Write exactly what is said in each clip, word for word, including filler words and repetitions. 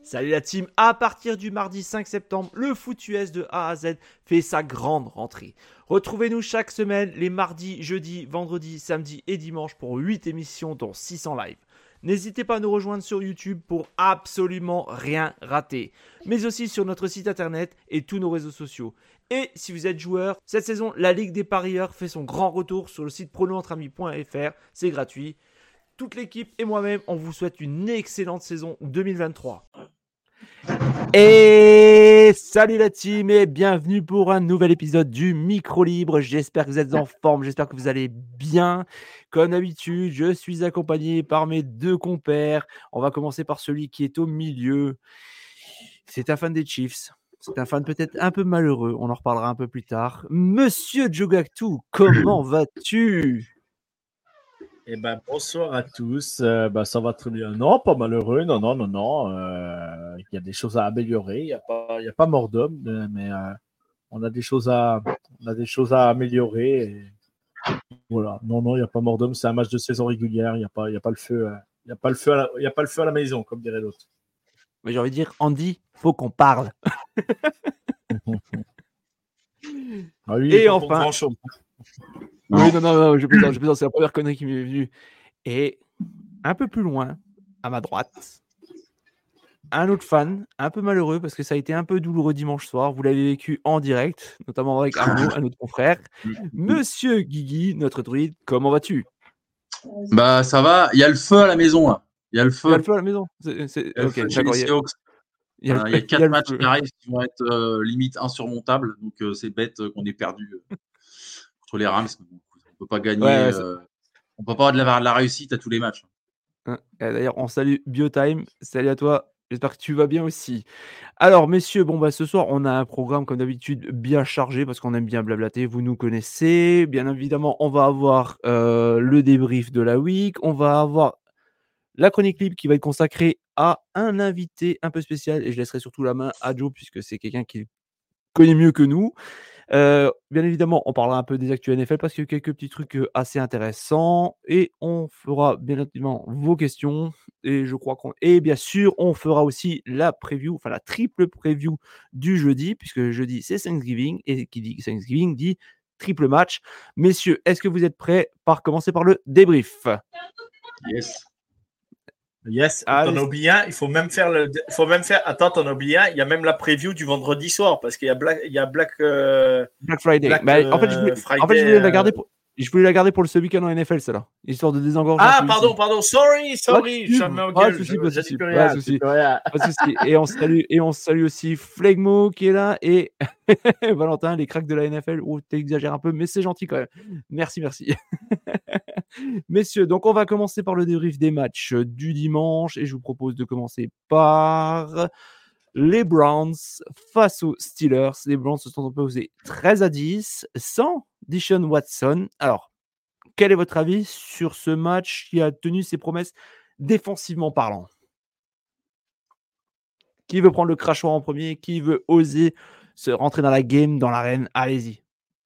Salut la team, à partir du mardi cinq septembre, le foot U S de A à Z fait sa grande rentrée. Retrouvez-nous chaque semaine les mardis, jeudis, vendredis, samedis et dimanches pour huit émissions dont six en live. N'hésitez pas à nous rejoindre sur YouTube pour absolument rien rater, mais aussi sur notre site internet et tous nos réseaux sociaux. Et si vous êtes joueur, cette saison, la Ligue des parieurs fait son grand retour sur le site prono entre amis point f r, c'est gratuit. Toute l'équipe et moi-même, on vous souhaite une excellente saison deux mille vingt-trois. Et salut la team et bienvenue pour un nouvel épisode du Micro Libre. J'espère que vous êtes en forme, j'espère que vous allez bien. Comme d'habitude, je suis accompagné par mes deux compères. On va commencer par celui qui est au milieu. C'est un fan des Chiefs. C'est un fan peut-être un peu malheureux. On en reparlera un peu plus tard. Monsieur Jogactu, comment vas-tu ? Eh ben, bonsoir à tous. Euh, ben, ça va très bien. Non, pas malheureux. Non, non, non, non. Euh, il y a des choses à améliorer. Il n'y a pas, il y a pas mort d'homme, mais euh, on a des choses à, on a des choses à améliorer. Et voilà. Non, non, il n'y a pas mort d'homme. C'est un match de saison régulière. Il n'y a pas, il y a pas le feu. euh, Il n'y a pas le feu. À la, il y a pas le feu à la maison, comme dirait l'autre. Mais j'ai envie de dire, Andy, faut qu'on parle. Ah oui, Et pas enfin, pour grand-chose. oui, non, non, non, je plaisante, je plaisante, c'est la première connerie qui m'est venue. Et un peu plus loin, à ma droite, un autre fan, un peu malheureux parce que ça a été un peu douloureux dimanche soir. Vous l'avez vécu en direct, notamment avec Arnaud, un autre confrère. Monsieur Guigui, notre druide, comment vas-tu ? Bah ça va, il y a le feu à la maison là. Il y a le feu. Il y a le feu à la maison. C'est, c'est... Il y a le Ok, feu chez d'accord. les Il y a, Seahawks. il y a, Euh, le... il y a il y quatre a le matchs feu. qui arrivent qui vont être euh, limite insurmontables. Donc euh, c'est bête euh, qu'on ait perdu euh, contre les Rams. On peut pas gagner. Ouais, ouais, euh, on peut pas avoir de la, de la réussite à tous les matchs. Hein, d'ailleurs, on salue Biotime. Salut à toi. J'espère que tu vas bien aussi. Alors, messieurs, bon, bah, ce soir, on a un programme, comme d'habitude, bien chargé parce qu'on aime bien blablater. Vous nous connaissez. Bien évidemment, on va avoir euh, le débrief de la week. On va avoir la chronique libre qui va être consacrée à un invité un peu spécial. Et je laisserai surtout la main à Joe puisque c'est quelqu'un qui connaît mieux que nous. Euh, bien évidemment, on parlera un peu des actus N F L parce qu'il y a quelques petits trucs euh, assez intéressants et on fera bien évidemment vos questions et je crois qu'on et bien sûr on fera aussi la preview, enfin la triple preview du jeudi puisque jeudi c'est Thanksgiving et qui dit Thanksgiving dit triple match. Messieurs, est-ce que vous êtes prêts par commencer par le débrief ? Yes. Yes, Allez. t'en as oublié un. Il faut même faire le. Il faut même faire. Attends, t'en as oublié un. Il y a même la preview du vendredi soir parce qu'il y a Black. Il y a Black. Euh... Black Friday. Black, bah, en fait, je voulais, euh, Friday, en fait, je voulais la garder euh... pour. Je voulais la garder pour le ce week-end en N F L, celle-là, histoire de désengorger. Ah, pardon, pardon, sorry, sorry, je me Pas de gueule, souci, pas de je, je souci, dis plus pas rien, de souci, dis plus rien. pas de souci. Et on salue, et on salue aussi Flegmo qui est là et Valentin, les cracks de la N F L. Oh, t'exagères un peu, mais c'est gentil quand même. Merci, merci. Messieurs, donc on va commencer par le débrief des matchs du dimanche et je vous propose de commencer par les Browns face aux Steelers. Les Browns se sont imposés treize à dix sans Deshaun Watson. Alors, quel est votre avis sur ce match qui a tenu ses promesses défensivement parlant ? Qui veut prendre le crachoir en premier ? Qui veut oser se rentrer dans la game, dans l'arène ? Allez-y.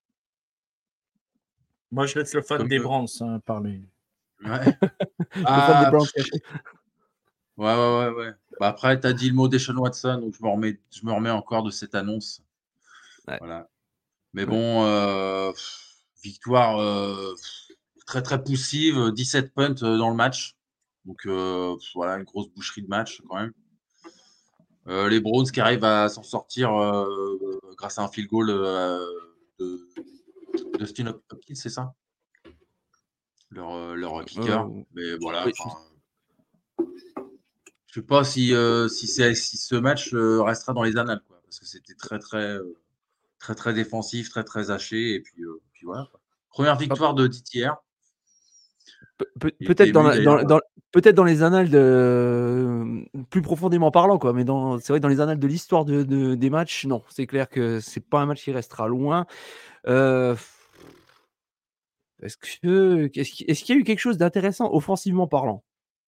Moi, je laisse le fan Comme des que... Browns hein, parler. Ouais. le ah, fan des Browns caché. Ouais, ouais, ouais, ouais. Bah après, tu as dit le mot Deshaun Watson, donc je me remets, je me remets encore de cette annonce. Ouais. Voilà. Mais bon, euh, victoire euh, très très poussive, dix-sept punts dans le match. Donc euh, voilà, une grosse boucherie de match quand même. Euh, les Browns qui arrivent à s'en sortir euh, grâce à un field goal euh, de Dustin Hopkins, c'est ça ? Leur, leur kicker. Euh, Mais voilà. oui. Je sais pas si, euh, si, c'est, si ce match euh, restera dans les annales, quoi, parce que c'était très très euh, très très défensif, très très haché, et puis, euh, puis voilà. Quoi. Première victoire de D T R. Pe- pe- peut-être, dans la, dans, dans, peut-être dans les annales de plus profondément parlant, quoi, mais dans, c'est vrai dans les annales de l'histoire de, de, des matchs, non, c'est clair que c'est pas un match qui restera loin. Euh, est-ce que est-ce qu'il, est-ce qu'il y a eu quelque chose d'intéressant offensivement parlant ?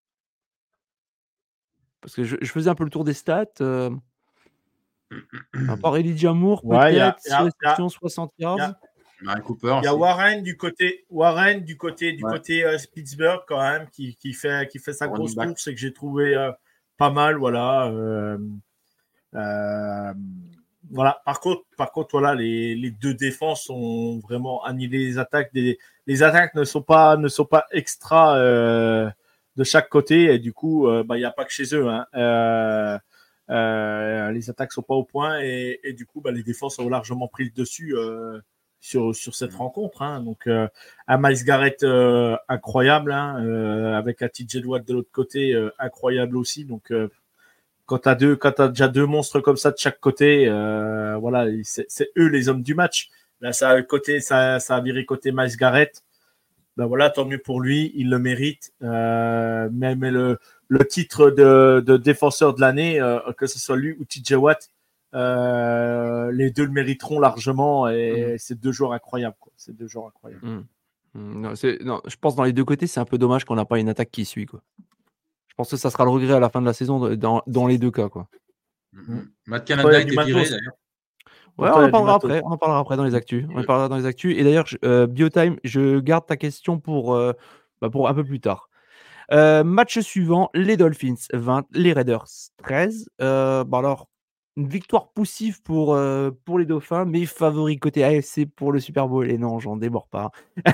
Parce que je, je faisais un peu le tour des stats. Euh, à part Elijah Moore, Ouais, peut-être, six réceptions, soixante yards. Mary Cooper. Il y a Warren du côté, Warren du côté, du ouais. côté euh, Pittsburgh quand même qui, qui fait, qui fait sa Running grosse back. course et que j'ai trouvé euh, pas mal, voilà. Euh, euh, voilà. Par contre, par contre, voilà, les, les deux défenses ont vraiment annihilé les attaques. Des, les attaques ne sont pas, ne sont pas extra euh, de chaque côté, et du coup, il euh, n'y bah, a pas que chez eux. Hein. Euh, euh, les attaques sont pas au point, et, et du coup, bah, les défenses ont largement pris le dessus euh, sur, sur cette rencontre. Hein. Donc, euh, un Myles Garrett euh, incroyable, hein, euh, avec un T J Watt de l'autre côté, euh, incroyable aussi. Donc, euh, quand tu as deux, quand t'as déjà deux monstres comme ça de chaque côté, euh, voilà, c'est, c'est eux les hommes du match. Là, ça a côté, ça, ça a viré côté Myles Garrett. Ben voilà, tant mieux pour lui, il le mérite. Euh, mais, mais le, le titre de, de défenseur de l'année, euh, que ce soit lui ou T J Watt, euh, les deux le mériteront largement, et mmh. c'est deux joueurs incroyables. Quoi. C'est deux joueurs incroyables. Mmh. Mmh, non, c'est, non, je pense que dans les deux côtés, c'est un peu dommage qu'on n'a pas une attaque qui suit. Quoi. Je pense que ça sera le regret à la fin de la saison dans, dans les deux cas. Quoi. Mmh. Matt Canada était viré d'ailleurs. Ouais, on en parlera après. On en parlera après dans les actus. On en parlera dans les actus. Et d'ailleurs, je, euh, Biotime, je garde ta question pour, euh, bah pour un peu plus tard. Euh, match suivant, les Dolphins vingt, les Raiders treize. Euh, bah alors, une victoire poussive pour, euh, pour les Dauphins, mais favori côté A F C pour le Super Bowl. Et non, j'en déborde pas.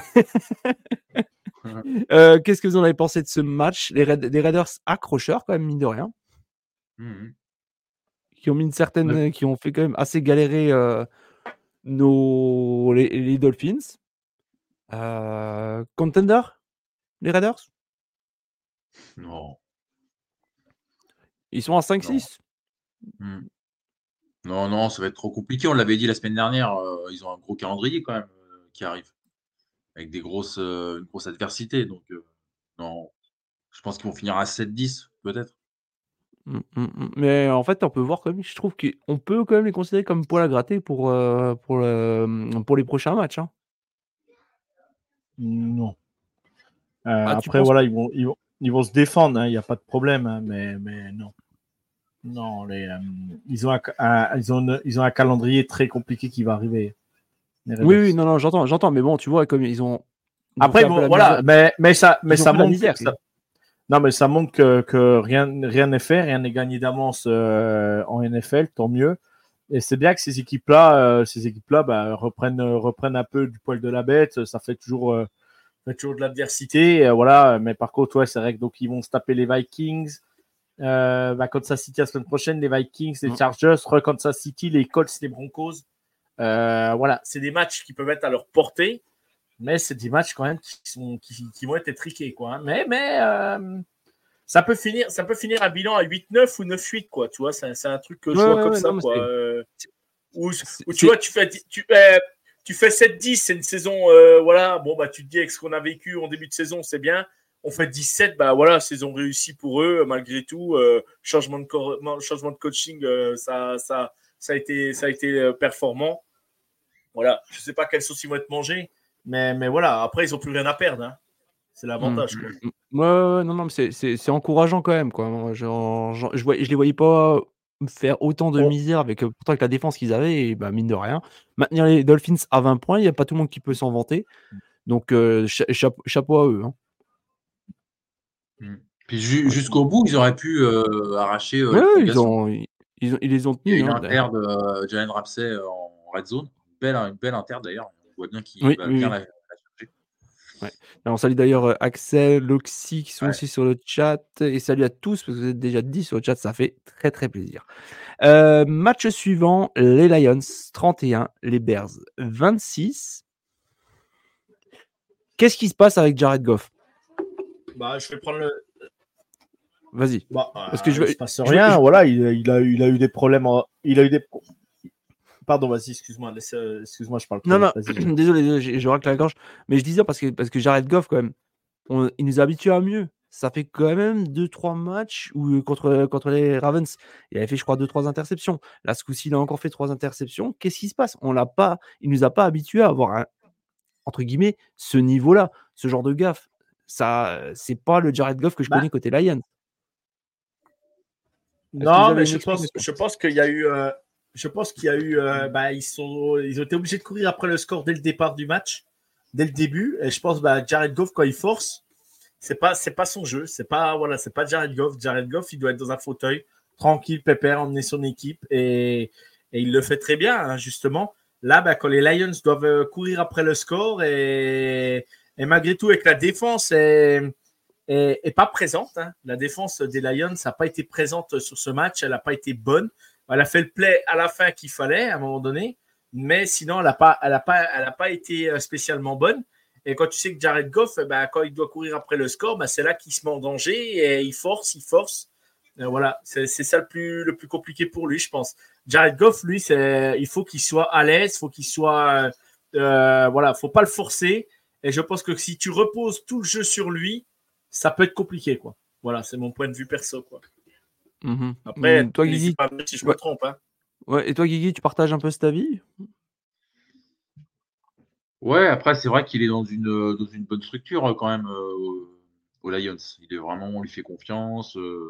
euh, qu'est-ce que vous en avez pensé de ce match? Les, Ra- les Raiders accrocheurs, quand même, mine de rien. Mmh. Qui ont mis une certaine, ouais. qui ont fait quand même assez galérer euh, nos les, les Dolphins. Euh, contender, les Raiders? Non. Ils sont à cinq six. Mmh. Non, non, ça va être trop compliqué. On l'avait dit la semaine dernière. Euh, ils ont un gros calendrier quand même euh, qui arrive avec des grosses, euh, une grosse adversité. Donc euh, non, je pense qu'ils vont finir à sept dix peut-être. Mmh, mmh, mais en fait, on peut voir quand même, je trouve qu'on peut quand même les considérer comme poil à gratter pour, euh, pour, le, pour les prochains matchs. Hein. Non. Euh, Ah, après, voilà, ils vont, ils, vont, ils vont se défendre, il hein, n'y a pas de problème, hein, mais, mais non. Non, les, euh, ils, ont un, un, ils, ont, ils ont un calendrier très compliqué qui va arriver. Oui, oui, non, non, j'entends, j'entends, mais bon, tu vois, comme ils ont. Ils après, ont bon, voilà, mais, mais ça, mais ça montre. Misère, ça, non, mais ça montre que, que rien rien n'est fait, rien n'est gagné d'avance euh, en N F L, tant mieux. Et c'est bien que ces équipes-là, euh, ces équipes-là, bah, reprennent, reprennent un peu du poil de la bête. Ça fait toujours, euh, fait toujours de l'adversité, euh, voilà. Mais par contre, ouais, c'est vrai que donc ils vont se taper les Vikings. Euh, bah, Kansas City la semaine prochaine, les Vikings, les Chargers, re Kansas City, les Colts, les Broncos. Euh, voilà, c'est des matchs qui peuvent être à leur portée, mais c'est des matchs quand même qui, sont, qui, qui vont être étriqués, quoi. Hein. Mais, mais euh, ça peut finir, ça peut finir un bilan à huit neuf ou neuf huit, quoi. Tu vois, c'est, c'est un truc que je ouais, vois ouais, comme ouais, ça, non, quoi. Euh, où, où tu vois, tu fais, tu, euh, tu fais sept dix, c'est une saison, euh, voilà. Bon, bah, tu te dis avec ce qu'on a vécu en début de saison, c'est bien. On fait dix-sept, bah voilà, saison réussie pour eux, malgré tout. Euh, changement, de co- changement de coaching, euh, ça, ça, ça a été, ça a été euh, performant. Voilà, je ne sais pas quelle sauce ils vont être mangés, mais, mais voilà, après, ils n'ont plus rien à perdre. Hein. C'est l'avantage. Mmh. Quoi. Ouais, ouais, non, non, mais c'est, c'est, c'est encourageant quand même. Quoi. Genre, genre, je ne je les voyais pas faire autant de oh. misère avec, pourtant avec la défense qu'ils avaient, et bah, mine de rien. Maintenir les Dolphins à vingt points, il n'y a pas tout le monde qui peut s'en vanter. Donc, euh, chapeau, chapeau à eux. Hein. Mmh. Puis ju- jusqu'au bout, ils auraient pu euh, arracher euh, ouais, les ils, prolongations. ont, ils, ils, ont, ils les ont Il y a tenus. une Hein, inter de euh, Jalen Ramsey en red zone. Une belle, une belle inter d'ailleurs. On voit bien qu'il oui, va oui, bien oui. la, la chercher. Ouais. Alors, on salue d'ailleurs euh, Axel, Loxy qui sont Ouais. aussi sur le chat. Et salut à tous, parce que vous êtes déjà dix sur le chat, ça fait très très plaisir. Euh, match suivant, les Lions trente et un, les Bears vingt-six. Qu'est-ce qui se passe avec Jared Goff? Bah, je vais prendre le. Vas-y. Bah, euh, parce que je il veux, se passe je rien. veux, je... Voilà, il, il, a, il a eu des problèmes. En... Il a eu des. Pardon, vas-y, excuse-moi, laisse, euh, excuse-moi, je parle. Non, non, vas-y. désolé, désolé je, je racle la gorge. Mais je disais parce que, parce que Jared Goff, quand même, on, il nous habitue à mieux. Ça fait quand même deux trois matchs où, contre, contre les Ravens, il avait fait, je crois, deux trois interceptions. Là, ce coup-ci, il a encore fait trois interceptions. Qu'est-ce qui se passe? On l'a pas, il nous a pas habitués à avoir, un, entre guillemets, ce niveau-là, ce genre de gaffe. Ça, c'est pas le Jared Goff que je bah. connais côté Lions. Non, mais je pense, je pense qu'il y a eu... Euh... Je pense qu'il y a eu, euh, bah, ils sont, ils ont été obligés de courir après le score dès le départ du match, dès le début. Et je pense, bah, Jared Goff, quand il force, c'est pas, c'est pas son jeu. C'est pas, voilà, c'est pas Jared Goff. Jared Goff, il doit être dans un fauteuil, tranquille, pépère, emmener son équipe et, et il le fait très bien, hein, justement. Là, bah, quand les Lions doivent courir après le score et, et malgré tout, avec la défense est, est, est pas présente. Hein. La défense des Lions n'a pas été présente sur ce match. Elle n'a pas été bonne. Elle a fait le play à la fin qu'il fallait à un moment donné, mais sinon, elle n'a pas, elle a pas, elle a pas été spécialement bonne. Et quand tu sais que Jared Goff, ben, quand il doit courir après le score, ben, c'est là qu'il se met en danger et il force, il force. Et voilà, c'est, c'est ça le plus, le plus compliqué pour lui, je pense. Jared Goff, lui, c'est, il faut qu'il soit à l'aise, il faut qu'il soit, euh, voilà, faut pas le forcer. Et je pense que si tu reposes tout le jeu sur lui, ça peut être compliqué, quoi. Voilà, c'est mon point de vue perso, quoi. Mmh. Après, Mmh, toi, n'hésite Guigui, pas à me dire si je ouais, me trompe, hein. ouais, et toi, Guigui, tu partages un peu cet avis? Ouais, après, c'est vrai qu'il est dans une, euh, dans une bonne structure euh, quand même euh, au- aux Lions. Il est vraiment, on lui fait confiance. euh.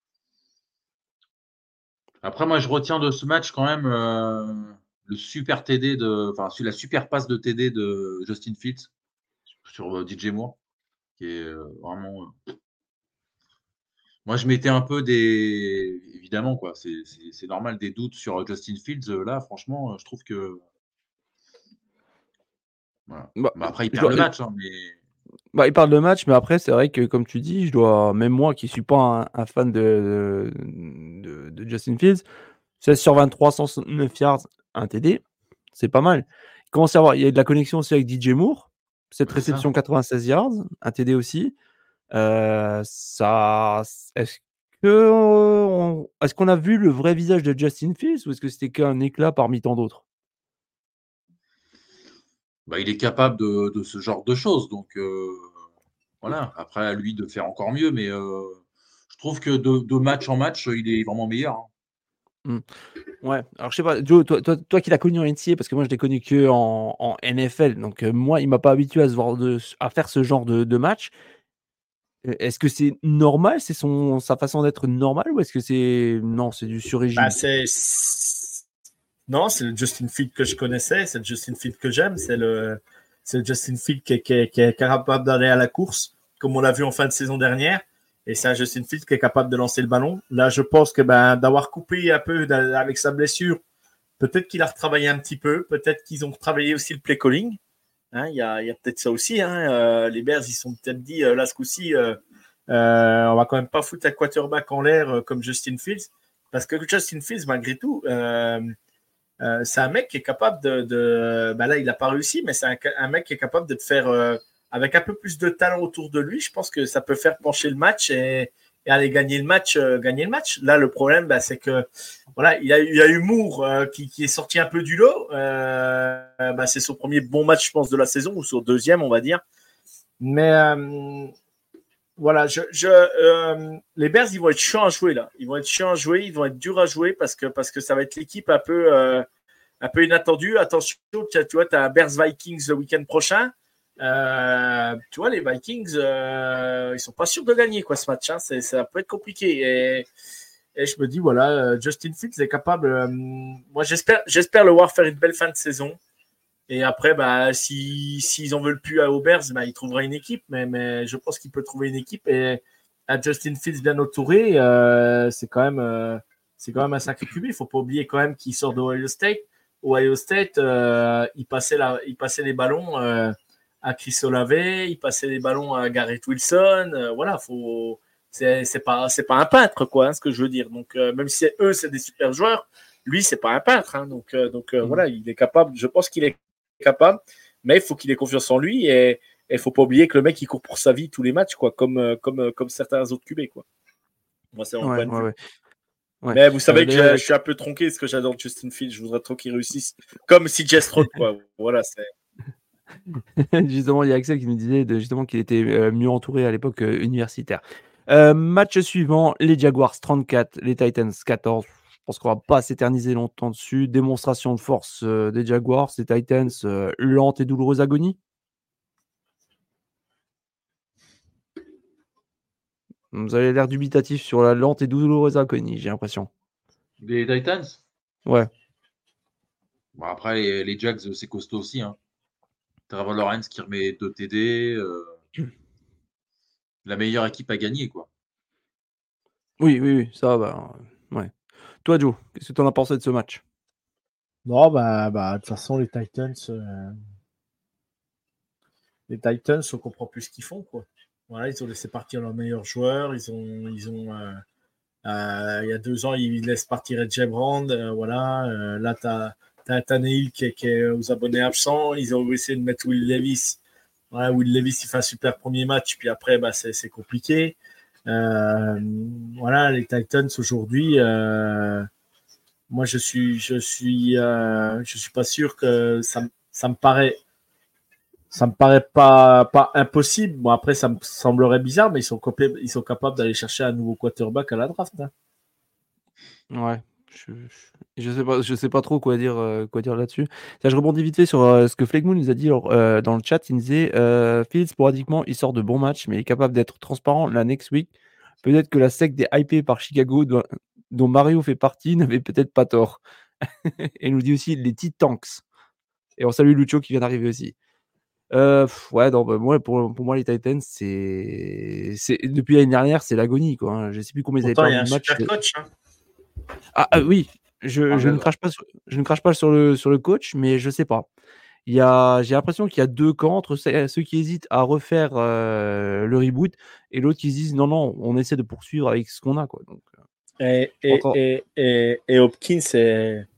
Après, moi, je retiens de ce match quand même euh, le super T D de, enfin, la super passe de T D de Justin Fields sur euh, D J Moore, qui est euh, vraiment. euh, Moi, je mettais un peu des, évidemment quoi, c'est c'est- c'est normal des doutes sur euh, Justin Fields. euh, Là, franchement, euh, je trouve que voilà. Bah, Bah, après, ils je perdent dois, le match, hein, mais bah, il parle de match, mais après, c'est vrai que, comme tu dis, je dois, même moi qui suis pas un, un fan de, de, de Justin Fields, seize sur vingt-trois, cent soixante-neuf yards, un T D, c'est pas mal. Il commence à y avoir, il y a de la connexion aussi avec D J Moore, cette bah, c'est ça. réception quatre-vingt-seize yards, un T D aussi. Euh, ça, est-ce que on- est-ce qu'on a vu le vrai visage de Justin Fields ou est-ce que c'était qu'un éclat parmi tant d'autres? Bah, il est capable de, de ce genre de choses, donc euh, voilà. Après, à lui de faire encore mieux, mais euh, je trouve que de, de match en match, il est vraiment meilleur. hein. Hmm. Ouais, alors je sais pas, Joe, toi, toi, toi qui l'as connu en N C A A, parce que moi je l'ai connu que en, en N F L, donc euh, moi il m'a pas habitué à, se voir de, à faire ce genre de, de match. Euh, Est-ce que c'est normal, c'est son sa façon d'être normale ou est-ce que c'est non, c'est du Bah, sur-régime? c'est, non, c'est le Justin Field que je connaissais, c'est le Justin Field que j'aime, c'est le, c'est le Justin Field qui est, qui, est, qui est capable d'aller à la course, comme on l'a vu en fin de saison dernière. Et c'est un Justin Field qui est capable de lancer le ballon. Là, je pense que ben, d'avoir coupé un peu avec sa blessure, peut-être qu'il a retravaillé un petit peu, peut-être qu'ils ont retravaillé aussi le play calling. Hein, il y a, il y a peut-être ça aussi. Hein. Euh, les Bears, ils se sont peut-être dit, euh, là, ce coup-ci, euh, euh, on va quand même pas foutre un quarterback en l'air euh, comme Justin Fields. Parce que Justin Fields, malgré tout, euh, euh, c'est un mec qui est capable de. de ben là, il n'a pas réussi, mais c'est un, un, mec qui est capable de te faire. Euh, avec un peu plus de talent autour de lui, je pense que ça peut faire pencher le match et, et aller gagner le match. Euh, gagner le match. Là, le problème, ben, c'est que. Voilà, il y a, il y a eu Moore euh, qui, qui, est sorti un peu du lot. Euh, ben, c'est son premier bon match, je pense, de la saison, ou son deuxième, on va dire. Mais. Euh, voilà, je, je, euh, les Bears, ils vont être chiants à jouer là. Ils vont être chiants à jouer, ils vont être durs à jouer parce que, parce que ça va être l'équipe un peu, euh, un peu inattendue. Attention, tu, tu vois, tu as Bears Vikings le week-end prochain. Euh, tu vois, les Vikings, euh, ils sont pas sûrs de gagner quoi ce match. Hein. C'est, ça peut être compliqué. Et, et je me dis, voilà, Justin Fields est capable. Euh, moi, j'espère, j'espère le voir faire une belle fin de saison. Et après, bah, si, s'ils en veulent plus à Aubers, bah, il trouvera une équipe. Mais, mais je pense qu'il peut trouver une équipe. Et à Justin Fields bien entouré, euh, c'est quand même, euh, c'est quand même un sacré Q B. Il faut pas oublier quand même qu'il sort d'Ohio State. Ohio State, euh, il passait la, il passait les ballons euh, à Chris Olave, il passait les ballons à Garrett Wilson. Euh, voilà, faut, c'est, c'est pas, c'est pas un peintre quoi, hein, ce que je veux dire. Donc euh, même si eux c'est des super joueurs, lui c'est pas un peintre. Hein, donc, euh, donc euh, mmh. voilà, il est capable. Je pense qu'il est capable, mais il faut qu'il ait confiance en lui et il faut pas oublier que le mec il court pour sa vie tous les matchs quoi, comme comme comme certains autres Q B quoi. Moi c'est mon Ouais, point de ouais, vue. ouais. Ouais. Mais vous savez Euh, que je, je suis un peu tronqué parce que j'adore Justin Fields, je voudrais trop qu'il réussisse comme C J Stroud quoi. Voilà, c'est justement, il y a Axel qui nous disait de, justement qu'il était euh, mieux entouré à l'époque euh, universitaire. Euh, match suivant, les Jaguars trente-quatre, les Titans quatorze. Je pense qu'on va pas s'éterniser longtemps dessus. Démonstration de force euh, des Jaguars, les Titans, euh, lente et douloureuse agonie. Vous avez l'air dubitatif sur la lente et douloureuse agonie, j'ai l'impression. Les Titans. Ouais. Bon, après, les, les Jags, c'est costaud aussi. Hein. Trevor Lawrence qui remet deux T D. Euh... la meilleure équipe à gagner, quoi. Oui, oui, oui, ça va. Bah, ouais. Toi, Joe, qu'est-ce que tu en as pensé de ce match? Non, bah, bah, de toute façon, les Titans, euh, les Titans, on comprend plus ce qu'ils font, quoi. Voilà, ils ont laissé partir leurs meilleurs joueurs. Ils ont, ils ont, euh, euh, il y a deux ans, ils laissent partir Edge Brand. Euh, voilà, euh, là, t'as, t'as Tannehill qui, qui est aux abonnés absents. Ils ont essayé de mettre Will Levis. Ouais, Will Levis, il fait un super premier match, puis après, bah, c'est, c'est compliqué. Euh, voilà, les Titans aujourd'hui. Euh, moi, je suis, je suis, euh, je suis pas sûr que ça, ça me paraît, ça me paraît pas, pas impossible. Bon, après, ça me semblerait bizarre, mais ils sont, copés, ils sont capables d'aller chercher un nouveau quarterback à la draft. Hein. Ouais, je, je, je sais pas, je sais pas trop quoi dire, euh, quoi dire là-dessus. Tiens, je rebondis vite fait sur euh, ce que Flegmoon nous a dit alors, euh, dans le chat. Il nous disait euh, Fields, sporadiquement, il sort de bons matchs, mais il est capable d'être transparent la next week. Peut-être que la secte des hypés par Chicago, dont, dont Mario fait partie, n'avait peut-être pas tort. Et il nous dit aussi les Titans. Et on salue Lucho qui vient d'arriver aussi. Euh, pff, ouais, non, bah, moi, pour, pour moi, les Titans, c'est, c'est depuis l'année dernière, c'est l'agonie, quoi. Hein. Je sais plus combien ils avaient Pourtant, il y a perdu un de matchs. super coach. Hein. Ah, ah, oui, je, je ne crache pas, sur, je ne crache pas sur le sur le coach, mais je sais pas. Il y a, j'ai l'impression qu'il y a deux camps entre ceux, ceux qui hésitent à refaire euh, le reboot et l'autre qui se disent non non, on essaie de poursuivre avec ce qu'on a, quoi. Donc, Et, je et, pense en- et, et, et Hopkins, c'est...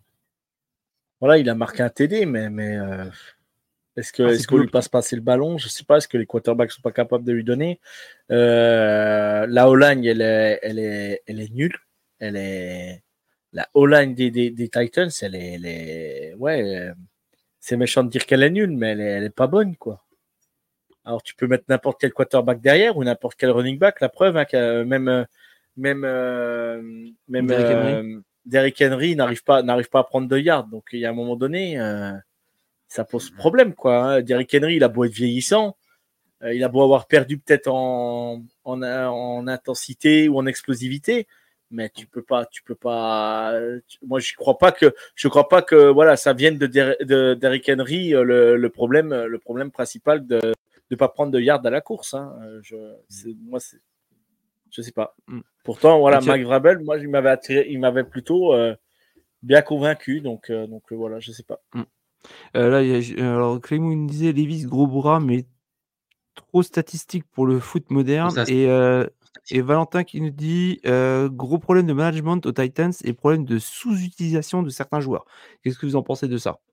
voilà, il a marqué un T D, mais, mais euh, est-ce que ah, c'est est-ce qu'on plus lui Hopkins. passe passer le ballon? Je sais pas. Est-ce que les quarterbacks sont pas capables de lui donner? Euh, la O-line, elle est, elle est, elle est nulle. Elle est la O-line des, des, des Titans, elle est, elle est... ouais, euh, c'est méchant de dire qu'elle est nulle, mais elle est, elle est pas bonne, quoi. Alors tu peux mettre n'importe quel quarterback derrière ou n'importe quel running back. La preuve, hein, que même euh, même euh, même Derrick Henry. euh, Derrick Henry n'arrive pas n'arrive pas à prendre de yards. Donc il y a un moment donné, euh, ça pose problème, quoi. Hein. Derrick Henry, il a beau être vieillissant, euh, il a beau avoir perdu peut-être en, en en intensité ou en explosivité, mais tu peux pas, tu peux pas. Tu, moi, je crois pas que, je crois pas que, voilà, ça vienne de, Der, de Derrick Henry euh, le, le problème, le problème principal de de pas prendre de yards à la course. Hein. Je, c'est, moi, c'est, je sais pas. Mm. Pourtant, voilà, Ah, tiens, Mike Vrabel, moi, il m'avait attiré, il m'avait plutôt euh, bien convaincu, donc, euh, donc euh, voilà, je sais pas. mm. Euh, là, il y a, alors Clément il nous disait Levis gros bras, mais trop statistique pour le foot Bon, moderne. ça, Et, euh, et Valentin qui nous dit euh, gros problème de management aux Titans et problème de sous-utilisation de certains joueurs. Qu'est-ce que vous en pensez de ça?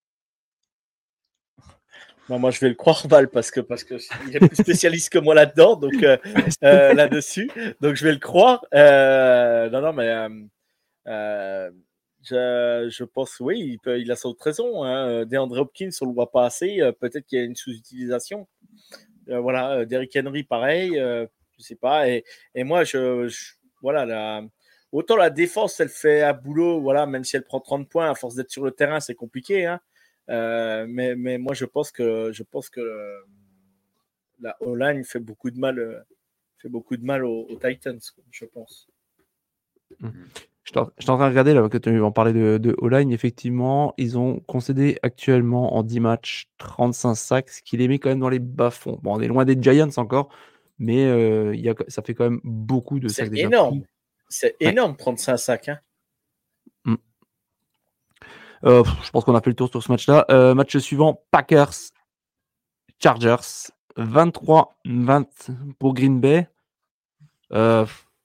Non, moi, je vais le croire, Val, parce que parce que il est plus spécialiste que moi là-dedans, donc euh, euh, là-dessus, donc je vais le croire. Euh, non, non, mais euh, euh, je, je pense, oui, il, peut, il a sans doute raison. Hein. DeAndre Hopkins, on le voit pas assez. Euh, peut-être qu'il y a une sous-utilisation. Euh, voilà, euh, Derrick Henry, pareil. Euh, je sais pas. Et, et moi, je, je voilà, la, autant la défense, elle fait un boulot. Voilà, même si elle prend trente points, à force d'être sur le terrain, c'est compliqué. Hein. Euh, mais, mais moi, je pense que, je pense que euh, la O-line fait beaucoup de mal, euh, fait beaucoup de mal aux, aux Titans, je pense. Mmh. Je t'en- je suis en train de regarder là, que tu en parlais de, de O-line. Effectivement, ils ont concédé actuellement en dix matchs trente-cinq sacs, ce qui les met quand même dans les bas-fonds. Bon, on est loin des Giants encore, mais euh, il y a, ça fait quand même beaucoup de C'est sacs déjà énorme. pris. C'est Ouais. énorme, trente-cinq sacs. Hein. Mm. Euh, pff, je pense qu'on a fait le tour sur ce match-là. Euh, match suivant, Packers, Chargers, vingt-trois vingt pour Green Bay. Euh,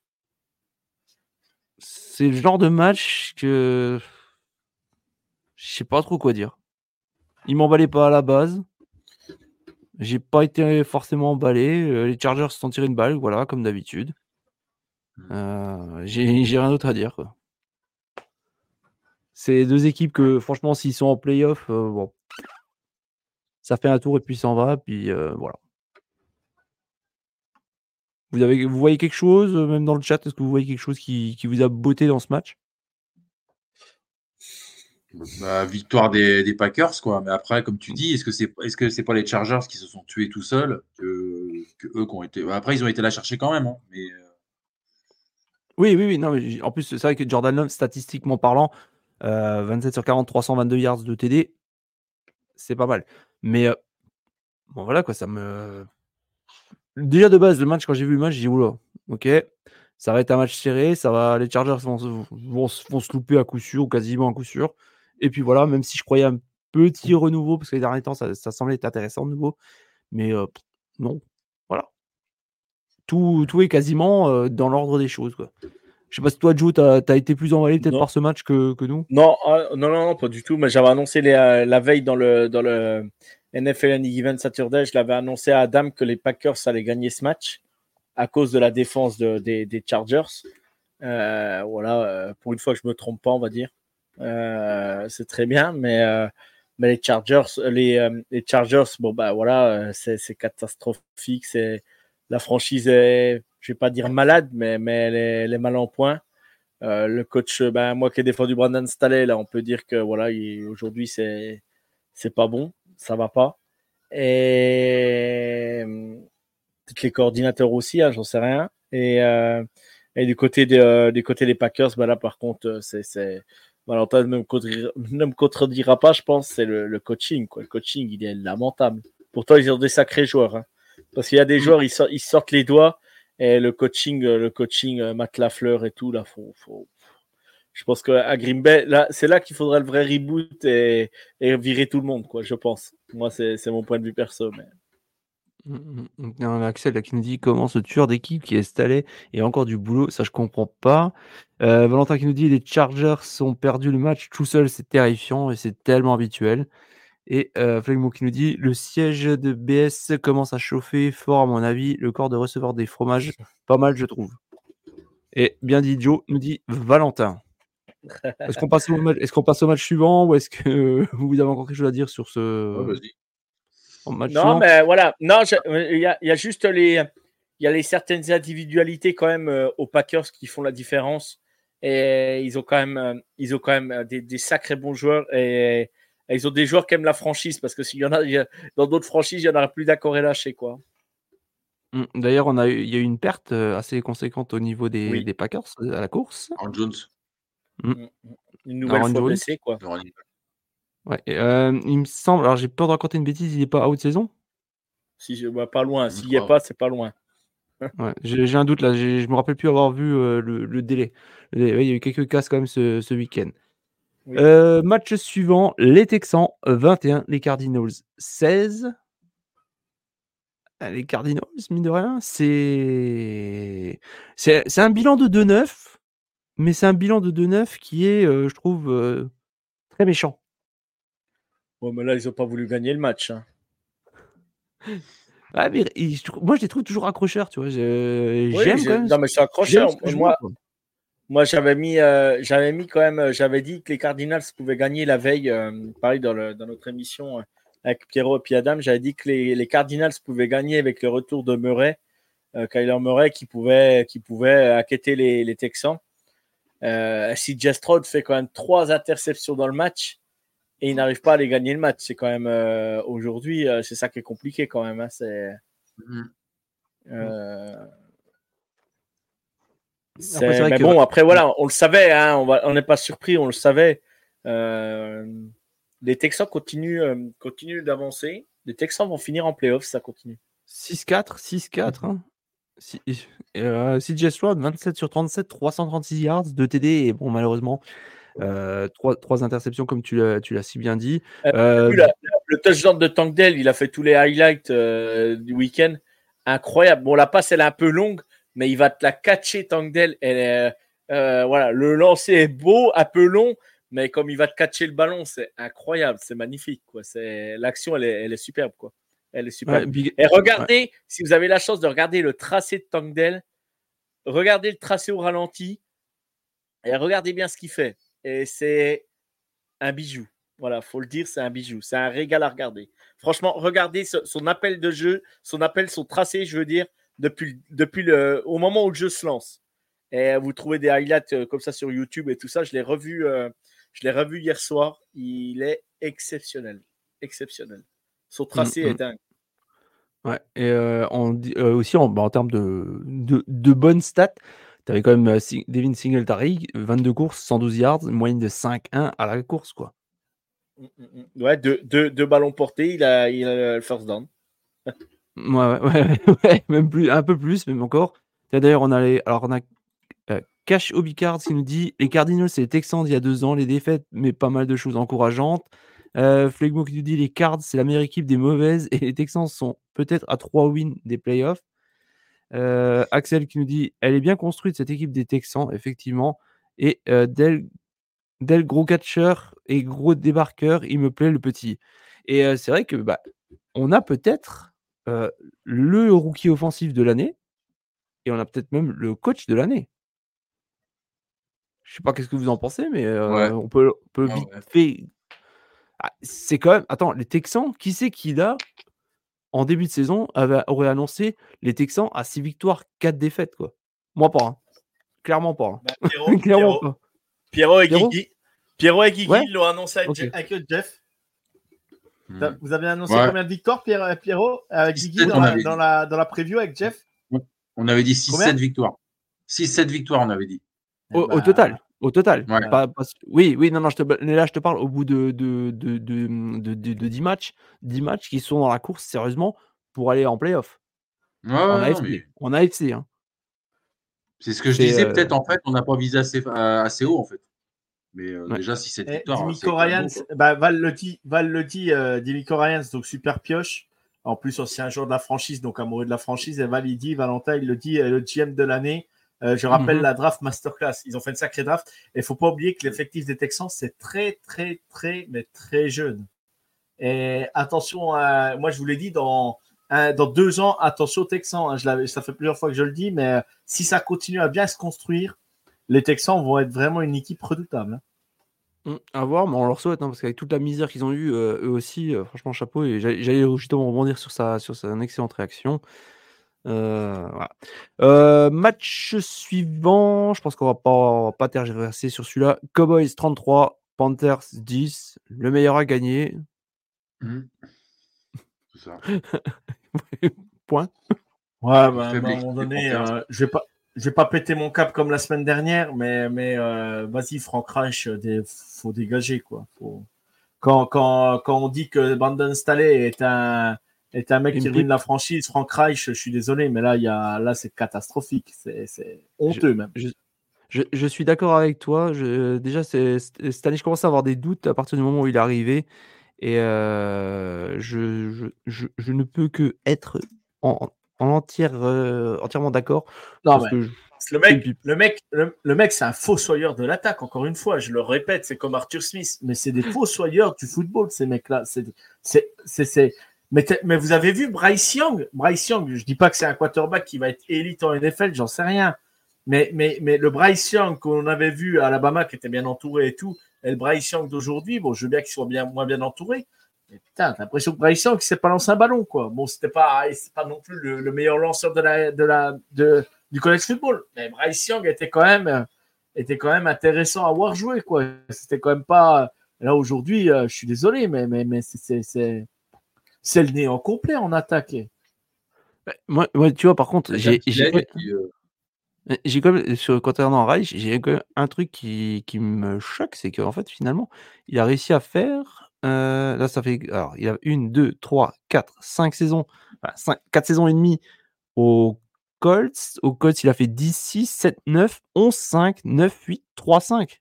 c'est le genre de match que je sais pas trop quoi dire. Il m'emballait pas à la base. J'ai pas été forcément emballé. Les Chargers se sont tirés une balle, voilà, comme d'habitude. Euh, j'ai, j'ai rien d'autre à dire, quoi. C'est deux équipes que, franchement, s'ils sont en playoff, euh, bon, ça fait un tour et puis ça en va, puis euh, voilà. Vous, avez, vous voyez quelque chose, euh, même dans le chat, est-ce que vous voyez quelque chose qui, qui vous a botté dans ce match? Bah, victoire des, des Packers, quoi. Mais après, comme tu dis, est-ce que c'est est-ce que c'est pas les Chargers qui se sont tués tout seuls que, que eux qui ont été. Après, ils ont été la chercher quand même, hein, mais euh, Oui, oui, oui. Non, mais j- en plus, c'est vrai que Jordan Love, statistiquement parlant, euh, vingt-sept sur quarante, trois cent vingt-deux yards de T D, c'est pas mal. Mais euh, bon, voilà, quoi, ça me. déjà de base, le match, quand j'ai vu le match, j'ai dit oula, ok, ça va être un match serré, ça va, les Chargers vont, se- vont, se- vont se louper à coup sûr, ou quasiment à coup sûr. Et puis voilà, même si je croyais à un petit renouveau, parce que les derniers temps, ça, ça semblait être intéressant de nouveau, mais euh, pff, non, voilà. Tout, tout est quasiment euh, dans l'ordre des choses, quoi. Je sais pas si toi, Joe, t'as as été plus emballé peut-être Non, par ce match que, que nous. non, ah, non, non, non, pas du tout. Mais j'avais annoncé les, euh, la veille dans le, dans le N F L Any Given Saturday, je l'avais annoncé à Adam que les Packers allaient gagner ce match à cause de la défense de- des, des Chargers. Euh, voilà, euh, pour une fois que je me trompe pas, on va dire. Euh, c'est très bien, mais, euh, mais les Chargers, les, euh, les Chargers, bon bah voilà, euh, c'est c'est catastrophique. C'est la franchise est, je vais pas dire malade, mais mais elle est, elle est mal en point. Euh, le coach, ben moi qui ai défendu Brandon Staley, là, on peut dire que voilà, il- aujourd'hui c'est c'est pas bon, ça va pas. Et peut-être les coordinateurs aussi, hein, j'en sais rien. Et, euh, et du côté des, euh, du côté des Packers, ben là par contre, euh, c'est, c'est... Valentin ne me, contredira, ne me contredira pas, je pense, c'est le, le coaching. Quoi. Le coaching, il est lamentable. Pourtant, ils ont des sacrés joueurs. Hein. Parce qu'il y a des Mm. joueurs, ils, sort, ils sortent les doigts. Et le coaching, euh, le coaching, euh, Matt Lafleur et tout, là, faut, faut... je pense qu'à Green Bay, là, c'est là qu'il faudrait le vrai reboot et, et virer tout le monde, quoi, je pense. Moi, c'est, c'est mon point de vue perso. Mais... Mm, mm, mm. Il y a un Axel là, qui nous dit comment ce tueur d'équipe qui est installé et encore du boulot, ça je comprends pas. Euh, Valentin qui nous dit les Chargers ont perdu le match tout seul, c'est terrifiant et c'est tellement habituel. Et euh, Flegmo qui nous dit le siège de B S commence à chauffer fort à mon avis, le corps de receveur des fromages, pas mal je trouve. Et bien dit Joe, nous dit Valentin. Est-ce qu'on passe au match, est-ce qu'on passe au match suivant ou est-ce que vous avez encore quelque chose à dire sur ce Ouais, vas-y. match Non, suivant? mais voilà. Non, je- il y a, il y a juste les, il y a les certaines individualités quand même euh, aux Packers qui font la différence. Et ils ont quand même, euh, ils ont quand même euh, des, des sacrés bons joueurs et, et ils ont des joueurs qui aiment la franchise parce que s'il y en a, il y a- dans d'autres franchises, il y en aura plus d'accord et lâché quoi. Mm. D'ailleurs, on a eu, il y a eu une perte euh, assez conséquente au niveau des, Oui. des Packers euh, à la course. Aaron Jones. Mm. Mm, mm. Une nouvelle Aaron fois Jones. blessé quoi. le running back. Ouais. Et, euh, il me semble, alors j'ai peur de raconter une bêtise, il n'est pas out saison. Si je vois pas loin, Je s'il y est crois. pas, c'est pas loin. Ouais, j'ai j'ai un doute là, j'ai- je me rappelle plus avoir vu euh, le, le délai. Le délai. Ouais, il y a eu quelques casses quand même ce, ce week-end. Oui. Euh, match suivant, les Texans vingt et un, les Cardinals seize. Ah, les Cardinals, mine de rien, c'est c'est c'est un bilan de deux neuf, mais c'est un bilan de deux neuf qui est, euh, je trouve, euh, très méchant. Bon, mais là, ils ont pas voulu gagner le match. Hein. Ah, mais il- je trou- moi, je les trouve toujours accrocheurs, tu vois. je- Oui, J'aime je- quand même, non, mais c'est j'aime accrocheur. ce que je vois, Moi, quoi. Moi, j'avais mis, euh, j'avais mis quand même, euh, j'avais dit que les Cardinals pouvaient gagner la veille. Euh, pareil dans, le, dans notre émission euh, avec Pierrot et puis Adam, j'avais dit que les, les Cardinals pouvaient gagner avec le retour de Murray, euh, Kyler Murray, qui pouvait, qui pouvait acquitter les, les Texans. Euh, C J Stroud fait quand même trois interceptions dans le match et il n'arrive pas à les gagner le match. C'est quand même euh, aujourd'hui, euh, c'est ça qui est compliqué quand même. Hein, c'est, Mm. euh, Après, c'est C'est... vrai Mais que bon, ouais. après, voilà, on le savait, hein, on va... on n'est pas surpris, on le savait. Euh, Les Texans continuent, euh, continuent d'avancer. Les Texans vont finir en playoff, ça continue. six quatre, six quatre. Hein. Si, euh, C J Stroud, vingt-sept sur trente-sept, trois cent trente-six yards, deux T D, et bon, malheureusement, euh, trois, trois interceptions, comme tu l'as, tu l'as si bien dit. Euh, Euh, vu la- le touchdown de Tank Dell, il a fait tous les highlights euh, du week-end. Incroyable. Bon, la passe, elle est un peu longue, mais il va te la catcher, Tank Dell. Elle est, euh, voilà, le lancer est beau, un peu long, mais comme il va te catcher le ballon, c'est incroyable, c'est magnifique. Quoi. C'est... L'action, elle est, elle est superbe. Quoi. Elle est superbe. ouais, big- Et ouais. regardez, si vous avez la chance de regarder le tracé de Tank Dell, regardez le tracé au ralenti et regardez bien ce qu'il fait. Et c'est un bijou. Voilà, faut le dire, c'est un bijou. C'est un régal à regarder. Franchement, regardez ce- son appel de jeu, son appel, son tracé, je veux dire, depuis, depuis le, au moment où le jeu se lance. Et vous trouvez des highlights euh, comme ça sur YouTube et tout ça. Je l'ai revu, euh, je l'ai revu hier soir. Il est exceptionnel, exceptionnel. Son tracé Mm, est mm. dingue. Ouais. Et euh, on dit, euh, aussi, en, bah, en termes de, de, de bonnes stats, tu avais quand même euh, Sing- Devin Singletary, vingt-deux courses, cent douze yards, une moyenne de cinq un à la course, quoi. Mm, mm, mm. Ouais, deux, deux, deux ballons portés, il a, il a le first down. Ouais, ouais, ouais, ouais, même plus, un peu plus, même encore. Tiens, d'ailleurs, on a les, alors on a euh, Cash Obicards qui nous dit les Cardinals, c'est les Texans d'il y a deux ans, les défaites, mais pas mal de choses encourageantes. Euh, Flegmo qui nous dit les Cards, c'est la meilleure équipe des mauvaises et les Texans sont peut-être à trois wins des playoffs. Euh, Axel qui nous dit elle est bien construite cette équipe des Texans, effectivement. Et euh, Del, Del gros catcheur et gros débarqueur, il me plaît le petit. Et euh, c'est vrai que bah, on a peut-être euh, le rookie offensif de l'année et on a peut-être même le coach de l'année. Je sais pas qu'est-ce que vous en pensez, mais euh, Ouais. on peut, on peut Ah vite ouais. fait. Ah, c'est quand même. Attends, les Texans, qui c'est qui là, en début de saison, avait, aurait annoncé les Texans à six victoires, quatre défaites, quoi. Moi pas. Hein. Clairement pas. Hein. Bah, Pierrot, Clairement Pierrot, pas. Pierrot et Pierrot Guigui. Pierrot et Guigui Ouais. l'ont annoncé avec, Ok. Je- avec Jeff. Hmm. Vous avez annoncé Ouais. combien de victoires, Pierre, Pierrot, avec six, Guigui sept, dans, on la, avait dans, dit. la, dans la preview avec Jeff? On avait dit six Combien sept victoires. six sept victoires, on avait dit. Au, Eh au bah, total. Au total. Ouais. Pas- pas- oui, oui, non, non, je te, là, je te parle au bout de, de, de, de, de, de- de dix matchs. dix matchs qui sont dans la course, sérieusement, pour aller en playoff. Ouais, En ouais, non, A F C. mais En A F C. Hein. c'est ce que je C'est, disais, euh, peut-être en fait, on n'a pas visé assez, euh, assez haut en fait. Mais euh, Ouais. déjà, six sept eh, victoires, c'est Dimico quand même Ryans, beau, quoi. bah, Val le dit, Val le dit euh, Dimico Ryans, donc super pioche. En plus, ancien joueur de la franchise, donc amoureux de la franchise. Et Val, il dit, Valentin, il le dit, euh, le G M de l'année. Euh, je rappelle Mhm. la draft masterclass. Ils ont fait une sacrée draft. Et il faut pas oublier que l'effectif des Texans, c'est très, très, très, mais très jeune. Et attention, à, moi je vous l'ai dit, dans, un, dans deux ans, attention aux Texans. Hein, je l'avais, ça fait plusieurs fois que je le dis, mais euh, si ça continue à bien se construire, les Texans vont être vraiment une équipe redoutable. Hein. Mm, à voir, mais on leur souhaite, hein, parce qu'avec toute la misère qu'ils ont eue, euh, eux aussi, euh, franchement, chapeau. Et j'allais j'allais justement rebondir sur sa, sur sa excellente réaction. Euh, voilà. Euh, match suivant, je pense qu'on va pas, on va pas tergiverser sur celui-là. Cowboys trente-trois, Panthers dix. Le meilleur a gagné. Mhm. C'est ça. Point. Ouais, bah, Faible bah, à un équipe moment des donné, Panthers. euh, je vais pas, je vais pas péter mon cap comme la semaine dernière, mais, mais euh, vas-y, Frank Reich, des, faut dégager quoi. Faut... Quand, quand, quand on dit que Brandon Staley est un, est un mec Une qui ruine pipe. la franchise, Frank Reich, je suis désolé, mais là, il y a, là, c'est catastrophique, c'est, c'est honteux même. Je, je, je suis d'accord avec toi. Je, déjà, c'est, c'est- cette année, je commence à avoir des doutes à partir du moment où il est arrivé. Et euh, je, je, je, je ne peux que être en, en entière, euh, entièrement d'accord. Non, Parce mais que je- le c'est une mec, pipe. le mec, le, le mec, c'est un fossoyeur de l'attaque. Encore une fois, je le répète, c'est comme Arthur Smith, mais c'est des fossoyeurs du football, ces mecs-là. C'est, c'est, c'est, c'est... Mais, t'es- mais vous avez vu Bryce Young? Bryce Young, je dis pas que c'est un quarterback qui va être élite en N F L, j'en sais rien. Mais, mais, mais le Bryce Young qu'on avait vu à Alabama, qui était bien entouré et tout, et le Bryce Young d'aujourd'hui, bon, je veux bien qu'il soit bien, moins bien entouré. Mais putain, t'as l'impression que Bryce Young, il s'est pas lancé un ballon, quoi. Bon, c'était pas, c'est pas non plus le, le meilleur lanceur de la, de la, de, du college football. Mais Bryce Young était quand même, était quand même intéressant à voir jouer, quoi. C'était quand même pas. Là, aujourd'hui, euh, je suis désolé, mais, mais, mais c'est, c'est, c'est, c'est le néant complet en attaque. Moi, moi, tu vois, par contre, Adam j'ai, j'ai, Thielen, et puis, euh, j'ai quand même, sur, concernant Reich, j'ai quand même un truc qui, qui me choque, c'est qu'en fait, finalement, il a réussi à faire. euh, là, ça fait. Alors, il a une, deux, trois, quatre, cinq saisons. Enfin, cinq, quatre saisons et demie au Colts. Au Colts, il a fait dix, six, sept, neuf, onze, cinq, neuf, huit, trois, cinq.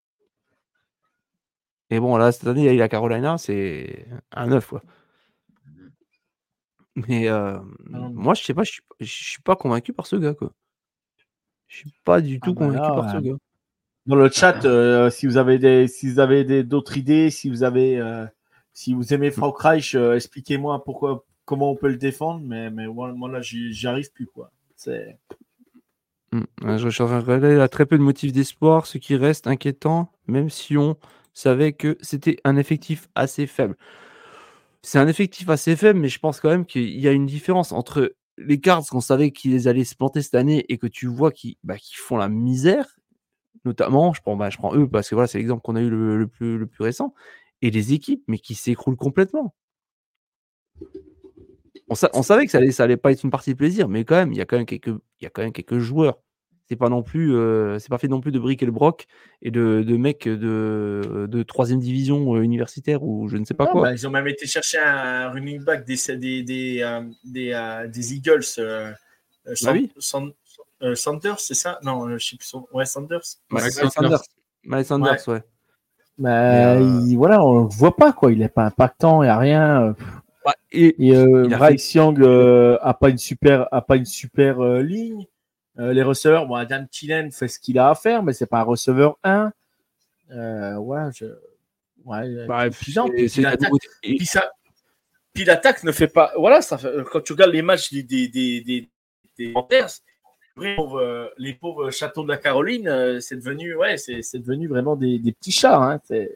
Et bon, là, cette année, il a Carolina, c'est un neuf, quoi. Mais euh, Non, moi, je sais pas, je suis, je suis pas convaincu par ce gars, quoi. Je suis pas du tout ah bah convaincu là, par ce ouais. gars. Dans le chat, euh, si vous avez des, si vous avez des, d'autres idées, si vous avez, euh, si vous aimez Frank Reich, euh, expliquez-moi pourquoi, comment on peut le défendre. Mais, mais moi, moi là, j'y, j'y arrive plus, quoi. C'est. Mm. Ouais, je suis en train de regarder, il a très peu de motifs d'espoir, ce qui reste inquiétant, même si on savait que c'était un effectif assez faible. C'est un effectif assez faible, mais je pense quand même qu'il y a une différence entre les Cards qu'on savait qu'ils allaient se planter cette année et que tu vois qu'ils bah, qu'ils font la misère, notamment, je prends, bah, je prends eux parce que voilà, c'est l'exemple qu'on a eu le, le plus, le plus récent, et les équipes, mais qui s'écroulent complètement. On, sa- on savait que ça allait, ça allait pas être une partie de plaisir, mais quand même, il y a quand même quelques, il y a quand même quelques joueurs. c'est pas non plus, euh, c'est pas fait non plus de briques et le broc et de, de mecs de, de troisième division euh, universitaire ou je ne sais pas Non, quoi. bah, ils ont même été chercher un running back des, des, des, euh, des, euh, des Eagles. Euh, Bah San- oui. San- euh, Sanders, c'est ça? Non, euh, je sais plus son. Ouais, Sanders. Miles Miles Sanders. Sanders. Miles Sanders, ouais. Mais, Mais, euh, il- voilà, on le voit pas, quoi. Il n'est pas impactant, il n'y a rien. Bah, et Et euh, il a Bryce Young euh, a pas une super, a pas une super euh, ligne. Euh, les receveurs, bon, Adam Thielen fait ce qu'il a à faire, mais c'est pas un receveur un. Euh, ouais, je... ouais. bah, Et puis non, c'est- puis c'est la l'attaque- nouveauté. Et- Puis, ça, puis l'attaque ne fait pas. Voilà, ça fait- quand tu regardes les matchs des, des, des, des, des Panthers, les pauvres, euh, les pauvres châteaux de la Caroline, euh, c'est devenu, ouais, c'est, c'est devenu vraiment des, des petits chats. Hein. C'est,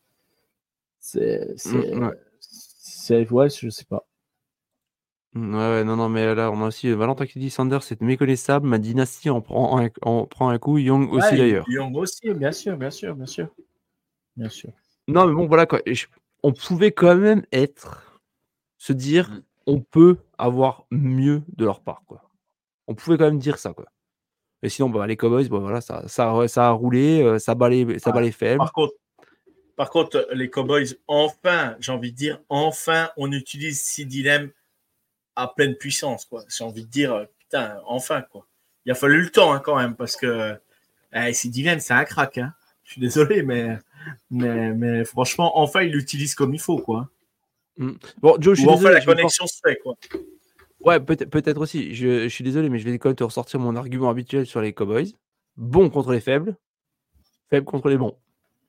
c'est, c'est, Mm, ouais. c'est, ouais, je sais pas. Mm, Ouais, ouais, non, non, mais là, on a aussi euh, Valentin qui dit Sanders, c'est méconnaissable. Ma dynastie en prend un, en prend un coup. Young aussi Ouais, d'ailleurs. Young aussi. Bien sûr, bien sûr, bien sûr, bien sûr. Non, mais bon, voilà quoi. Et je- on pouvait quand même être, se dire, Mm. on peut avoir mieux de leur part, quoi. On pouvait quand même dire ça, quoi. Et sinon, bah, les Cowboys, bah, voilà, ça, ça, ça a roulé, euh, ça bat les, ça bat les faibles. Par contre, par contre, les Cowboys, enfin, j'ai envie de dire, enfin, on utilise CeeDee Lamb à pleine puissance, quoi. J'ai envie de dire, euh, putain, enfin, quoi. Il a fallu le temps, hein, quand même, parce que eh, CeeDee Lamb, c'est un crack, hein. Je suis désolé, mais, mais, mais franchement, enfin, il l'utilise comme il faut, quoi. Bon, Joe, je suis Ou enfin, désolé. la je vais connexion se fait, quoi. pas- Ouais, peut-être peut-être aussi. Je, je suis désolé, mais je vais quand même te ressortir mon argument habituel sur les Cowboys. Bon contre les faibles, faible contre les bons.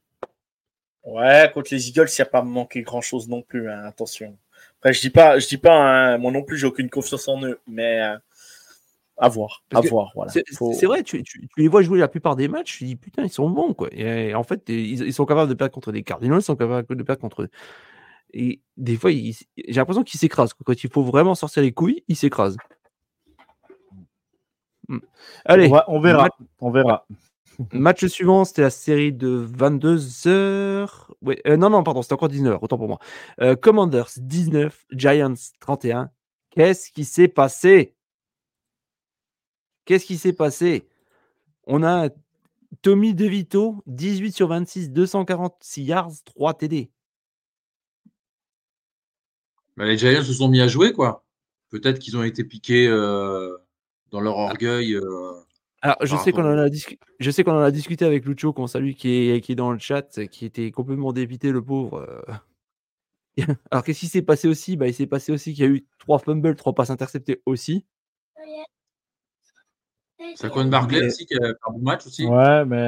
Ouais, contre les Eagles, il n'y a pas manqué grand-chose non plus, hein, attention. Après, je dis pas, je dis pas, hein, moi non plus, j'ai aucune confiance en eux, mais euh, à voir, à Parce que voir, voilà. C'est Faut- c'est vrai, tu, tu- tu les vois jouer la plupart des matchs, tu dis putain, ils sont bons, quoi. Et, euh, en fait, ils, ils sont capables de perdre contre des Cardinals, ils sont capables de perdre contre. Et des fois, ils- j'ai l'impression qu'ils s'écrasent, quoi. Quand il faut vraiment sortir les couilles, ils s'écrasent. Hmm. Allez, on, va- on verra, match, on verra. match suivant, c'était la série de vingt-deux heures. Ouais, euh, non, non, pardon, c'était encore dix-neuf heures, autant pour moi. Euh, Commanders dix-neuf, Giants trente et un. Qu'est-ce qui s'est passé? Qu'est-ce qui s'est passé? On a Tommy DeVito, dix-huit sur vingt-six, deux cent quarante-six yards, trois T D. Bah, les Giants se sont mis à jouer, quoi. Peut-être qu'ils ont été piqués euh, dans leur orgueil. euh, Alors, je par sais qu'on rapport en au- a, discu- je sais qu'on en a discuté avec Lucho, qu'on salue, qui est, qui est dans le chat, qui était complètement dépité, le pauvre. euh. Alors, qu'est-ce qui s'est passé aussi? Bah, il s'est passé aussi qu'il y a eu trois fumbles, trois passes interceptées aussi. Saquon Barkley Mais- aussi, qui a fait un bon match aussi. Ouais, mais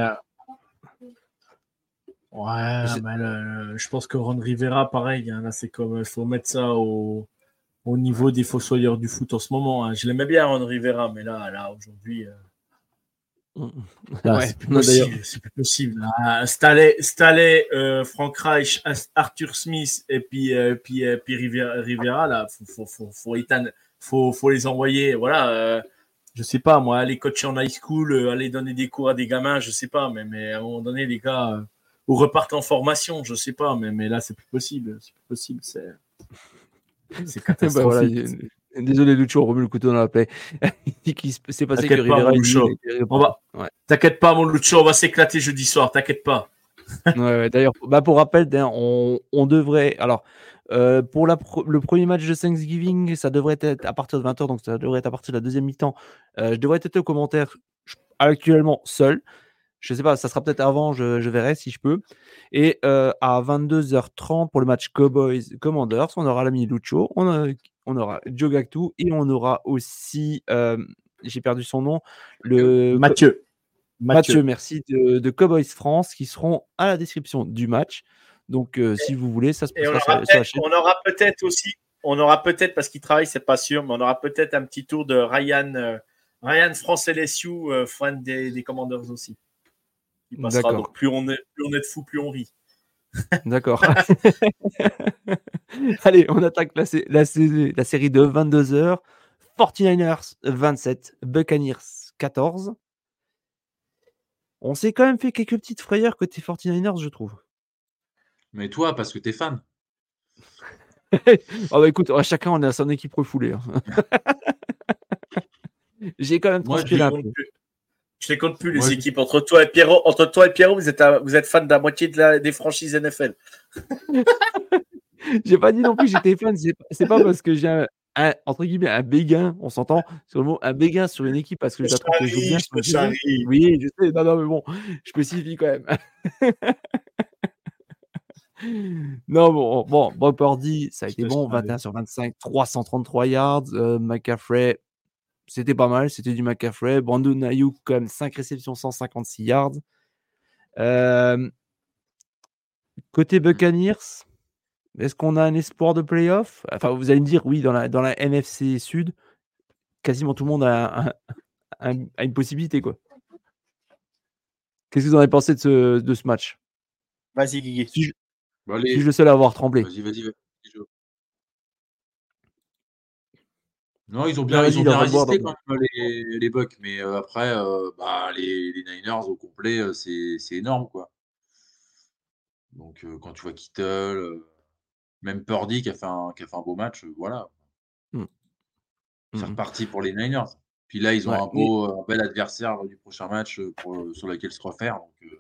Ouais, Je- mais le- je pense que Ron Rivera, pareil, hein, là, c'est comme, il faut mettre ça au, au niveau des fossoyeurs du foot en ce moment. Hein. Je l'aimais bien, Ron Rivera, mais là, là aujourd'hui, euh, là, Ouais, c'est plus non, d'ailleurs. possible. c'est plus possible. Là. Staley, Staley euh, Frank Reich, As- Arthur Smith et puis, euh, puis, euh, puis Rivera, Rivera, là, faut, faut, faut, faut, éteindre- faut, faut les envoyer. Voilà. euh, je sais pas, moi, aller coacher en high school, euh, aller donner des cours à des gamins, je sais pas, mais, mais à un moment donné, les gars, euh, ou repartent en formation, je sais pas, mais, mais là, c'est plus possible. C'est plus possible. C'est, c'est Bah, voilà, catastrophique. euh, désolé, Lucho, on remet le couteau dans la plaie. Il dit qu'il s- s'est passé que T'inquiète pas, Rivera. mon il dit, Lucho. il était On va- Ouais. T'inquiète pas, mon Lucho, on va s'éclater jeudi soir, t'inquiète pas. Ouais, ouais, d'ailleurs, bah, pour rappel, d'ailleurs, on, on devrait. Alors, euh, pour la pro- le premier match de Thanksgiving, ça devrait être à partir de vingt heures, donc ça devrait être à partir de la deuxième mi-temps. Euh, je devrais être au commentaire je- actuellement seul. Je sais pas, ça sera peut-être avant, je, je verrai si je peux. Et euh, à vingt-deux heures trente pour le match Cowboys Commanders, on aura l'ami Lucho, on, a- on aura Joe Gactu et on aura aussi, euh, j'ai perdu son nom, le Mathieu. Mathieu, Mathieu. merci, de, de Cowboys France qui seront à la description du match. Donc, euh, si vous voulez, ça se Et on passera aura, sur, sur la peut-être, chaîne. on aura peut-être aussi, on aura peut-être, parce qu'il travaille, c'est pas sûr, mais on aura peut-être un petit tour de Ryan, euh, Ryan France L S U, euh, fan des, des Commanders aussi. Il passera. D'accord. Donc, plus on, est, plus on est de fous, plus on rit. D'accord. Allez, on attaque la, sé- la, sé- la série de vingt-deux heures. forty-niners vingt-sept, Buccaneers quatorze. On s'est quand même fait quelques petites frayeurs côté forty-niners, je trouve. Mais toi, parce que t'es fan. Oh bah écoute, chacun on a son équipe refoulée. hein. J'ai quand même Moi, transpiré je- un peu. Tu Je les compte plus, les Ouais, équipes. Entre toi et Pierrot, entre toi et Pierrot, vous êtes, à- vous êtes fan de la moitié de la, des franchises N F L. J'ai pas dit non plus que j'étais fan. C'est c'est pas parce que j'ai un, un- entre guillemets un béguin, on s'entend sur le mot un béguin sur une équipe parce que je la trouve qu'elle joue bien Je sur le te terrain. charrie. Oui, je sais. Non, non, mais bon, je spécifie quand même. Non, bon, bon, Brock Purdy, ça a Je été te bon, charrie. vingt et un sur vingt-cinq, trois cent trente-trois yards. Euh, McCaffrey, c'était pas mal, c'était du McCaffrey. Brandon Ayuk, quand même, cinq réceptions, cent cinquante-six yards. Euh, côté Buccaneers, est-ce qu'on a un espoir de playoff? Enfin, vous allez me dire, oui, dans la, dans la N F C Sud, quasiment tout le monde a, un- un- a une possibilité, quoi. Qu'est-ce que vous en avez pensé de ce, de ce match? Vas-y, Guigui. Suis-je Bon, suis-je allez, le seul à avoir tremblé? vas-y, vas-y, vas-y. Joe. Non, ils ont Non, bien, ils vas-y, ont là, bien on va boire. résisté quand même, les, les Bucks. Mais euh, après, euh, bah, les, les Niners au complet, euh, c'est c'est énorme, quoi. Donc, euh, quand tu vois Kittle, euh, même Purdy qui a fait un, qui a fait un beau match, euh, voilà, Mm, c'est mm, mm. reparti pour les Niners. Puis là, ils ont Ouais. un beau, un bel adversaire du prochain match euh, pour, sur lequel se refaire. Donc, euh,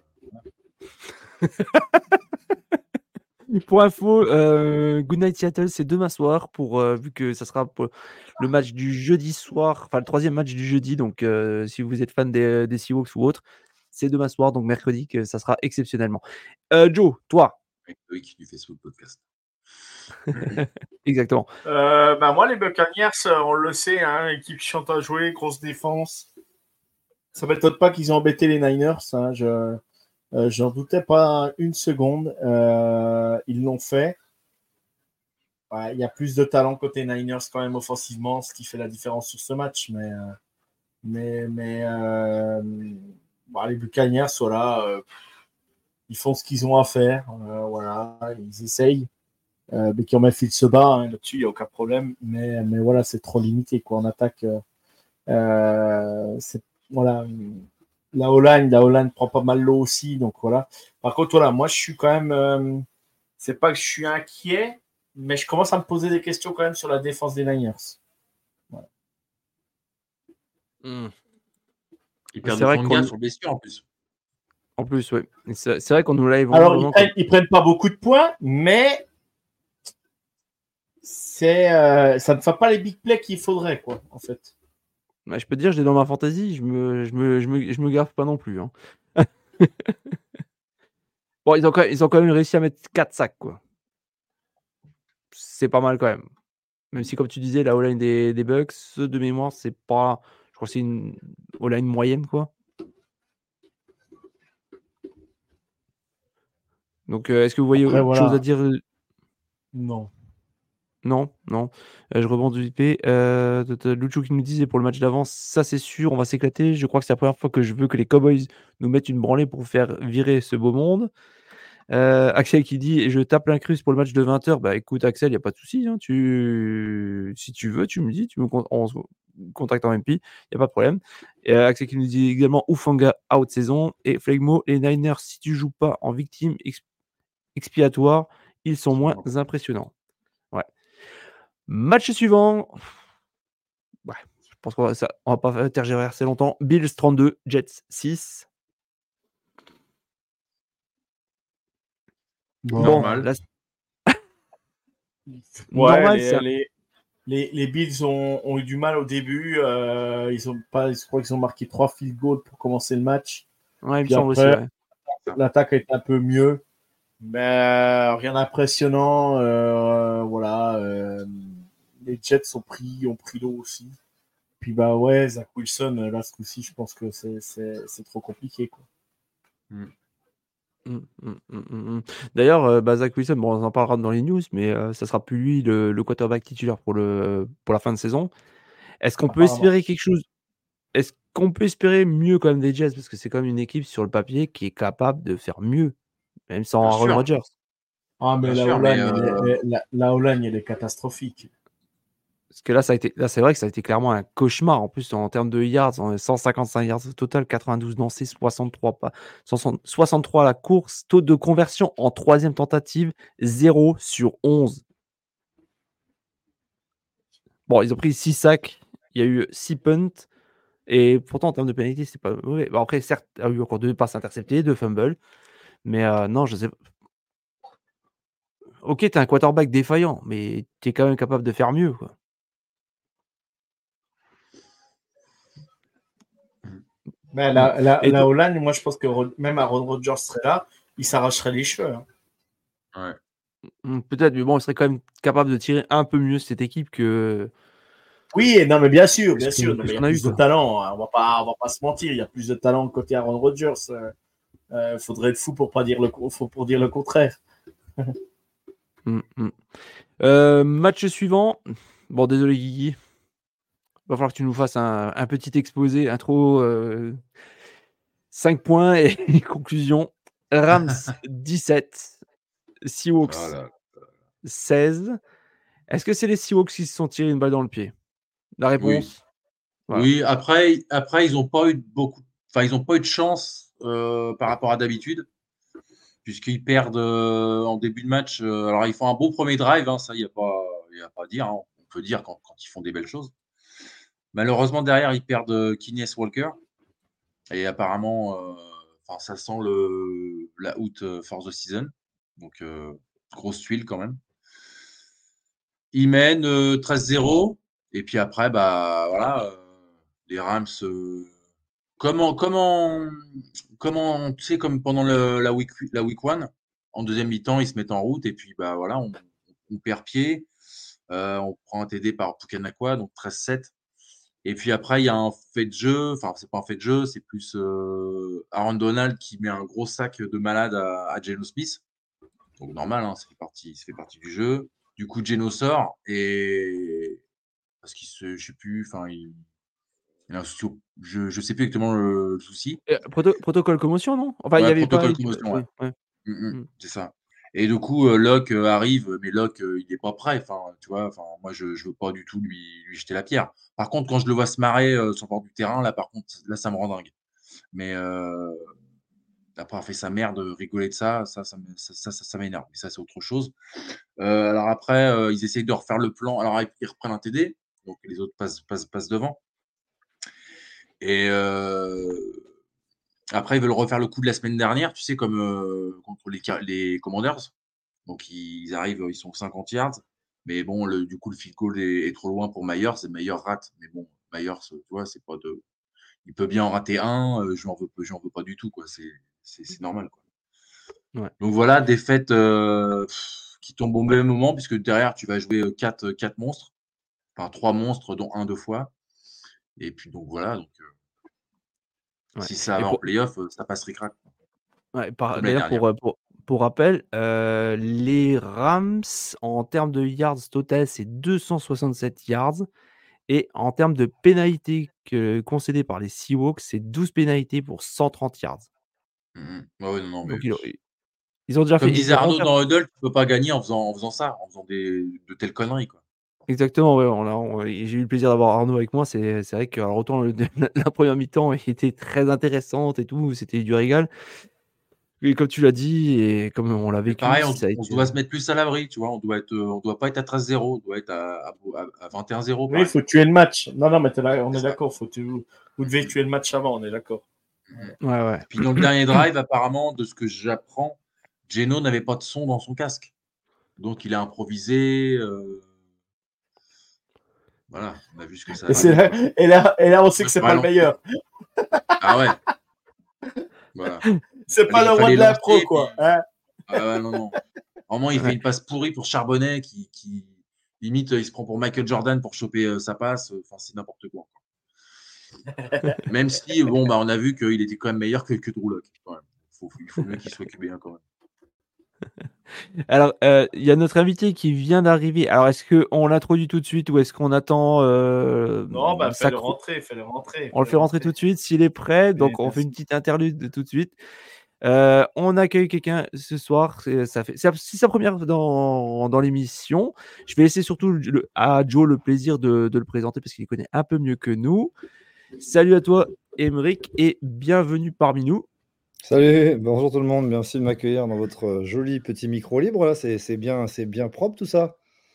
Pour info, euh, Good Night Seattle, c'est demain soir, pour, euh, vu que ça sera pour le match du jeudi soir, enfin le troisième match du jeudi. Donc, euh, si vous êtes fan des, des Seahawks ou autre, c'est demain soir, donc mercredi, que ça sera exceptionnellement. Euh, Joe, toi, avec Loïc du Facebook Podcast. exactement. Euh, bah moi, les Buccaneers, on le sait, hein, équipe chiante à jouer, grosse défense. Ça m'étonne pas qu'ils ont embêté les Niners. Hein, je euh, j'en doutais pas une seconde. Euh, ils l'ont fait. Ouais, il y a plus de talent côté Niners quand même offensivement, ce qui fait la différence sur ce match. Mais euh, mais mais euh, bah, les Buccaneers, voilà, euh, ils font ce qu'ils ont à faire. Euh, voilà, ils essayent. Euh, Baker Mayfield se bat hein, là-dessus, il n'y a aucun problème. Mais, mais voilà, c'est trop limité. Quoi. En attaque, euh, euh, c'est, voilà, la O-line, la O-line prend pas mal l'eau aussi. Donc voilà. Par contre, voilà, moi, je suis quand même. Euh, c'est pas que je suis inquiet, mais je commence à me poser des questions quand même sur la défense des Niners. Voilà. Mm. Ils C'est perdent vrai qu'on... Fanga sur blessure en plus. En plus, oui. C'est, c'est vrai qu'on nous l'avait vendu Alors, ils vraiment prennent, comme... ils prennent pas beaucoup de points, mais c'est, euh, ça ne fait pas les big plays qu'il faudrait, quoi, en fait. Bah, je peux te dire, je l'ai dans ma fantasy, je me, je me, je me, je me gaffe pas non plus. Hein. Bon, ils ont, quand même, ils ont quand même réussi à mettre quatre sacs, quoi. C'est pas mal quand même. Même si, comme tu disais, la O-line des, des Bucks, de mémoire, c'est pas. Je crois que c'est une O-line moyenne, quoi. Donc, euh, est-ce que vous voyez Après, autre chose voilà. à dire? Non. Non, non. Euh, je rebondis vite fait. Euh, t'as- t'as Lucho qui nous disait pour le match d'avance, ça c'est sûr, on va s'éclater. Je crois que c'est la première fois que je veux que les Cowboys nous mettent une branlée pour faire virer ce beau monde. Euh, Axel qui dit et je tape l'incruste pour le match de vingt heures. Bah écoute, Axel, il n'y a pas de souci. Hein, tu... Si tu veux, tu me dis, tu me con- on se contacte en M P, il n'y a pas de problème. Et, euh, Axel qui nous dit également Oufanga out saison. Et Flegmo, les Niners, si tu joues pas en victime ex- expiatoire, ils sont moins impressionnants. Ouais. Match suivant. Ouais, je pense qu'on va, ça, on va pas tergiverser longtemps. Bills trente-deux, Jets six. Bon, Normal. Là, Ouais, normal, les, c'est un- les, les, les Bills ont, ont eu du mal au début. Euh, ils ont pas, je crois qu'ils ont marqué trois field goals pour commencer le match. Ouais, il me Puis semble aussi. après, Ouais. l'attaque a été un peu mieux. Mais rien d'impressionnant. Euh, voilà. Euh, les Jets ont pris, ont pris l'eau aussi. Puis bah ouais, Zach Wilson, là ce coup-ci, je pense que c'est, c'est, c'est trop compliqué. Quoi. Mm, mm, mm, mm, mm. D'ailleurs, euh, bah, Zach Wilson, bon, on en parlera dans les news, mais euh, ça sera plus lui le, le quarterback titulaire pour, le, pour la fin de saison. Est-ce qu'on peut Apparemment. espérer quelque chose? Est-ce qu'on peut espérer mieux quand même des Jets? Parce que c'est quand même une équipe sur le papier qui est capable de faire mieux, même sans Bien Aaron sûr. Rodgers. Ah, mais Bien la sûr, mais, O-line, elle est- euh, elle- la, la O-line, elle est catastrophique. Parce que là, ça a été, là, c'est vrai que ça a été clairement un cauchemar. En plus, en termes de yards, on est cent cinquante-cinq yards au total, quatre-vingt-douze lancés, soixante-trois pas, soixante-trois à la course, taux de conversion en troisième tentative, zéro sur onze. Bon, ils ont pris six sacs, il y a eu six punts, Et pourtant, en termes de pénalité, c'est pas mauvais. Bon, après, certes, il y a eu encore deux passes interceptées, deux fumbles. Mais euh, non, je sais pas. Ok, t'es un quarterback défaillant, mais t'es quand même capable de faire mieux, quoi. Ben, la, la, Et la toi- O-line, moi, je pense que Ro- même Aaron Rodgers serait là, il s'arracherait les cheveux. hein. Ouais. Hmm, peut-être, mais bon, on serait quand même capable de tirer un peu mieux cette équipe que, Oui, non, mais bien sûr, que bien ce sûr. qu'on Non, que mais ce il y a qu'on a eu, plus de quoi. talent. hein. On va pas, on va pas se mentir. Il y a plus de talent côté Aaron Rodgers. Euh, euh, faudrait être fou pour pas dire le, co- faut pour dire le contraire. Hmm, hmm. Euh, match suivant. Bon, désolé, Guigui. Va falloir que tu nous fasses un, un petit exposé, intro, euh, cinq points et conclusion. Rams dix-sept, Seahawks Oh là. seize. Est-ce que c'est les Seahawks qui se sont tirés une balle dans le pied? La Oui. réponse, voilà. Oui, après, après ils n'ont pas eu beaucoup, enfin, ils ont pas eu de chance euh, par rapport à d'habitude, puisqu'ils perdent euh, en début de match. euh, alors, ils font un beau premier drive, hein, ça, il n'y a pas, il y a pas à dire. hein. On peut dire quand, quand ils font des belles choses. Malheureusement, derrière, ils perdent euh, Keenan Walker. Et apparemment, euh, enfin, ça sent le, la out euh, for the season. Donc, euh, grosse tuile quand même. Ils mènent euh, treize zéro. Et puis après, bah, voilà, euh, les Rams. euh, Comment, comment, comment, tu sais, comme pendant le- la week, la week one, en deuxième mi-temps, ils se mettent en route et puis bah voilà, on, on perd pied, euh, on prend un T D par Pukanakwa, donc treize sept. Et puis après, il y a un fait de jeu, enfin c'est pas un fait de jeu, c'est plus euh, Aaron Donald qui met un gros sac de malade à, à Geno Smith. Donc normal, hein, ça fait partie, ça fait partie du jeu. Du coup, Geno sort et parce qu'il se, je sais plus, enfin il, il a un souci au- je, je sais plus exactement le, le souci. Euh, proto- protocole commotion, non? Enfin, il y Ouais, avait pas. protocole il- commotion, ouais. Oui, ouais. Mm, mm, Mm. c'est ça. Et du coup, euh, Locke euh, arrive, mais Locke, euh, il n'est pas prêt. Enfin, tu vois, enfin, moi, je ne veux pas du tout lui, lui jeter la pierre. Par contre, quand je le vois se marrer euh, sur le bord du terrain, là, par contre, là, ça me rend dingue. Mais euh, après avoir fait sa merde, rigoler de ça, ça, ça, me- ça, ça, ça- ça m'énerve. Mais ça, c'est autre chose. Euh, alors après, euh, ils essayent de refaire le plan. Alors, ils reprennent un T D, donc les autres passent, passent, passent devant. Et euh, après, ils veulent refaire le coup de la semaine dernière, tu sais, comme euh, contre les, Car- les Commanders. Donc, ils arrivent, ils sont cinquante yards. Mais bon, le, du coup, le field goal est, est trop loin pour Myers. C'est Myers rate. Mais bon, Myers, tu vois, c'est pas de. Il peut bien en rater un. Euh, je n'en veux, j'en veux pas du tout, quoi. C'est, c'est, c'est normal, quoi. Ouais. Donc voilà, défaite euh, pff, qui tombe au même moment, puisque derrière, tu vas jouer quatre, quatre monstres. Enfin, trois monstres, dont un deux fois. Et puis, donc voilà. Donc, euh, Ouais. si ça Et va en pour, playoff, euh, ça passe ric-rac, ouais, par- comme l'année d'ailleurs, dernière. pour, euh, pour, pour rappel, euh, les Rams, en termes de yards total, c'est deux cent soixante-sept yards. Et en termes de pénalités que, concédées par les Seahawks, c'est douze pénalités pour cent trente yards. Mhm. Ouais, ouais, non, non, mais Donc, ils, ont- ils ont déjà comme fait. disait Ils Arnaud renversent- dans Huddle, tu peux pas gagner en faisant, en faisant ça, en faisant des, de telles conneries, quoi. Exactement, ouais, on a- on- j'ai eu le plaisir d'avoir Arnaud avec moi. C'est c'est vrai que alors, autant le- la, la première mi-temps était très intéressante et tout, c'était du régal. Et comme tu l'as dit, et comme on l'a Mais vécu, pareil, on, ça a on se été. doit se mettre plus à l'abri, tu vois. On doit être, euh, on doit pas être à treize zéro, on doit être à, à, à vingt et un zéro, Oui, par il faut exemple. tuer le match. Non, non, mais t'es là, on C'est est ça. d'accord. Faut tu... Vous devez tuer le match avant, on est d'accord. Ouais, ouais. Puis dans le dernier drive, apparemment, de ce que j'apprends, Geno n'avait pas de son dans son casque. Donc il a improvisé. euh, Voilà, on a vu ce que ça a Et, c'est donné, là, quoi. et, là, et là, on sait Moi, que je c'est pourrais pas le lancer. meilleur. Ah ouais, voilà. C'est Il pas fallait, le il roi fallait de l'impro, lancer, puis. quoi. Hein. Ah ouais, non, non. Vraiment, il fait Ouais. une passe pourrie pour Charbonnet qui, qui limite, il se prend pour Michael Jordan pour choper euh, sa passe. Enfin, c'est n'importe quoi. Même si, bon, bah, on a vu qu'il était quand même meilleur que, que Drew Lock. Quand même. Faut- il faut mieux qu'il soit Q B un quand même. Alors, euh, il y a notre invité qui vient d'arriver. Alors, est-ce qu'on l'introduit tout de suite ou est-ce qu'on attend euh, Non, bah, sa fais-le cro- rentrer, fais-le rentrer. On le fais-le fait rentrer tout de suite s'il est prêt. Oui, Donc, on bien fait une sûr. petite interlude de tout de suite. Euh, on accueille quelqu'un ce soir. C'est, ça fait, c'est, c'est sa première dans, dans l'émission. Je vais laisser surtout le- à Joe le plaisir de, de le présenter parce qu'il connaît un peu mieux que nous. Salut à toi, Émeric, et bienvenue parmi nous. Salut, bonjour tout le monde, merci de m'accueillir dans votre euh, joli petit micro libre là, c'est c'est bien, c'est bien propre tout ça.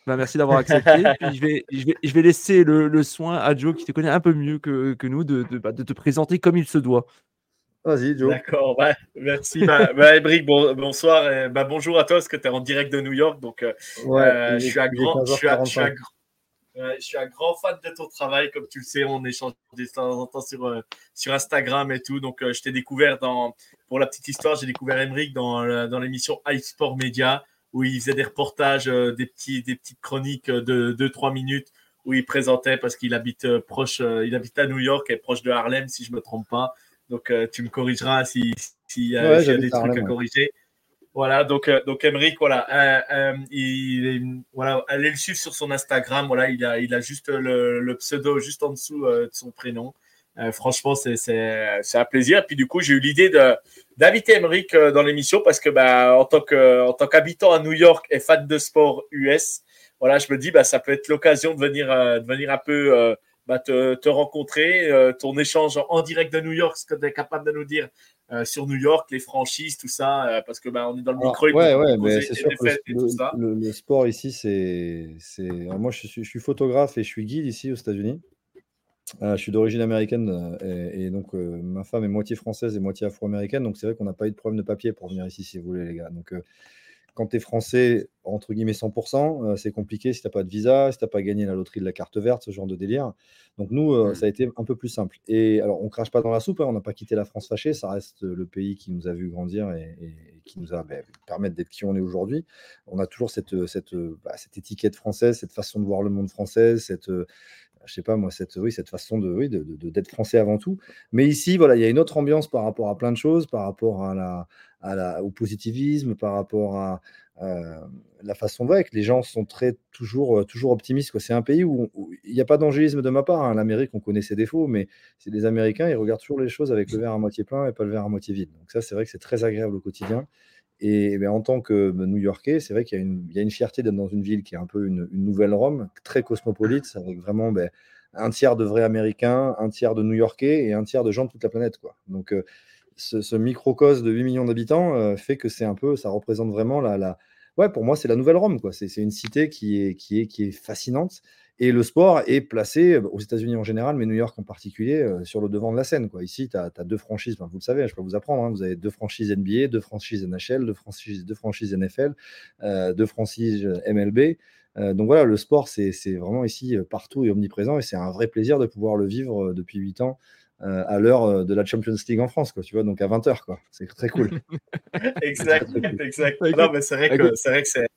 Bah, merci d'avoir accepté. Puis je vais, je vais, je vais laisser le, le soin à Joe, qui te connaît un peu mieux que, que nous, de, de, bah, de te présenter comme il se doit. Vas-y, Joe. D'accord, ouais, merci. Bah, bah, Émeric, bon, bonsoir. Et, bah, bonjour à toi, parce que tu es en direct de New York. Donc, euh, Ouais, euh, il je est, suis un il est grand, je suis un, je suis un quinze heures quarante-cinq. grand- ouais, je suis un grand fan de ton travail. Comme tu le sais, on échange de temps en temps sur, euh, sur Instagram et tout. Donc, euh, je t'ai découvert dans, pour la petite histoire, j'ai découvert Émeric dans, euh, dans l'émission iSport Media, où il faisait des reportages, euh, des, petits, des petites chroniques de deux trois minutes, où il présentait, parce qu'il habite euh, proche, euh, il habite à New York et proche de Harlem, si je me trompe pas. Donc, euh, tu me corrigeras si, si, euh, Ouais, s'il y a j'habite des à trucs Harlem. à Ouais. corriger. Voilà, donc, euh, donc Émeric, voilà, euh, euh, il, est- voilà, allez le suivre sur son Instagram. Voilà, il a, il a juste le, le pseudo juste en dessous euh, de son prénom. Euh, franchement, c'est, c'est, c'est un plaisir. Et puis du coup, j'ai eu l'idée de, d'inviter Émeric euh, dans l'émission parce que, bah, en tant que, en tant qu'habitant à New York et fan de sport U S, voilà, je me dis, bah, ça peut être l'occasion de venir, euh, de venir un peu, euh, bah, te, te rencontrer, euh, ton échange en, en direct de New York, ce que tu es capable de nous dire euh, sur New York, les franchises, tout ça, euh, parce que bah, on est dans le Alors, micro et qu'on ouais, peut ouais, mais poser c'est N sûr que F L et tout le, ça. le, le sport ici, c'est. c'est... alors moi, je suis, je suis photographe et je suis guide ici aux États-Unis. Euh, je suis d'origine américaine euh, et, et donc euh, ma femme est moitié française et moitié afro-américaine. Donc c'est vrai qu'on n'a pas eu de problème de papier pour venir ici, si vous voulez, les gars. Donc euh, quand tu es français, entre guillemets cent pour cent, euh, c'est compliqué si tu n'as pas de visa, si tu n'as pas gagné la loterie de la carte verte, ce genre de délire. Donc nous, euh, Mm. ça a été un peu plus simple. Et alors, on crache pas dans la soupe, hein, on n'a pas quitté la France fâchée, ça reste le pays qui nous a vu grandir et, et- et qui nous a ben, permettre d'être qui on est aujourd'hui. On a toujours cette, cette, bah, cette étiquette française, cette façon de voir le monde française, cette, euh, je sais pas moi, cette, oui, cette façon de, oui, de, de- d'être français avant tout. Mais ici, voilà, il y a une autre ambiance par rapport à plein de choses, par rapport à la, à la, au positivisme, par rapport à euh, la façon ouais, que les gens sont très, toujours, euh, toujours optimistes, quoi. C'est un pays où où il n'y a pas d'angélisme de ma part, hein. L'Amérique, on connaît ses défauts, mais c'est les Américains, ils regardent toujours les choses avec le verre à moitié plein et pas le verre à moitié vide. Donc ça, c'est vrai que c'est très agréable au quotidien. Et ben, en tant que ben, New-Yorkais, c'est vrai qu'il y a une, il y a une fierté d'être dans une ville qui est un peu une, une nouvelle Rome, très cosmopolite, avec vraiment ben, un tiers de vrais Américains, un tiers de New-Yorkais et un tiers de gens de toute la planète, quoi. Donc euh, ce, ce microcosme de huit millions d'habitants euh, fait que c'est un peu, ça représente vraiment la, la... Ouais, pour moi, c'est la nouvelle Rome, quoi. C'est c'est une cité qui est, qui est, qui est fascinante. Et le sport est placé euh, aux États-Unis en général, mais New York en particulier, euh, sur le devant de la scène, quoi. Ici, tu as, deux franchises, enfin, vous le savez, je peux vous apprendre, hein, vous avez deux franchises N B A, deux franchises N H L, deux franchises, deux franchises N F L, euh, deux franchises M L B. Euh, donc voilà, le sport, c'est c'est vraiment ici euh, partout et omniprésent, et c'est un vrai plaisir de pouvoir le vivre euh, depuis huit ans euh, à l'heure euh, de la Champions League en France, quoi, tu vois, donc à vingt heures, quoi. C'est très cool. C'est très, Exact, très cool. exact. Bah, Non, écoute, mais c'est vrai écoute, que c'est vrai que c'est.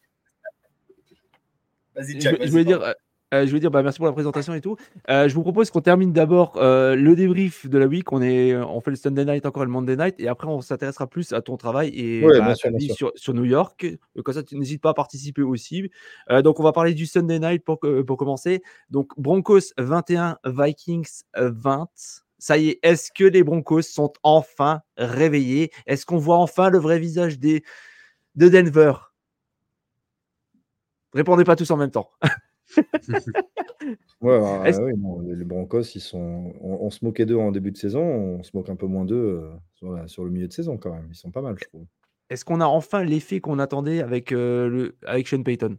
Vas-y, je, Jack, veux- je vas-y, voulais dire, pardon. euh, euh, je voulais dire bah, merci pour la présentation et tout. Euh, je vous propose qu'on termine d'abord euh, le débrief de la week. On, est, on fait le Sunday night, encore le Monday night, et après on s'intéressera plus à ton travail et Ouais, bah, bien à ta sûr, bien vie sûr. sur, sur New York. Euh, Comme ça, tu n'hésites pas à participer aussi. Euh, donc on va parler du Sunday night pour, que- pour commencer. Donc Broncos vingt et un, Vikings vingt. Ça y est, est-ce que les Broncos sont enfin réveillés? Est-ce qu'on voit enfin le vrai visage des, de Denver? Répondez pas tous en même temps. Ouais, bah, Est-ce euh, oui, non, les les Broncos, ils sont... on, on se moquait d'eux en début de saison, on se moque un peu moins d'eux euh, sur, la- sur le milieu de saison quand même. Ils sont pas mal, je trouve. est-ce qu'on a enfin l'effet qu'on attendait avec, euh, le, avec Sean Payton?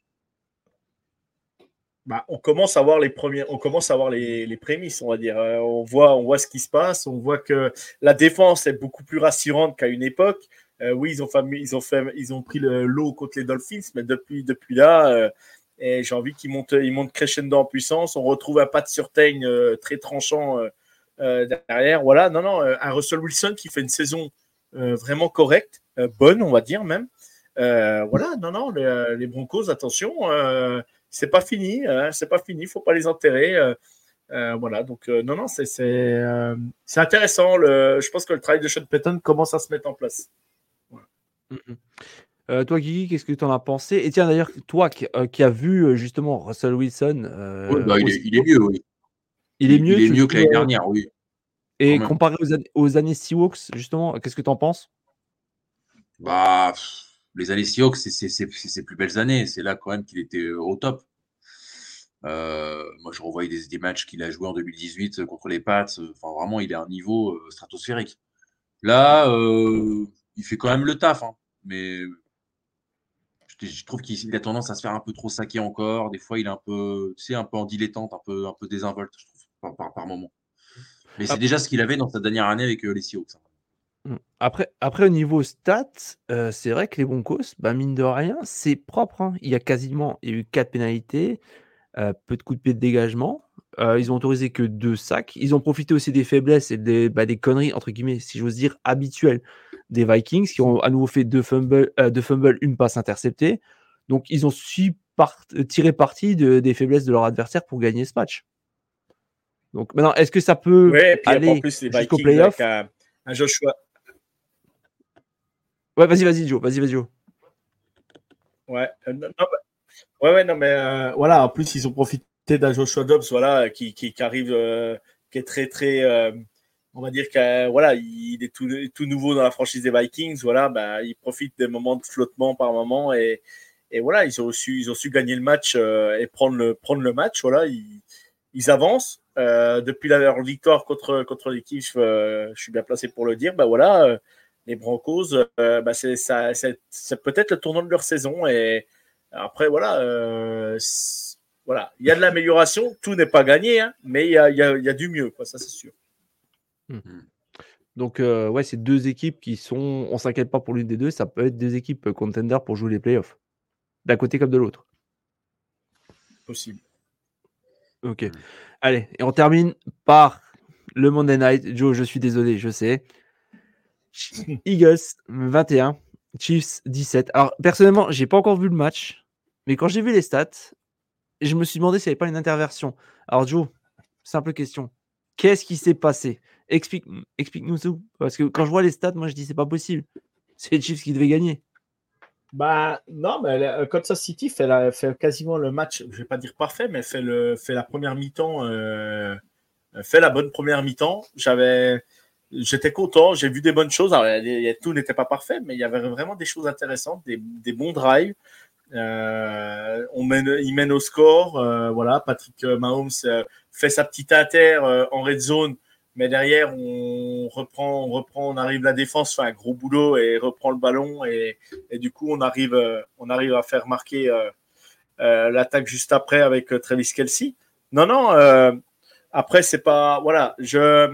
Bah, on commence à voir les premiers, on commence à voir les, les prémices, on va dire. Euh, on voit, on voit ce qui se passe, on voit que la défense est beaucoup plus rassurante qu'à une époque. Euh, oui, ils ont fait, ils ont fait, ils ont pris le lot contre les Dolphins, mais depuis, depuis là, euh, et j'ai envie qu'ils montent, ils montent crescendo en puissance. On retrouve un Pat Surtain euh, très tranchant euh, euh, derrière. Voilà, non, non, euh, un Russell Wilson qui fait une saison euh, vraiment correcte, euh, bonne, on va dire même. Euh, voilà, non, non, les, les Broncos, attention. Euh, c'est pas fini, hein, c'est pas fini, faut pas les enterrer. Euh, euh, voilà, donc euh, non, non, c'est c'est euh, c'est intéressant. Le, je pense que le travail de Sean Payton commence à se mettre en place. Voilà. Mm-mm. Euh, toi, Guigui, qu'est-ce que tu en as pensé? Et tiens, d'ailleurs, toi qui, euh, qui as vu euh, justement Russell Wilson Oui, euh, bah, il, est, aussi, il est mieux, oui. il est Il, il mieux, est tu le mieux que trouves, l'année euh, dernière, oui, quand et même. comparé aux, an- aux années Seahawks, justement, qu'est-ce que tu en penses? Bah, pff, les années Seahawks, c'est c'est- c'est- c'est ses plus belles années. C'est là quand même qu'il était euh, au top. Euh, moi, je revoyais des, des matchs qu'il a joué en deux mille dix-huit contre les Pats. Enfin, vraiment, il est à un niveau euh, stratosphérique. Là, euh, il fait quand même le taf, hein. Mais je, je trouve qu'il a tendance à se faire un peu trop saquer encore. Des fois, il est un peu, tu sais, un peu en dilettante, un peu, un peu désinvolte, je trouve, par, par, par moment. Mais c'est Ah. déjà ce qu'il avait dans sa dernière année avec euh, les Seahawks. Après, après, au niveau stats, euh, c'est vrai que les Broncos, bah, mine de rien, c'est propre. Hein. Il y a quasiment il y a eu quatre pénalités, euh, peu de coups de pied de dégagement. Euh, ils ont autorisé que deux sacs. Ils ont profité aussi des faiblesses et des, bah, des conneries, entre guillemets, si j'ose dire, habituelles des Vikings, qui ont à nouveau fait deux fumbles, euh, deux fumbles une passe interceptée. Donc, ils ont su part- tirer parti de, des faiblesses de leur adversaire pour gagner ce match. Donc, maintenant, est-ce que ça peut Ouais, et puis en aller plus, les jusqu'au Vikings playoff? avec un, un Joshua. Ouais, vas-y, vas-y, Joe. Vas-y, vas-y, Joe. Ouais, euh, non, non, bah, ouais, ouais, non, mais euh, voilà, en plus, ils ont profité d'un Joshua Dobbs, voilà, qui, qui, qui arrive, euh, qui est très, très, euh, on va dire qu'il voilà, il est tout, tout nouveau dans la franchise des Vikings, voilà, bah, il profite des moments de flottement par moment et, et voilà, ils ont su, ils ont su gagner le match euh, et prendre le, prendre le match, voilà, ils, ils avancent. Euh, depuis la, leur victoire contre, contre l'équipe, euh, je suis bien placé pour le dire, bah voilà, euh, les Broncos, euh, bah c'est, ça, c'est, c'est peut-être le tournant de leur saison et après, voilà, euh, voilà, il y a de l'amélioration, tout n'est pas gagné, hein, mais il y a, il y, a, il y a du mieux, quoi, ça c'est sûr. Hmm. Donc, euh, ouais, c'est deux équipes qui sont. On s'inquiète pas pour l'une des deux, ça peut être des équipes contenders pour jouer les playoffs, d'un côté comme de l'autre. Possible. Ok. Hmm. Allez, et on termine par le Monday Night. Joe, je suis désolé, je sais. Eagles vingt et un, Chiefs dix-sept. Alors, personnellement, j'ai pas encore vu le match, mais quand j'ai vu les stats, je me suis demandé s'il n'y avait pas une interversion. Alors, Joe, simple question. Qu'est-ce qui s'est passé? Explique, explique-nous tout. Parce que quand je vois les stats, moi, je dis c'est pas possible. C'est les Chiefs qui devaient gagner. Bah, non, mais euh, Kansas City fait, la, fait quasiment le match, je vais pas dire parfait, mais fait, le, fait la première mi-temps, euh, fait la bonne première mi-temps. J'avais, j'étais content, j'ai vu des bonnes choses. Alors, y a, tout n'était pas parfait, mais il y avait vraiment des choses intéressantes, des, des bons drives. Euh, on mène, il mène au score. Euh, voilà, Patrick Mahomes euh, fait sa petite inter euh, en red zone, mais derrière on reprend, on reprend, on arrive la défense fait un gros boulot et reprend le ballon et, et du coup on arrive, euh, on arrive à faire marquer euh, euh, l'attaque juste après avec euh, Travis Kelce. Non, non. Euh, après c'est pas, voilà, je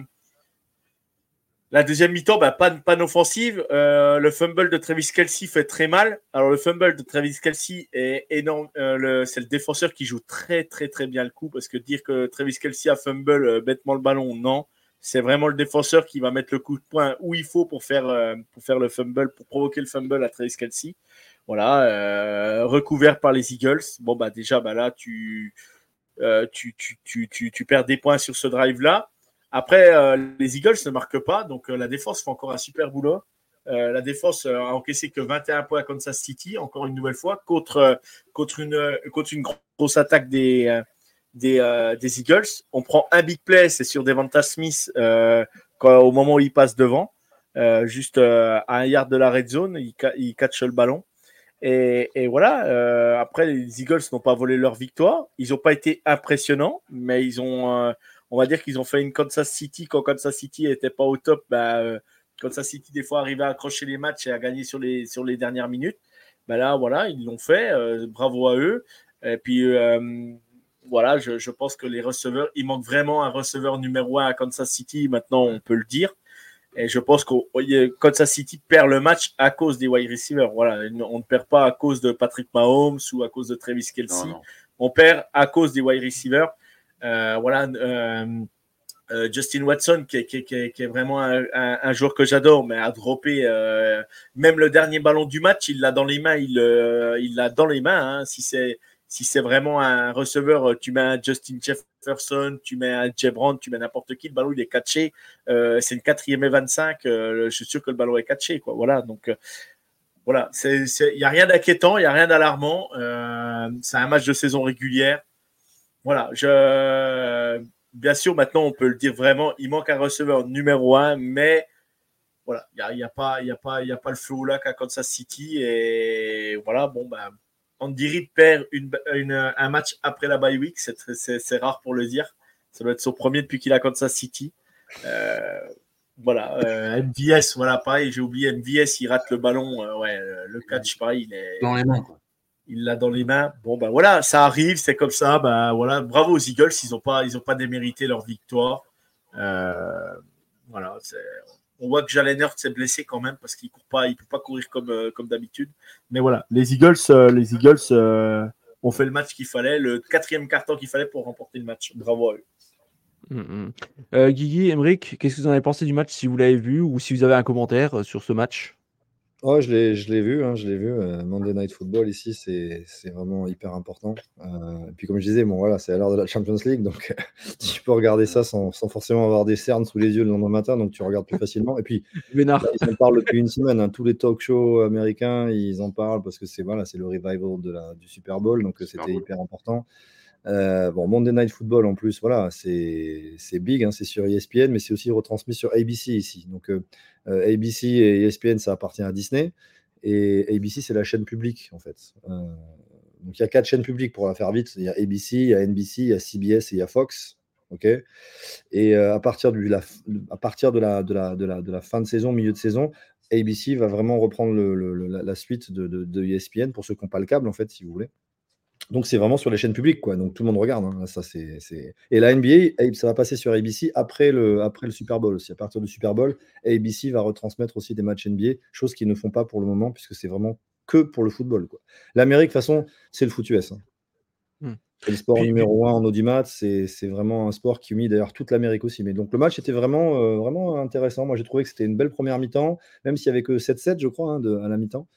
La deuxième mi-temps, bah, panne, panne offensive. Euh, le fumble de Travis Kelce fait très mal. Alors, le fumble de Travis Kelce est énorme. Euh, le, c'est le défenseur qui joue très, très, très bien le coup. Parce que dire que Travis Kelce a fumble euh, bêtement le ballon, non. C'est vraiment le défenseur qui va mettre le coup de poing où il faut pour faire, euh, pour faire le fumble, pour provoquer le fumble à Travis Kelce. Voilà. Euh, recouvert par les Eagles. Bon, bah, déjà, bah, là, tu, euh, tu, tu, tu, tu, tu perds des points sur ce drive-là. Après, euh, les Eagles ne marquent pas, donc euh, la défense fait encore un super boulot. Euh, la défense euh, a encaissé que vingt et un points à Kansas City, encore une nouvelle fois, contre, euh, contre, une, contre une grosse attaque des, euh, des, euh, des Eagles. On prend un big play, c'est sur Devonta Smith, euh, quand, au moment où il passe devant, euh, juste euh, à un yard de la red zone, il, il catch le ballon. Et, et voilà, euh, après, les Eagles n'ont pas volé leur victoire. Ils n'ont pas été impressionnants, mais ils ont, euh, on va dire qu'ils ont fait une Kansas City. Quand Kansas City n'était pas au top, bah, euh, Kansas City, des fois, arrivait à accrocher les matchs et à gagner sur les, sur les dernières minutes. Bah là, voilà, ils l'ont fait. Euh, bravo à eux. Et puis, euh, voilà, je, je pense que les receveurs, il manque vraiment un receveur numéro un à Kansas City. Maintenant, on peut le dire. Et je pense que Kansas City perd le match à cause des wide receivers. Voilà, on ne perd pas à cause de Patrick Mahomes ou à cause de Travis Kelce. Non, non. On perd à cause des wide receivers. Euh, voilà, euh, euh, Justin Watson, qui, qui, qui, qui est vraiment un, un, un joueur que j'adore, mais a droppé euh, même le dernier ballon du match, il l'a dans les mains. Il, euh, il l'a dans les mains. Hein, si c'est si c'est vraiment un receveur, tu mets un Justin Jefferson, tu mets un Jebron, tu mets n'importe qui, le ballon il est catché. Euh, c'est une quatrième et vingt-cinq. Euh, je suis sûr que le ballon est catché, quoi. Voilà, donc euh, voilà, il n'y a rien d'inquiétant, il n'y a rien d'alarmant. Euh, c'est un match de saison régulière. Voilà, je bien sûr maintenant on peut le dire vraiment, il manque un receveur numéro un, mais voilà, il n'y a, y a pas, il y a pas, il y a pas le feu au lac à Kansas City et voilà, bon ben. Andy Reid perd une, une, un match après la bye week, c'est, c'est, c'est rare pour le dire. Ça doit être son premier depuis qu'il a Kansas City. Euh, voilà, euh, M V S, voilà, pareil, j'ai oublié M V S, il rate le ballon. Euh, ouais, le catch, pareil, il est. Dans les mains, quoi. il l'a dans les mains. Bon, ben voilà, ça arrive, c'est comme ça. Ben voilà, bravo aux Eagles, ils n'ont pas, ils ont pas démérité leur victoire. Euh, voilà, c'est... on voit que Jalen Hurts s'est blessé quand même parce qu'il court pas, il peut pas courir comme, euh, comme d'habitude. Mais voilà, les Eagles, euh, les Eagles euh, ont fait le match qu'il fallait, le quatrième quart-temps qu'il fallait pour remporter le match. Bravo à eux. Mmh. Euh, Guigui, Emeric, qu'est-ce que vous en avez pensé du match si vous l'avez vu ou si vous avez un commentaire euh, sur ce match? Oh, je l'ai, je l'ai vu, hein, je l'ai vu. euh, Monday Night Football ici, c'est, c'est vraiment hyper important. Euh, et puis comme je disais, bon voilà, c'est à l'heure de la Champions League, donc tu peux regarder ça sans, sans forcément avoir des cernes sous les yeux le lendemain matin, donc tu regardes plus facilement. Et puis Bénard. bah, ils en parlent depuis une semaine, hein, tous les talk shows américains, ils en parlent parce que c'est voilà, c'est le revival de la, du Super Bowl, donc euh, Super c'était Bowl. hyper important. Euh, bon, Monday Night Football en plus, voilà, c'est c'est big, hein, c'est sur E S P N, mais c'est aussi retransmis sur A B C ici. Donc euh, euh, A B C et E S P N, ça appartient à Disney, et A B C, c'est la chaîne publique en fait. Euh, donc il y a quatre chaînes publiques pour la faire vite. Il y a A B C, il y a N B C, il y a C B S et il y a Fox. Ok. Et euh, à partir, du, la, à partir de, la, de, la, de, la, de la fin de saison, milieu de saison, A B C va vraiment reprendre le, le, la, la suite de, de, de E S P N pour ceux qui n'ont pas le câble en fait, si vous voulez. Donc c'est vraiment sur les chaînes publiques, quoi. Donc tout le monde regarde, hein. Ça, c'est, c'est... Et la N B A, ça va passer sur A B C après le, après le Super Bowl aussi. À partir du Super Bowl, A B C va retransmettre aussi des matchs N B A, chose qu'ils ne font pas pour le moment, puisque c'est vraiment que pour le football, quoi. L'Amérique, de toute façon, c'est le foot U S, hein. Hmm. C'est le sport Puis- numéro un en audimat. C'est, c'est vraiment un sport qui unit d'ailleurs toute l'Amérique aussi. Mais donc le match était vraiment, euh, vraiment intéressant. Moi, j'ai trouvé que c'était une belle première mi-temps, même s'il n'y avait que sept sept, je crois, hein, de, à la mi-temps.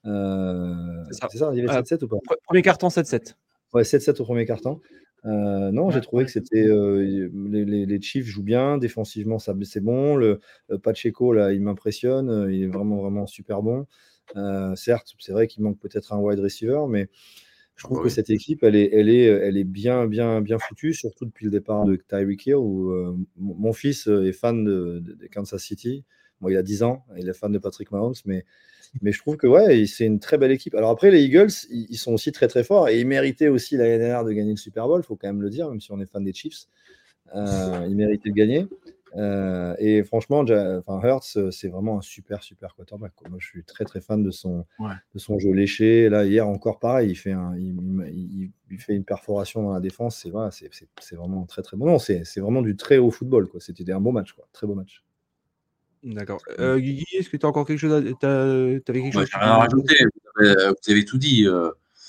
Euh, C'est ça. c'est ça, il y avait Euh, sept sept ou pas? Pre- Premier carton sept sept. Ouais, sept sept au premier quart-temps. Euh, non, Ouais, j'ai trouvé ouais. que c'était euh, les, les, les Chiefs jouent bien, défensivement ça c'est bon. Le euh, Pacheco là, il m'impressionne, euh, il est vraiment vraiment super bon. Euh, certes, c'est vrai qu'il manque peut-être un wide receiver, mais je trouve Ah bah que oui. cette équipe, elle est, elle est, elle est bien bien bien foutue, surtout depuis le départ de Tyreek Hill. Où euh, mon mon fils euh, est fan de, de- de Kansas City. Bon, il a dix ans, il est fan de Patrick Mahomes, mais mais je trouve que ouais, c'est une très belle équipe. Alors après, les Eagles, ils, ils sont aussi très très forts et ils méritaient aussi l'année dernière de gagner le Super Bowl, il faut quand même le dire, même si on est fan des Chiefs. Euh, ils méritaient de gagner. Euh, et franchement, Ja- enfin, Hurts, euh, c'est vraiment un super super quarterback, quoi. Moi, je suis très très fan de son, Ouais. de son jeu léché. Là, hier encore pareil, il fait, un, il, il- il fait une perforation dans la défense. C'est voilà, c'est, c'est, c'est vraiment très très bon. Non, c'est, c'est vraiment du très haut football, quoi. C'était un bon match, quoi. Très beau match. D'accord. Euh, Guigui, est-ce que tu as encore quelque chose à... t'as- T'avais quelque Bah, chose j'ai que tu rien à voulais rajouter. Vous avez, vous avez tout dit. euh.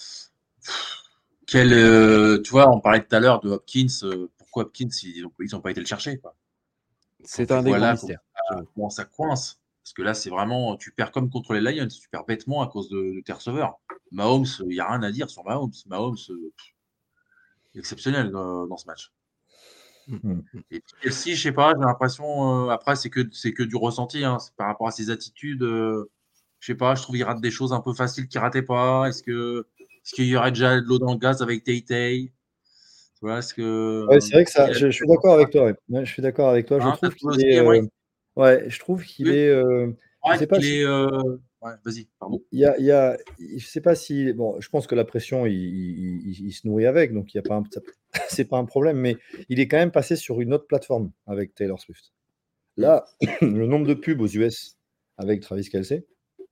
Quel, euh, tu vois, on parlait tout à l'heure de Hopkins. euh, pourquoi Hopkins, ils n'ont ils ont pas été le chercher, quoi. C'est Tu un des vois grands là mystères. comment, comment ça coince. Parce que là, c'est vraiment, tu perds comme contre les Lions, tu perds bêtement à cause de, de tes receveurs. Mahomes, il n'y a rien à dire sur Mahomes. Mahomes, euh, pff, exceptionnel dans, dans ce match. Mm. Et puis Kelsey, je sais pas, j'ai l'impression, euh, après, c'est que, c'est que du ressenti, hein, c'est par rapport à ses attitudes. euh, je sais pas, je trouve qu'il rate des choses un peu faciles qu'il ratait pas. Est-ce que, est-ce qu'il y aurait déjà de l'eau dans le gaz avec Tay Tay? Tu vois, est-ce que, Ouais, c'est vrai que il ça, a- je, je suis d'accord avec toi. Ouais. Ouais, je suis d'accord avec toi. Je hein, t'as trouve trouvé qu'il aussi, est, euh, Emery? ouais, je trouve qu'il Oui, est, euh, je ouais, sais pas qu'il si, est, euh, ouais, vas-y, pardon. il y a, il y a, je sais pas si, bon, je pense que la pression, il, il- il- il se nourrit avec, donc il y a pas, un- ça- c'est pas un problème, mais il est quand même passé sur une autre plateforme avec Taylor Swift. Là, le nombre de pubs aux U S avec Travis Kelce,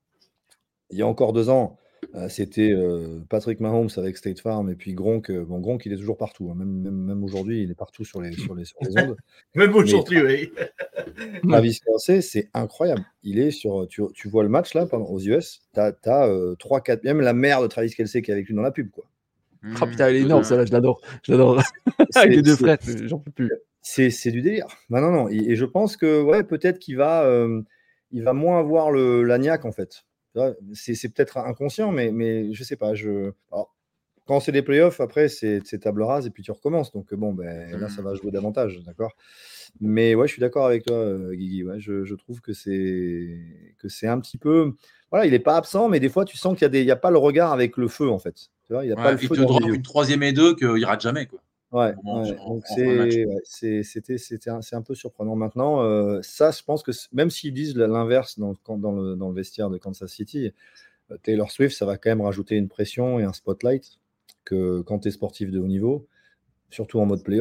il y a encore deux ans, euh, c'était euh, Patrick Mahomes avec State Farm et puis Gronk. euh, bon, Gronk, il est toujours partout, hein. Même, même, même aujourd'hui, il est partout sur les, sur les, sur les ondes. Même Mais aujourd'hui, oui. Travis Kelce, c'est incroyable. Il est sur. Tu, tu vois le match là pendant, aux U S, tu as trois quatre. Même la mère de Travis Kelce qui est avec lui dans la pub, quoi. Ah putain, elle est Mmh, énorme, mmh. celle-là, je l'adore. Je l'adore. Avec C'est les deux c'est- frères, j'en peux plus. c'est- c'est du délire. Non, non, non. Et, et je pense que ouais, peut-être qu'il va, euh, il va moins avoir le, la niaque en fait. Tu vois, C'est c'est peut-être inconscient, mais, mais je sais pas. Je... Alors, quand c'est des playoffs, après, c'est c'est table rase et puis tu recommences. Donc, bon, ben, là, ça va jouer davantage. D'accord. Mais ouais, je suis d'accord avec toi, euh, Guigui. Ouais, je, je trouve que c'est que c'est un petit peu. Voilà, il n'est pas absent, mais des fois, tu sens qu'il y a des, il y a pas le regard avec le feu, en fait. Tu vois, il n'y a pas Ouais, le il feu te dans les drop yeux. une troisième et deux qu'il rate jamais, quoi. Ouais, Au moment- ouais. en, Donc en fin de match. c'est, ouais, c'est, c'était, c'était un, c'est un peu surprenant. Maintenant, euh, ça, je pense que c- même s'ils disent l'inverse dans, quand- dans le, dans le vestiaire de Kansas City, euh, Taylor Swift, ça va quand même rajouter une pression et un spotlight que quand tu es sportif de haut niveau, surtout en mode playoff,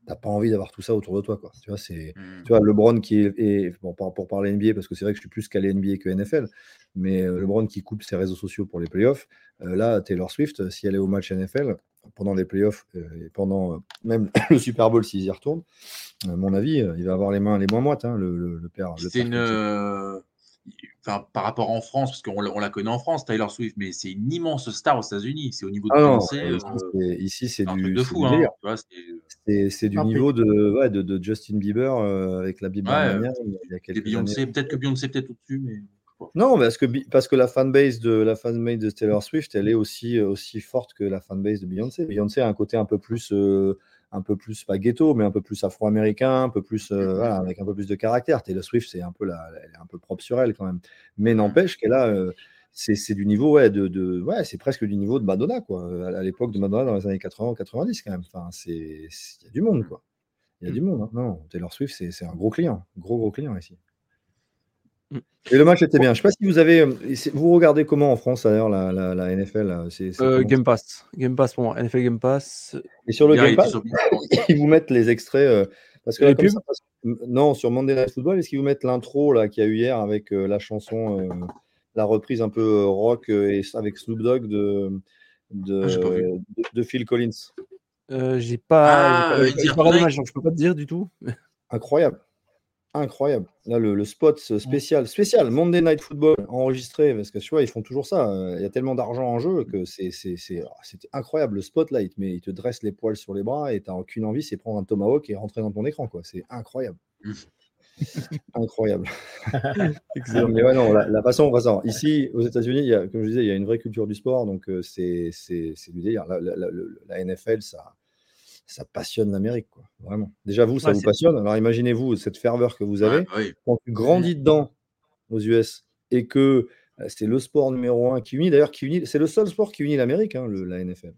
t'as pas envie d'avoir tout ça autour de toi, quoi. Tu vois, c'est, Hmm. tu vois, LeBron qui est, est- bon, pour, pour parler N B A, parce que c'est vrai que je suis plus calé N B A que N F L, mais euh, LeBron qui coupe ses réseaux sociaux pour les playoffs, euh, là, Taylor Swift, euh, si elle est au match N F L, pendant les playoffs, euh, et pendant euh, même le Super Bowl, s'ils y retournent, à mon avis, euh, il va avoir les mains les moins moites, hein, le, le, le père. Le C'est père une. Kelsey. euh, Enfin, par rapport en France, parce qu'on la on la connaît en France, Taylor Swift, mais c'est une immense star aux États-unis. C'est au niveau de Ah non, Beyoncé, euh, euh, ici, c'est, ici, c'est c'est un truc du, de c'est fou, du délire. hein. Tu vois, c'est- C'est, c'est du Ah, niveau de, ouais, de, de Justin Bieber euh, avec la Bieber Ouais, Mania il y a et quelques Beyoncé, années. peut-être que Beyoncé peut-être au-dessus, mais. Non, parce que, Bi- parce que la fanbase de, la fanbase de Taylor Swift, elle est aussi, euh, aussi forte que la fanbase de Beyoncé. Beyoncé a un côté un peu plus, euh, un peu plus, pas ghetto, mais un peu plus afro-américain, un peu plus, euh, voilà, avec un peu plus de caractère. Taylor Swift, c'est un peu la, elle est un peu propre sur elle quand même. Mais n'empêche qu'elle a, euh, c'est, c'est du niveau, ouais, de, de, ouais, c'est presque du niveau de Madonna, quoi. À, à l'époque de Madonna dans les années quatre-vingts, quatre-vingt-dix quand même. Enfin, c'est, c'est- il y a du monde, quoi. Il y a Mm. du monde, hein. Non, Taylor Swift, c'est, c'est un gros client, gros, gros client ici. Mm. Et le match était bien. Je ne sais pas si vous avez. euh, c'est- Vous regardez comment en France d'ailleurs la, la, la N F L là, c'est, c'est Euh, comment Game Pass. Game Pass pour moi. N F L Game Pass. Et sur le Hier, il Game était Pass, sur Beansport. ils vous mettent les extraits. euh, parce que là, Les comme pubs ça passe- Non, sur Monday Night Football, est-ce qu'ils vous mettent l'intro là qu'il y a eu hier avec euh, la chanson, euh, la reprise un peu euh, rock euh, et avec Snoop Dogg de, Ah, j'ai pas de, vu. de, de Phil Collins? Euh, j'ai pas, j'ai Ah, pas, euh, j'ai It's pas, j'ai Here pas regardé le Tonight. match, donc je peux pas te dire du tout. Incroyable. Incroyable. Là, le, le spot spécial, spécial, Monday Night Football, enregistré, parce que tu vois, ils font toujours ça. euh, Il y a tellement d'argent en jeu que c'est, c'est, c'est, ah, c'était incroyable. Le spot, là, il te, met, il te dresse les poils sur les bras et tu n'as aucune envie, c'est prendre un tomahawk et rentrer dans ton écran, quoi. C'est incroyable. Mm. Incroyable. Excellent. Mais ouais, non, la, la façon, on va savoir. Ici, aux États-Unis, il y a, comme je disais, il y a une vraie culture du sport, donc euh, c'est, c'est, c'est du délire. La, la- la- le- la N F L, ça, ça passionne l'Amérique, quoi. Vraiment. Déjà, vous, ça Ouais, vous c'est- passionne. Alors, imaginez-vous cette ferveur que vous Ouais, avez bah oui. quand tu grandis dedans aux U S et que euh, c'est le sport numéro un qui unit. D'ailleurs, qui unit, c'est le seul sport qui unit l'Amérique, hein, le- la N F L.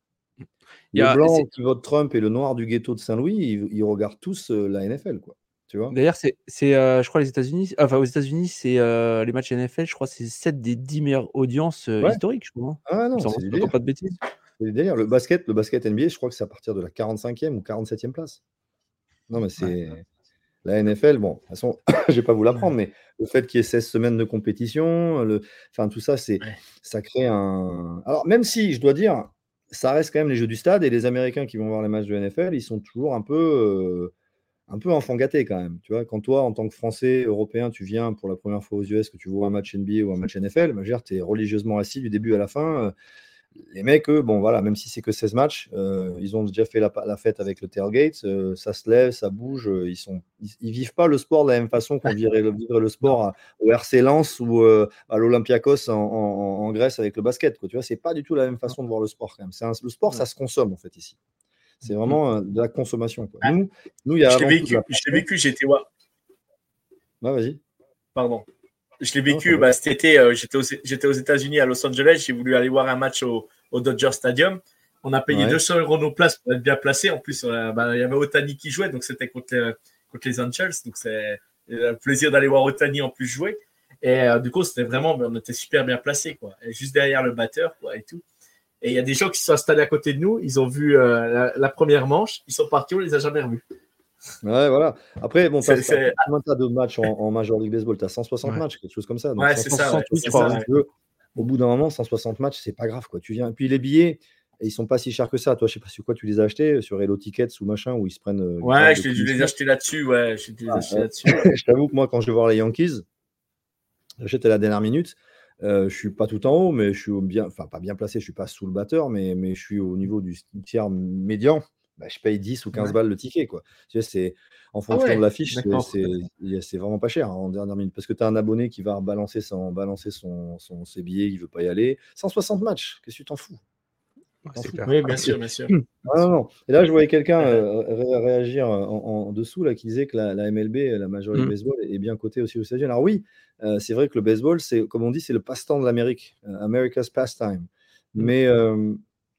Il y Le a, blanc c'est- qui vote Trump et le noir du ghetto de Saint-Louis, ils, ils regardent tous euh, la N F L, quoi. Tu vois? D'ailleurs, c'est, c'est, euh, je crois, les États-Unis. Enfin, aux États-Unis, c'est euh, les matchs N F L. Je crois, que c'est sept des dix meilleures audiences euh, Ouais. historiques, je crois. hein. Ah Il me non, semble, c'est si du je ne délire. pas de bêtises. C'est du délire. Le basket, le basket N B A, je crois que c'est à partir de la quarante-cinquième ou quarante-septième place. Non, mais c'est la N F L. Bon, de toute façon, je vais pas vous l'apprendre, mais le fait qu'il y ait seize semaines de compétition, le... enfin, tout ça, c'est, Ouais. ça crée un. Alors, même si, je dois dire, ça reste quand même les jeux du stade et les Américains qui vont voir les matchs de N F L, ils sont toujours un peu, euh, un peu enfant gâté quand même. Tu vois, quand toi, en tant que Français, Européen, tu viens pour la première fois aux U S, que tu vois un match N B A ou un match N F L, bah, tu es religieusement assis du début à la fin. euh, Les mecs, eux, bon, voilà, même si c'est que seize matchs, euh, ils ont déjà fait la, la fête avec le tailgate, euh, ça se lève, ça bouge, euh, ils sont, ils, ils vivent pas le sport de la même façon qu'on vivrait le, vivrait le sport à- au R C Lens ou euh, à l'Olympiakos en, en- en Grèce avec le basket, quoi. Tu vois, c'est pas du tout la même façon de voir le sport quand même. C'est un- le sport, ça se consomme en fait ici. C'est vraiment euh, de la consommation, quoi. Ah, Nous, nous, il y a Je l'ai avant tout de vécu, la je l'ai passion. vécu, j'étais wa- Ouais, vas-y. pardon. Je l'ai Non, vécu ça va. bah, cet été, euh, j'étais aux, j'étais aux États-Unis, à Los Angeles, j'ai voulu aller voir un match au, au Dodger Stadium. On a payé Ouais. deux cents euros nos places pour être bien placé. En plus, euh, bah, il y avait Otani qui jouait, donc c'était contre, les- contre les Angels. Donc c'est euh, un plaisir d'aller voir Otani en plus jouer. Et euh, du coup, c'était vraiment, on était super bien placés, quoi. Et juste derrière le batteur, quoi, et tout. Et il y a des gens qui se sont installés à côté de nous, ils ont vu euh, la, la première manche, ils sont partis, on les a jamais revus. Ouais, voilà. Après, bon, C'est- t'as, c'est- combien t'as de matchs en, en Major League Baseball? Tu as cent soixante Ouais. matchs, quelque chose comme ça. Donc Ouais, c'est ça, ouais, cent soixante-huit, c'est je crois. ça, Donc, le- au bout d'un moment, cent soixante matchs, c'est pas grave, quoi. Tu viens. Puis les billets, ils sont pas si chers que ça. Toi, je sais pas sur quoi tu les as achetés, sur Hello Tickets ou machin, où ils se prennent. euh, Ouais, grave je de l'ai dû les commission. acheter là-dessus, ouais, j'ai dû les Ah, acheter euh, là-dessus. je t'avoue que moi, quand je vais voir les Yankees, j'achète à la dernière minute. Euh, je suis pas tout en haut, mais je suis au bien, enfin pas bien placé. Je suis pas sous le batteur, mais, mais je suis au niveau du tiers médian. Bah, je paye dix ou quinze Ouais. balles le ticket, quoi. Tu sais, c'est en Ah fonction ouais, de l'affiche, c'est, d'accord. c'est, il- c'est vraiment pas cher hein, en dernière minute. Parce que tu as un abonné qui va balancer, son, balancer son, son, ses billets, il veut pas y aller. cent soixante matchs, qu'est-ce que tu t'en fous? Ouais, T'en c'est fous. clair. Oui, bien sûr, bien sûr. Ah non, non. Et là, je voyais quelqu'un euh, ré- réagir en, en dessous là, qui disait que la, la M L B, la Major League Mm. Baseball, est bien cotée aussi aux États-Unis. Alors oui, euh, c'est vrai que le baseball, c'est comme on dit, c'est le passe-temps de l'Amérique, euh, America's pastime. Mm. Mais, euh,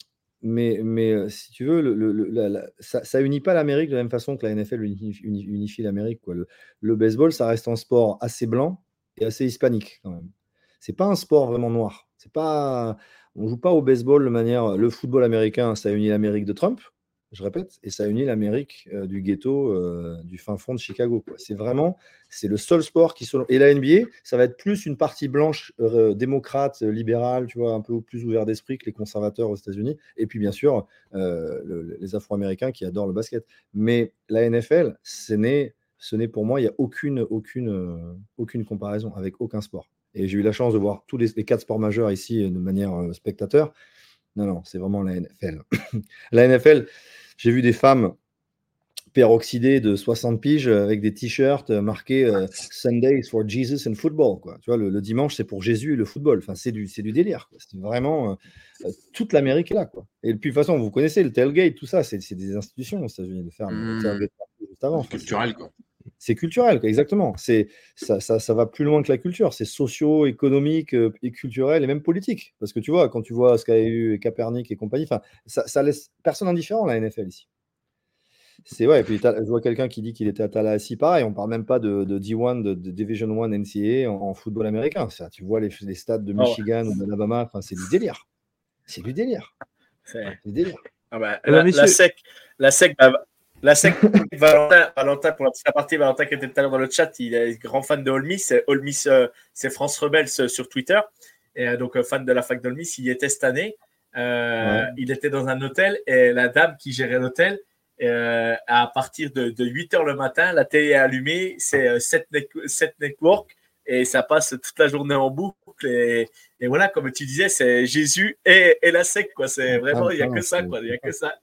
mais, mais euh, si tu veux, le, le- le- la- la- ça, ça unit pas l'Amérique de la même façon que la N F L unifie, uni- unifie l'Amérique, quoi. Le, le baseball, ça reste un sport assez blanc et assez hispanique quand même. C'est pas un sport vraiment noir. C'est pas, on joue pas au baseball de manière. Le football américain, ça unit l'Amérique de Trump. je répète, et ça unit l'Amérique euh, du ghetto, euh, du fin fond de Chicago, quoi. C'est vraiment, c'est le seul sport qui... Selon... Et la N B A, ça va être plus une partie blanche, euh, démocrate, euh, libérale, tu vois, un peu plus ouvert d'esprit que les conservateurs aux États-Unis. Et puis, bien sûr, euh, le, les Afro-Américains qui adorent le basket. Mais la N F L, ce n'est, ce n'est pour moi, il n'y a aucune, aucune, euh, aucune comparaison avec aucun sport. Et j'ai eu la chance de voir tous les, les quatre sports majeurs ici de manière euh, spectateur. Non, non, c'est vraiment la N F L. La N F L, j'ai vu des femmes peroxydées de soixante piges avec des t-shirts marqués euh, Sundays for Jesus and Football, quoi. Tu vois, le, le dimanche, c'est pour Jésus et le football. Enfin, c'est du, c'est du délire, quoi. C'est vraiment... Euh, toute l'Amérique est là, quoi. Et puis, de toute façon, vous connaissez le tailgate, tout ça, c'est, c'est des institutions aux États-unis de faire Mmh. le tailgate juste avant. C'est culturel, quoi. C'est culturel, quoi, exactement. C'est, ça, ça, ça va plus loin que la culture. C'est socio-économique euh, et culturel et même politique. Parce que tu vois, quand tu vois ce qu'a eu Kaepernick et compagnie, ça, ça laisse personne indifférent, la N F L ici. C'est ouais, et puis je vois quelqu'un qui dit qu'il était à Tallahassee, pareil, on parle même pas de, de D un, de, de Division un N C A A en, en football américain. Ça, tu vois les, les stades de Michigan oh, ouais. ou d'Alabama, enfin, c'est du délire. C'est du délire. C'est, c'est du délire. Ah bah, la, la sec, la sec, bah, la sec Valentin, Valentin, pour la petite partie, Valentin qui était tout à l'heure dans le chat, il est grand fan de Ole Miss. Ole Miss, euh, c'est France Rebels sur Twitter. Et euh, donc, euh, fan de la fac d'Ole Miss, il y était cette année. Euh, ouais. Il était dans un hôtel et la dame qui gérait l'hôtel, Euh, à partir de, de huit heures le matin, la télé est allumée, c'est euh, sept Network et ça passe toute la journée en boucle. Et, et voilà, comme tu disais, c'est Jésus et, et la sec, quoi. C'est vraiment, il n'y a que ça, quoi. Il n'y a que ça.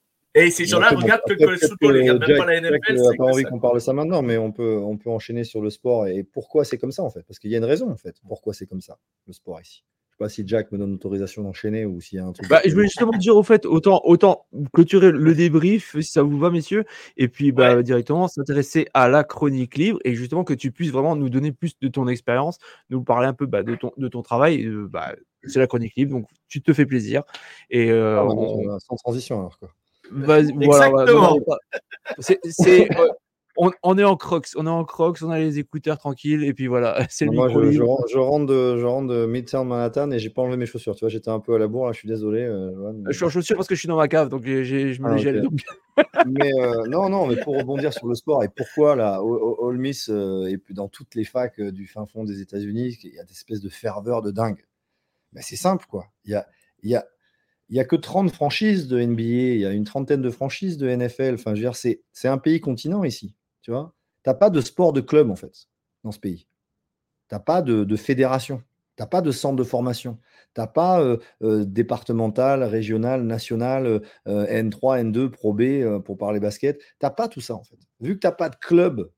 Et ces gens-là regardent que, que le football, ils ne regardent même pas la N F L. On n'a pas envie ça, qu'on parle de ça maintenant, mais on peut, on peut enchaîner sur le sport. Et pourquoi c'est comme ça, en fait? Parce qu'il y a une raison, en fait. Pourquoi c'est comme ça, le sport ici? Je ne sais pas si Jack me donne l'autorisation d'enchaîner ou s'il y a un truc. Bah, je voulais justement dire au fait, autant, autant clôturer le débrief, si ça vous va, messieurs, et puis bah, ouais. directement s'intéresser à la chronique libre et justement que tu puisses vraiment nous donner plus de ton expérience, nous parler un peu bah, de, ton, de ton travail. Euh, bah, c'est la chronique libre, donc tu te fais plaisir. Et, euh, ah, on... Sans transition alors quoi. Vas-y, voilà, voilà, non, non, c'est, c'est, euh, on, on est en crocs, on est en crocs, on a les écouteurs tranquilles et puis voilà, c'est le non, micro moi, je, libre. Je, je, rentre de, je rentre de Midtown Manhattan et j'ai pas enlevé mes chaussures. Tu vois, j'étais un peu à la bourre, là, je suis désolé. Euh, Johan, mais... Je suis en chaussures parce que je suis dans ma cave, donc j'ai, j'ai, je me ah, les gèle. Okay. Donc... mais euh, non, non, mais pour rebondir sur le sport et pourquoi là, Ole Miss euh, et puis dans toutes les facs euh, du fin fond des États-Unis, il y a des espèces de ferveur de dingue. Ben, c'est simple, quoi. Il y a, il y a Il n'y a que trente franchises de N B A, il y a une trentaine de franchises de N F L. Enfin, je veux dire, c'est, c'est un pays continent ici. Tu vois, tu n'as pas de sport de club, en fait, dans ce pays. Tu n'as pas de, de fédération. Tu n'as pas de centre de formation. Tu n'as pas euh, euh, départemental, régional, national, euh, N trois, N deux, Pro B, euh, pour parler basket. Tu n'as pas tout ça, en fait. Vu que tu n'as pas de club,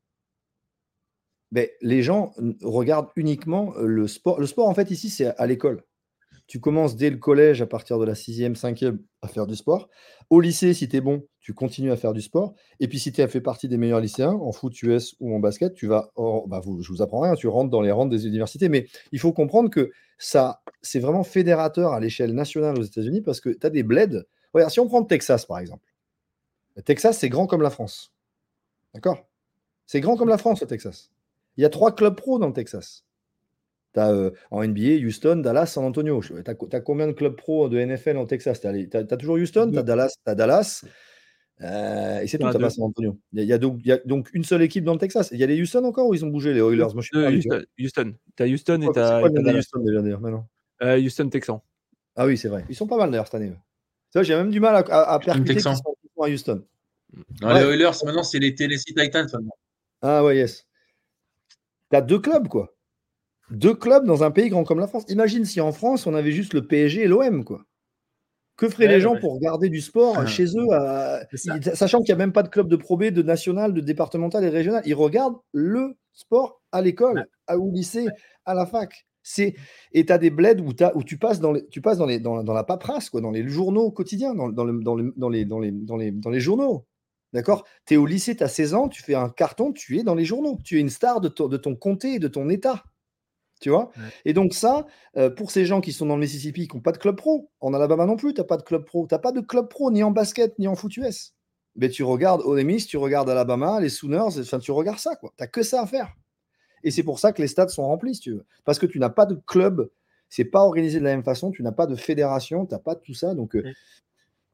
ben, les gens regardent uniquement le sport. Le sport, en fait, ici, c'est à l'école. Tu commences dès le collège, à partir de la sixième, cinquième, à faire du sport. Au lycée, si tu es bon, tu continues à faire du sport. Et puis, si tu as fait partie des meilleurs lycéens, en foot U S ou en basket, tu vas. Oh, bah vous, je ne vous apprends rien, tu rentres dans les rangs des universités. Mais il faut comprendre que ça, c'est vraiment fédérateur à l'échelle nationale aux États-Unis parce que tu as des bleds. Regarde, si on prend le Texas, par exemple. Le Texas, c'est grand comme la France. D'accord? C'est grand comme la France, le Texas. Il y a trois clubs pro dans le Texas. Tu as euh, en N B A, Houston, Dallas, San Antonio. Tu as combien de clubs pro de N F L en Texas? Tu as toujours Houston, tu as Dallas, t'as Dallas euh, et c'est tout, tu n'as pas San Antonio. Il y, a, y, a donc, y a donc une seule équipe dans le Texas. Il y a les Houston encore ou ils ont bougé, les Oilers? Moi, je suis euh, perdu, Houston, Houston. Tu as Houston et tu as. C'est quoi le Houston déjà d'ailleurs maintenant euh, Houston Texans. Ah oui, c'est vrai. Ils sont pas mal d'ailleurs cette année. J'ai même du mal à, à, à percuter qu'ils sont, sont à Houston. Non, ouais. Les Oilers, maintenant, c'est les Tennessee Titans. Maintenant. Ah ouais, yes. Tu as deux clubs, quoi. Deux clubs dans un pays grand comme la France. Imagine si en France, on avait juste le P S G et l'O M, quoi. Que feraient ouais, les gens ouais. pour regarder du sport ah. chez eux, à... il, sachant qu'il n'y a même pas de club de Pro B, de national, de départemental et régional. Ils regardent le sport à l'école, ouais. à, au lycée, à la fac. C'est... Et tu as des bleds où, où tu passes, dans, les, tu passes dans, les, dans, dans la paperasse, quoi, dans les journaux quotidiens, dans, dans, le, dans, le, dans, les, dans, les, dans, les, dans les journaux. D'accord? Tu es au lycée, tu as seize ans, tu fais un carton, tu es dans les journaux. Tu es une star de, to, de ton comté et de ton état. Tu vois? Ouais. Et donc ça, euh, pour ces gens qui sont dans le Mississippi, qui n'ont pas de club pro, en Alabama non plus, tu n'as pas de club pro. Tu n'as pas de club pro ni en basket, ni en foot U S. Mais tu regardes Ole Miss, tu regardes Alabama, les Sooners, enfin, tu regardes ça, quoi. Tu n'as que ça à faire. Et c'est pour ça que les stades sont remplis, si tu veux. Parce que tu n'as pas de club, c'est pas organisé de la même façon, tu n'as pas de fédération, tu n'as pas de tout ça. Donc, euh,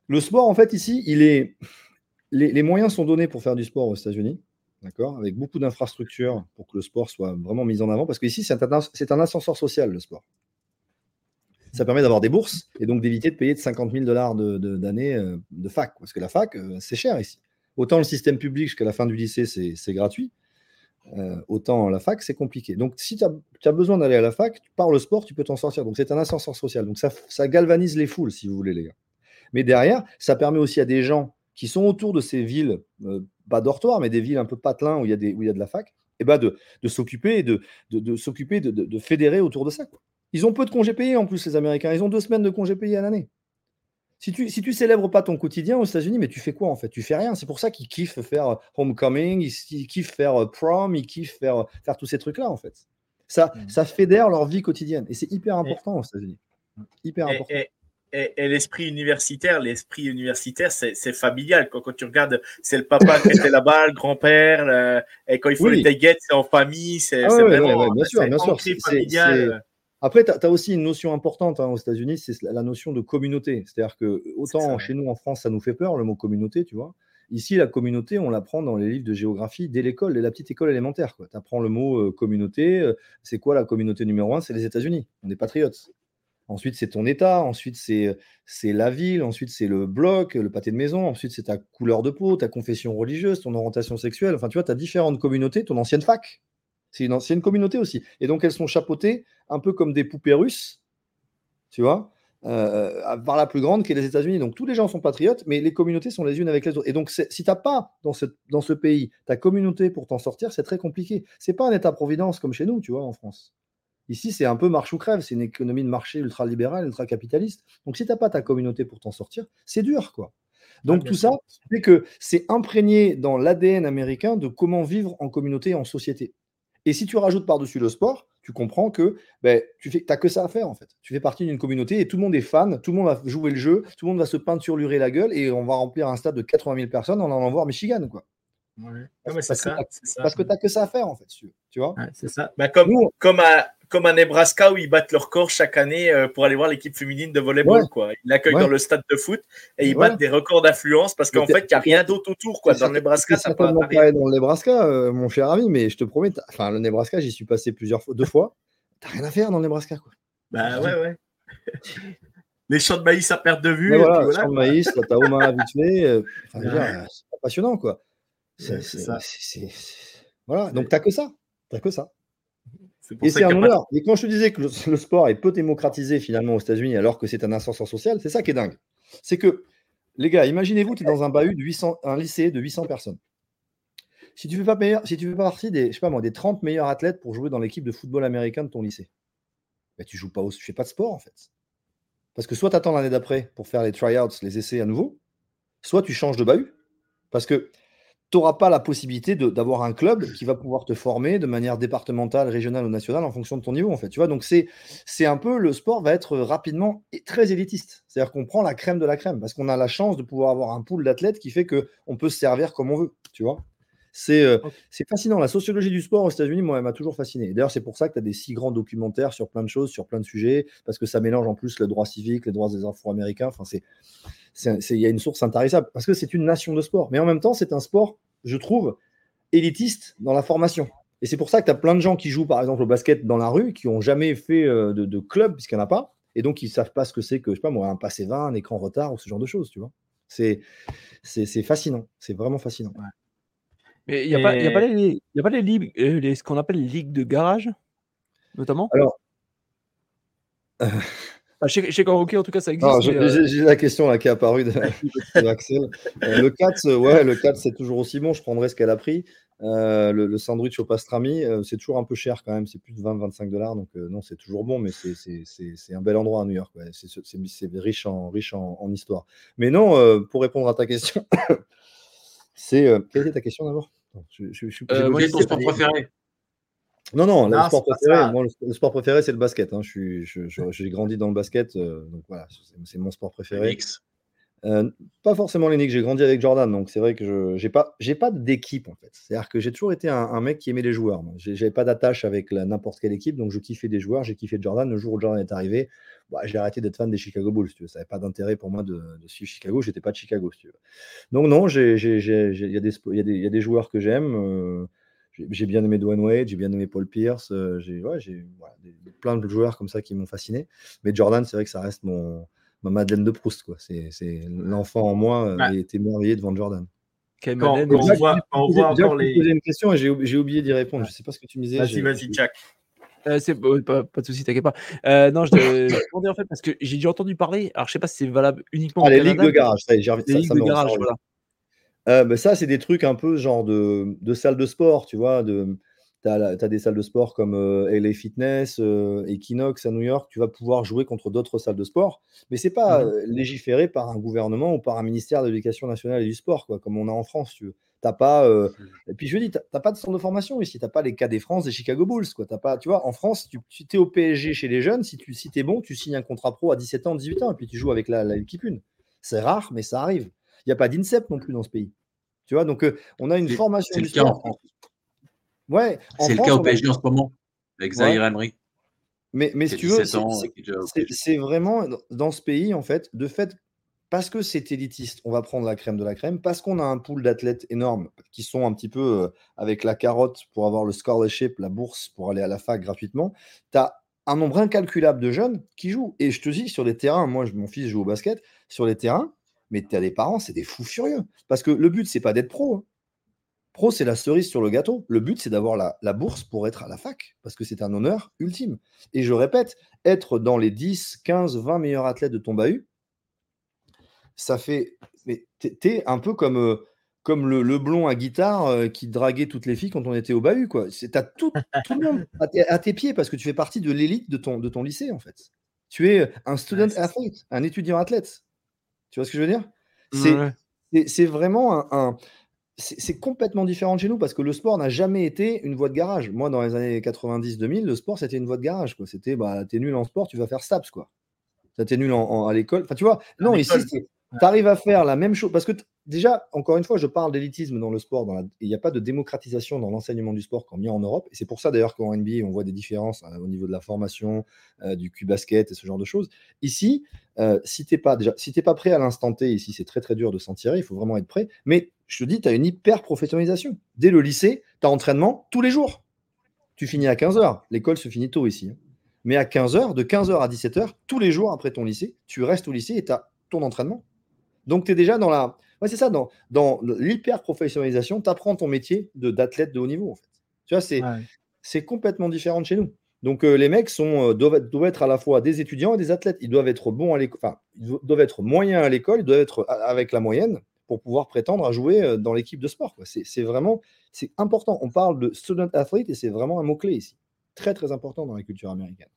Le sport, en fait, ici, il est... les, les moyens sont donnés pour faire du sport aux États-Unis, d'accord, avec beaucoup d'infrastructures pour que le sport soit vraiment mis en avant, parce qu'ici, c'est un, c'est un ascenseur social, le sport. Ça permet d'avoir des bourses et donc d'éviter de payer de cinquante mille dollars de, de, d'année euh, de fac, parce que la fac, euh, c'est cher ici. Autant le système public jusqu'à la fin du lycée, c'est, c'est gratuit, euh, autant la fac, c'est compliqué. Donc, si tu as besoin d'aller à la fac, par le sport, tu peux t'en sortir. Donc, c'est un ascenseur social. Donc, ça, ça galvanise les foules, si vous voulez, les gars. Mais derrière, ça permet aussi à des gens qui sont autour de ces villes, euh, pas dortoirs, mais des villes un peu patelins où il y a, des, où il y a de la fac, et bah de, de s'occuper, de, de, de, s'occuper de, de, de fédérer autour de ça, quoi. Ils ont peu de congés payés en plus, les Américains. Ils ont deux semaines de congés payés à l'année. Si tu si tu célèbres pas ton quotidien aux États-Unis, mais tu fais quoi en fait? Tu fais rien. C'est pour ça qu'ils kiffent faire homecoming, ils, ils kiffent faire prom, ils kiffent faire, faire tous ces trucs-là en fait. Ça, mmh. ça fédère leur vie quotidienne. Et c'est hyper important et, aux États-Unis. Hyper et, important. Et, et, et l'esprit universitaire, l'esprit universitaire, c'est, c'est familial. Quand, quand tu regardes, c'est le papa qui était là-bas, le grand-père, le, et quand il faut oui. les tailgates, c'est en famille, c'est, ah c'est ouais, vraiment ouais, ouais, bien sûr, bien sûr. C'est, familial. C'est, c'est... Après, tu as aussi une notion importante hein, aux États-Unis, c'est la notion de communauté. C'est-à-dire que autant chez nous en France, ça nous fait peur le mot communauté, tu vois. Ici, la communauté, on l'apprend dans les livres de géographie dès l'école, dès la petite école élémentaire. Tu apprends le mot euh, communauté. Euh, c'est quoi la communauté numéro un? C'est les États-Unis. On est patriotes. Ensuite, c'est ton État. Ensuite, c'est, c'est la ville. Ensuite, c'est le bloc, le pâté de maison. Ensuite, c'est ta couleur de peau, ta confession religieuse, ton orientation sexuelle. Enfin, tu vois, tu as différentes communautés, ton ancienne fac. C'est une ancienne communauté aussi. Et donc, elles sont chapeautées un peu comme des poupées russes, tu vois, euh, par la plus grande qui est les États-Unis. Donc, tous les gens sont patriotes, mais les communautés sont les unes avec les autres. Et donc, si tu n'as pas dans ce, dans ce pays ta communauté pour t'en sortir, c'est très compliqué. Ce n'est pas un État-providence comme chez nous, tu vois, en France. Ici, c'est un peu marche ou crève. C'est une économie de marché ultra-libérale, ultra-capitaliste. Donc, si tu n'as pas ta communauté pour t'en sortir, c'est dur, quoi. Donc, ah, tout ça fait que c'est imprégné dans l'A D N américain de comment vivre en communauté et en société. Et si tu rajoutes par-dessus le sport, tu comprends que ben, tu n'as que ça à faire en fait. Tu fais partie d'une communauté et tout le monde est fan, tout le monde va jouer le jeu, tout le monde va se peinturer la gueule et on va remplir un stade de quatre-vingt mille personnes en allant voir Michigan, quoi. Ouais. Non, mais c'est parce, ça, que c'est ça. parce que tu n'as que ça à faire en fait, tu vois. Ouais, c'est ça. Ben, comme, Nous, comme, à, comme à Nebraska où ils battent leur corps chaque année pour aller voir l'équipe féminine de volleyball. Ouais. Quoi. Ils l'accueillent ouais. dans le stade de foot et ils ouais. battent des records d'affluence parce qu'en fait, il n'y a rien d'autre autour. Quoi. Dans le Nebraska, ça peut pas arriver. Dans le Nebraska, euh, mon cher ami, mais je te promets, enfin, le Nebraska, j'y suis passé plusieurs fois, deux fois. T'as rien à faire dans le Nebraska, quoi. Bah ouais, ouais. Les champs de maïs à perte de vue. Et voilà, les champs de maïs, t'as Omaha vite fait. Enfin, je veux dire, c'est pas passionnant, quoi. C'est, ouais, c'est, c'est ça. C'est, c'est, c'est... Voilà, donc t'as que ça. T'as que ça. C'est et c'est un honneur. Pas... Et quand je te disais que le, le sport est peu démocratisé finalement aux États-Unis, alors que c'est un ascenseur social, c'est ça qui est dingue. C'est que, les gars, imaginez-vous, tu es dans un bahut de huit cents, un lycée de huit cents personnes. Si tu ne fais pas meilleur, si tu fais pas partie des, je sais pas moi, des trente meilleurs athlètes pour jouer dans l'équipe de football américain de ton lycée, ben, tu joues pas au, tu fais pas de sport en fait. Parce que soit tu attends l'année d'après pour faire les tryouts, les essais à nouveau, soit tu changes de bahut. Parce que tu n'auras pas la possibilité de, d'avoir un club qui va pouvoir te former de manière départementale, régionale ou nationale en fonction de ton niveau, en fait. Tu vois, donc c'est, c'est un peu, le sport va être rapidement très élitiste. C'est-à-dire qu'on prend la crème de la crème parce qu'on a la chance de pouvoir avoir un pool d'athlètes qui fait qu'on peut se servir comme on veut, tu vois. C'est, euh, c'est fascinant. La sociologie du sport aux États-Unis, moi, elle m'a toujours fasciné. D'ailleurs, c'est pour ça que tu as des si grands documentaires sur plein de choses, sur plein de sujets, parce que ça mélange en plus le droit civique, les droits des Afro-Américains. Enfin, c'est, c'est, c'est, y a une source intarissable, parce que c'est une nation de sport. Mais en même temps, c'est un sport, je trouve, élitiste dans la formation. Et c'est pour ça que tu as plein de gens qui jouent, par exemple, au basket dans la rue, qui n'ont jamais fait euh, de, de club, puisqu'il n'y en a pas, et donc ils ne savent pas ce que c'est que, je sais pas moi, un passé vingt, un écran retard, ou ce genre de choses, tu vois. C'est, c'est, c'est fascinant. C'est vraiment fascinant. Ouais. Mais il n'y a, et... a pas les, y a pas les ligues, euh, les, ce qu'on appelle les ligues de garage, notamment. Alors, euh... ah, chez, chez Hockey, en tout cas, ça existe. Non, je, mais, euh... j'ai, j'ai la question là, qui est apparue de, de Axel. Euh, le quatre, ouais, le quatre, c'est toujours aussi bon. Je prendrai ce qu'elle a pris. Euh, le, le sandwich au pastrami, euh, c'est toujours un peu cher quand même. C'est plus de vingt à vingt-cinq dollars. Donc, euh, non, c'est toujours bon, mais c'est, c'est, c'est, c'est un bel endroit à New York. Ouais. C'est, c'est, c'est riche, en, riche en, en histoire. Mais non, euh, pour répondre à ta question, c'est. Euh, quelle était ta question d'abord? Je, je, je, euh, Quel est ton sport préféré? Non, non, non, le sport préféré, moi, le, le sport préféré, c'est le basket. Hein. Je suis, je, je, j'ai grandi dans le basket, euh, donc voilà, c'est, c'est mon sport préféré. X. Euh, pas forcément les Knicks, j'ai grandi avec Jordan, donc c'est vrai que je j'ai pas, j'ai pas d'équipe en fait. C'est-à-dire que j'ai toujours été un, un mec qui aimait les joueurs. Moi. J'ai- J'avais pas d'attache avec la- n'importe quelle équipe, donc je kiffais des joueurs, j'ai kiffé Jordan. Le jour où Jordan est arrivé, bah, j'ai arrêté d'être fan des Chicago Bulls. Si tu veux. Ça n'avait pas d'intérêt pour moi de, de suivre Chicago, j'étais pas de Chicago. Si tu veux. Donc non, j'ai- j'ai- j'ai- j'ai- il y a des, spo- il y a des, il y a des joueurs que j'aime. euh, j'ai j'ai bien aimé Dwayne Wade, j'ai bien aimé Paul Pierce, euh, j'ai ouais, j'ai voilà, des- plein de joueurs comme ça qui m'ont fasciné. Mais Jordan, c'est vrai que ça reste mon ma Madeleine de Proust, quoi. C'est, c'est l'enfant en moi euh, Bah, et était émerveillé devant Jordan. Quelle quand, Madeleine quand Et on aussi. Jack, voit, quand on voit Jack, encore tu me posais les. une question et j'ai, j'ai oublié d'y répondre. Ouais. Je sais pas ce que tu me disais. Vas-y, j'ai- vas-y, j'ai- Jack. Euh, c'est euh, pas, pas de souci, t'inquiète pas. Euh, non, je te je te demandais en fait parce que j'ai déjà entendu parler. Alors, je sais pas si c'est valable uniquement Ah, au les ligues Canada, de mais garage, ça, y est, j'ai revi- les ça, ligues ça de me ça garage, revient. voilà. Euh, bah, ça, c'est des trucs un peu genre de, de salles de sport, tu vois. De, tu as des salles de sport comme euh, L A Fitness, euh, Equinox à New York. Tu vas pouvoir jouer contre d'autres salles de sport. Mais c'est pas Mhm. euh, légiféré par un gouvernement ou par un ministère de l'Éducation nationale et du sport, quoi, comme on a en France. Tu veux. T'as pas, euh, Et puis je dis, t'as t'as pas de centre de formation ici. T'as pas les K D France des Chicago Bulls. Quoi. T'as pas, tu vois, en France, tu, tu es au P S G chez les jeunes. Si tu si es bon, tu signes un contrat pro à dix-sept ans, dix-huit ans, et puis tu joues avec la, la l'équipe une. C'est rare, mais ça arrive. Il n'y a pas d'INSEP non plus dans ce pays. Tu vois, donc euh, on a une C'est formation c'est du le cas en sport. France. Ouais, en C'est le cas France, au on a. P S G en ce moment, avec Ouais, Zahir Emery, mais, mais qui si a tu veux, dix-sept c'est ans, euh, c'est- qui est déjà au c'est- P S G. c'est vraiment dans- dans ce pays, en fait, de fait, parce que c'est élitiste, on va prendre la crème de la crème, parce qu'on a un pool d'athlètes énorme qui sont un petit peu euh, avec la carotte pour avoir le scholarship, la bourse pour aller à la fac gratuitement. Tu as un nombre incalculable de jeunes qui jouent. Et je te dis, sur les terrains, moi, je- mon fils joue au basket, sur les terrains, mais tu as des parents, c'est des fous furieux. Parce que le but, c'est pas d'être pro. Hein. Pro, c'est la cerise sur le gâteau. Le but, c'est d'avoir la, la bourse pour être à la fac, parce que c'est un honneur ultime. Et je répète, être dans les dix, quinze, vingt meilleurs athlètes de ton bahut, ça fait. Mais t'es, t'es un peu comme, euh, comme le, le blond à guitare euh, qui draguait toutes les filles quand on était au bahut, quoi. C'est, t'as tout, tout le monde à, tes- à tes pieds parce que tu fais partie de l'élite de ton, de ton lycée, en fait. Tu es un Ouais, student c'est- athlete, un étudiant athlète. Tu vois ce que je veux dire? C'est, Ouais. c'est, c'est vraiment un, un- c'est c'est complètement différent de chez nous parce que le sport n'a jamais été une voie de garage. Moi, dans les années quatre-vingt-dix deux mille, le sport, c'était une voie de garage. Quoi. C'était, bah, t'es nul en sport, tu vas faire STAPS, quoi. Ça, t'es nul en- en- à l'école. Enfin, tu vois, En non, ici, école. tu arrives à faire la même chose. Parce que t- déjà, encore une fois, je parle d'élitisme dans le sport. dans la- Il n'y a pas de démocratisation dans l'enseignement du sport comme il y a en Europe. Et c'est pour ça, d'ailleurs, qu'en N B A, on voit des différences euh, au niveau de la formation, euh, du Q-basket et ce genre de choses. Ici, euh, si tu n'es pas, déjà, si t'es pas prêt à l'instant T, ici, c'est très, très dur de s'en tirer. Il faut vraiment être prêt. Mais je te dis, tu as une hyper professionnalisation. Dès le lycée, tu as entraînement tous les jours. Tu finis à quinze heures. L'école se finit tôt ici. Hein. Mais à quinze heures, de quinze heures à dix-sept heures, tous les jours après ton lycée, tu restes au lycée et tu as ton entraînement. Donc, tu es déjà dans la. Ouais, c'est ça, dans, dans l'hyper-professionnalisation, tu apprends ton métier de, d'athlète de haut niveau. En fait. Tu vois, c'est, Ouais. c'est complètement différent de chez nous. Donc, euh, les mecs sont, euh, doivent, être- doivent être à la fois des étudiants et des athlètes. Ils doivent être bons à l'école. Enfin, ils do- doivent être moyens à l'école, ils doivent être a- avec la moyenne pour pouvoir prétendre à jouer euh, dans l'équipe de sport. Quoi. C'est, c'est vraiment c'est important. On parle de student athlete et c'est vraiment un mot-clé ici. Très, très important dans la culture américaine.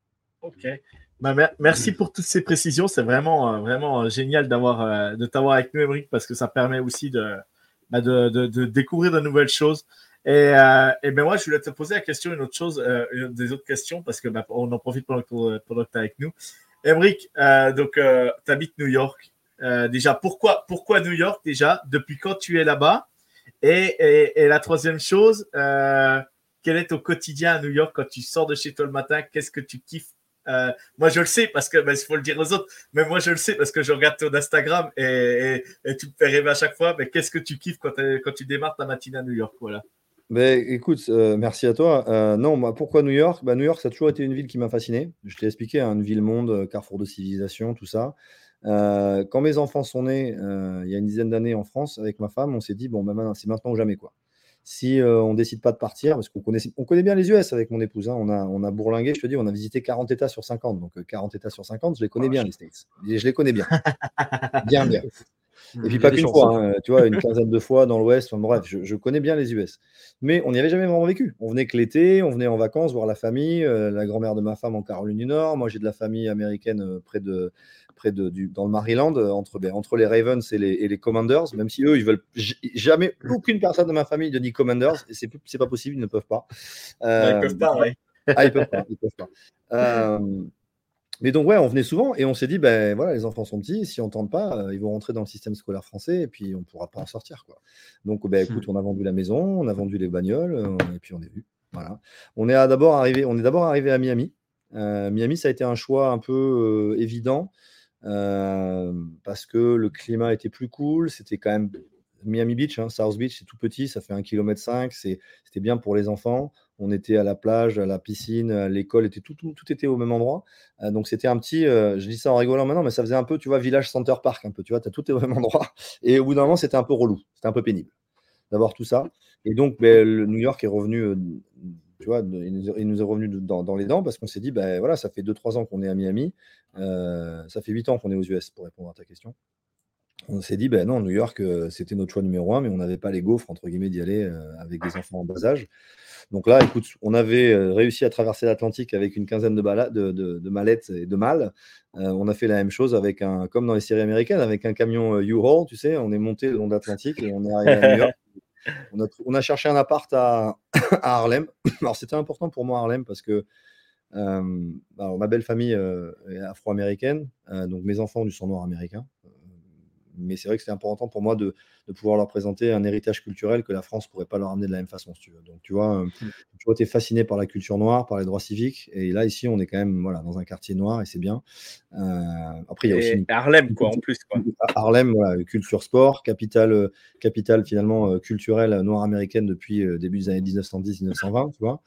Ok. Bah, mer- merci pour toutes ces précisions. C'est vraiment, euh, vraiment euh, génial d'avoir, euh, de t'avoir avec nous, Émeric, parce que ça permet aussi de, bah, de, de, de découvrir de nouvelles choses. Et, euh, et ben moi, je voulais te poser la question, une autre chose, euh, une des autres questions, parce que bah, on en profite pendant que, pendant que tu es avec nous. Émeric, euh, donc euh, tu habites New York. Euh, déjà, pourquoi, pourquoi New York déjà? Depuis quand tu es là-bas? Et, et, et la troisième chose, euh, quel est ton quotidien à New York quand tu sors de chez toi le matin? Qu'est-ce que tu kiffes? Euh, moi, je le sais parce que, ben, il faut le dire aux autres, mais moi, je le sais parce que je regarde ton Instagram et, et, et tu me fais rêver à chaque fois. Mais qu'est-ce que tu kiffes quand, quand tu démarres ta matinée à New York? Voilà. Ben, écoute, euh, merci à toi. Euh, non, moi, pourquoi New York? Bah, New York, ça a toujours été une ville qui m'a fasciné. Je t'ai expliqué, hein, une ville-monde, euh, carrefour de civilisation, tout ça. Euh, quand mes enfants sont nés, euh, il y a une dizaine d'années en France, avec ma femme, on s'est dit, bon, ben, maintenant, c'est maintenant ou jamais, quoi. Si euh, on décide pas de partir, parce qu'on connaît, on connaît bien les U S avec mon épouse, hein, on, a, on a bourlingué, je te dis, on a visité quarante États sur cinquante. Donc euh, quarante États sur cinquante, je les connais bien, les States. Et je les connais bien. Bien, bien. Et puis Il y a pas des qu'une chances. fois, hein, tu vois, une quinzaine de fois dans l'Ouest. Enfin, bref, je, je connais bien les U S. Mais on n'y avait jamais vraiment vécu. On venait que l'été, on venait en vacances voir la famille, euh, la grand-mère de ma femme en Caroline du Nord. Moi, j'ai de la famille américaine euh, près de, près de, du, dans le Maryland, euh, entre, ben, entre les Ravens et les, et les Commanders. Même si eux, ils veulent j- jamais, aucune personne de ma famille ne dit Commanders. Et c'est, c'est pas possible, ils ne peuvent pas. Ouais, ils Euh, peuvent pas, ouais. ah, ils peuvent pas, ils peuvent pas. Euh, Mais donc, ouais, on venait souvent et on s'est dit, ben voilà, les enfants sont petits, si on tente pas, euh, ils vont rentrer dans le système scolaire français et puis on pourra pas en sortir, quoi. Donc, ben écoute, on a vendu la maison, on a vendu les bagnoles euh, et puis on est vu. Voilà. On est à- d'abord arrivé, on est d'abord arrivé à Miami. Euh, Miami, ça a été un choix un peu euh, évident euh, parce que le climat était plus cool. C'était quand même Miami Beach, hein, South Beach, c'est tout petit, ça fait un kilomètre cinq. C'est, c'était bien pour les enfants. On était à la plage, à la piscine, à l'école, était tout, tout, tout était au même endroit. Euh, donc c'était un petit, euh, je dis ça en rigolant maintenant, mais ça faisait un peu, tu vois, village Center Park, un peu, tu vois, t'as tout est au même endroit. Et au bout d'un moment, c'était un peu relou, c'était un peu pénible d'avoir tout ça. Et donc, ben, le New York est revenu, euh, tu vois, de- il nous, est- il nous est revenu de- dans, dans les dents parce qu'on s'est dit, ben voilà, ça fait deux trois ans qu'on est à Miami, euh, ça fait huit ans qu'on est aux U S pour répondre à ta question. On s'est dit, ben non, New York, euh, c'était notre choix numéro un, mais on n'avait pas les gaufres, entre guillemets, d'y aller euh, avec des enfants en bas âge. Donc là, écoute, on avait euh, réussi à traverser l'Atlantique avec une quinzaine de, bala- de, de- de mallettes et de malles. Euh, on a fait la même chose avec un, comme dans les séries américaines, avec un camion euh, U-Haul, tu sais, on est monté le long de l'Atlantique et on est arrivé à New York. On a, tr- on a cherché un appart à, à Harlem. Alors c'était important pour moi Harlem parce que euh, alors, ma belle famille euh, est afro-américaine, euh, donc mes enfants ont du sang noir américain. Euh, mais c'est vrai que c'est important pour moi de, de pouvoir leur présenter un héritage culturel que la France ne pourrait pas leur amener de la même façon, si tu veux. Donc, tu vois, euh, tu vois, tu es fasciné par la culture noire, par les droits civiques. Et là, ici, on est quand même voilà, dans un quartier noir et c'est bien. Euh, après, il y a aussi Et une, Harlem, une quoi, en culture- plus, quoi. Harlem, voilà, culture sport, capitale, euh, capitale finalement euh, culturelle euh, noire américaine depuis euh, début des années mille neuf cent dix mille neuf cent vingt, tu vois.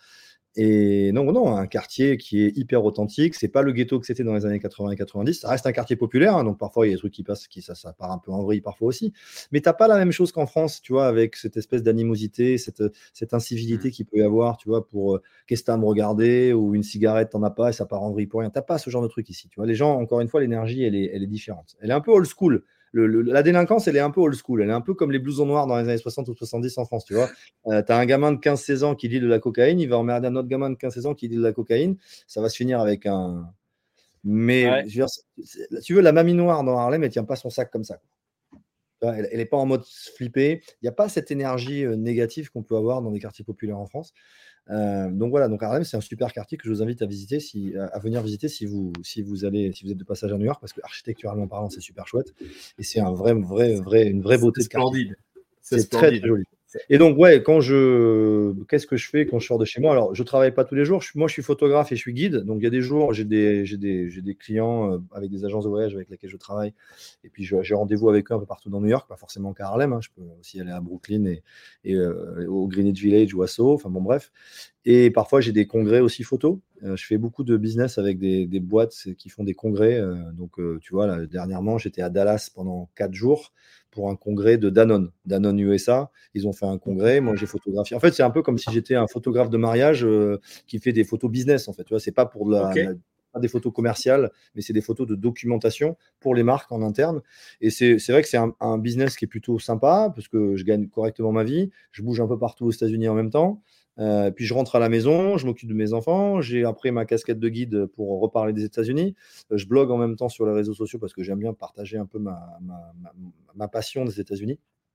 Et non, non, un quartier qui est hyper authentique. C'est pas le ghetto que c'était dans les années quatre-vingts et quatre-vingt-dix. Ça reste un quartier populaire, hein, donc parfois il y a des trucs qui passent, qui ça, ça part un peu en vrille parfois aussi. Mais t'as pas la même chose qu'en France, tu vois, avec cette espèce d'animosité, cette, cette incivilité qu'il peut y avoir, tu vois, pour euh, qu'est-ce que t'as à me regarder ou une cigarette t'en as pas et ça part en vrille pour rien. T'as pas ce genre de truc ici, tu vois. Les gens, encore une fois, l'énergie, elle est, elle est différente. Elle est un peu old school. Le- le- la délinquance, elle est un peu old school. Elle est un peu comme les blousons noirs dans les années soixante ou soixante-dix en France, tu vois. Euh, tu as un gamin de quinze seize ans qui lit de la cocaïne, il va emmerder un autre gamin de quinze seize ans qui lit de la cocaïne, ça va se finir avec un. Mais Ouais. je veux dire, c'est- c'est- tu veux, la mamie noire dans Harlem, elle tient pas son sac comme ça. Tu vois, Elle n'est pas en mode flippé. Il n'y a pas cette énergie euh, négative qu'on peut avoir dans des quartiers populaires en France. Euh, donc voilà, donc Harlem, c'est un super quartier que je vous invite à visiter, si, à à venir visiter si vous, si vous allez, si vous êtes de passage à New York, parce que architecturalement parlant, c'est super chouette et c'est un vrai, vrai, vrai, une vraie beauté C'est de quartier. splendide. C'est C'est très, très splendide. joli. Et donc, ouais, quand je. Qu'est-ce que je fais quand je sors de chez moi? Alors, je travaille pas tous les jours. Je- moi, je suis photographe et je suis guide. Donc, il y a des jours, j'ai des, j'ai des, j'ai des clients euh, avec des agences de voyage avec lesquelles je travaille. Et puis, je- j'ai rendez-vous avec eux un peu partout dans New York, pas forcément qu'à Harlem, hein. Je peux aussi aller à Brooklyn et, et, euh, au Greenwich Village ou à Soho. Enfin, bon, bref. Et parfois, j'ai des congrès aussi photos. Euh, je fais beaucoup de business avec des, des boîtes qui font des congrès. Euh, donc, euh, tu vois, là, dernièrement, j'étais à Dallas pendant quatre jours pour un congrès de Danone, Danone U S A. Ils ont fait un congrès, moi j'ai photographié. En fait, c'est un peu comme si j'étais un photographe de mariage euh, qui fait des photos business. En fait, tu vois, c'est pas pour de la, Ok. la- pas des photos commerciales, mais c'est des photos de documentation pour les marques en interne. Et c'est c'est vrai que c'est un, un business qui est plutôt sympa parce que je gagne correctement ma vie. Je bouge un peu partout aux États-Unis en même temps. Euh, puis je rentre à la maison, je m'occupe de mes enfants. J'ai après ma casquette de guide pour reparler des États-Unis. Euh, Je blogue en même temps sur les réseaux sociaux parce que j'aime bien partager un peu ma, ma, ma- ma passion des États-Unis.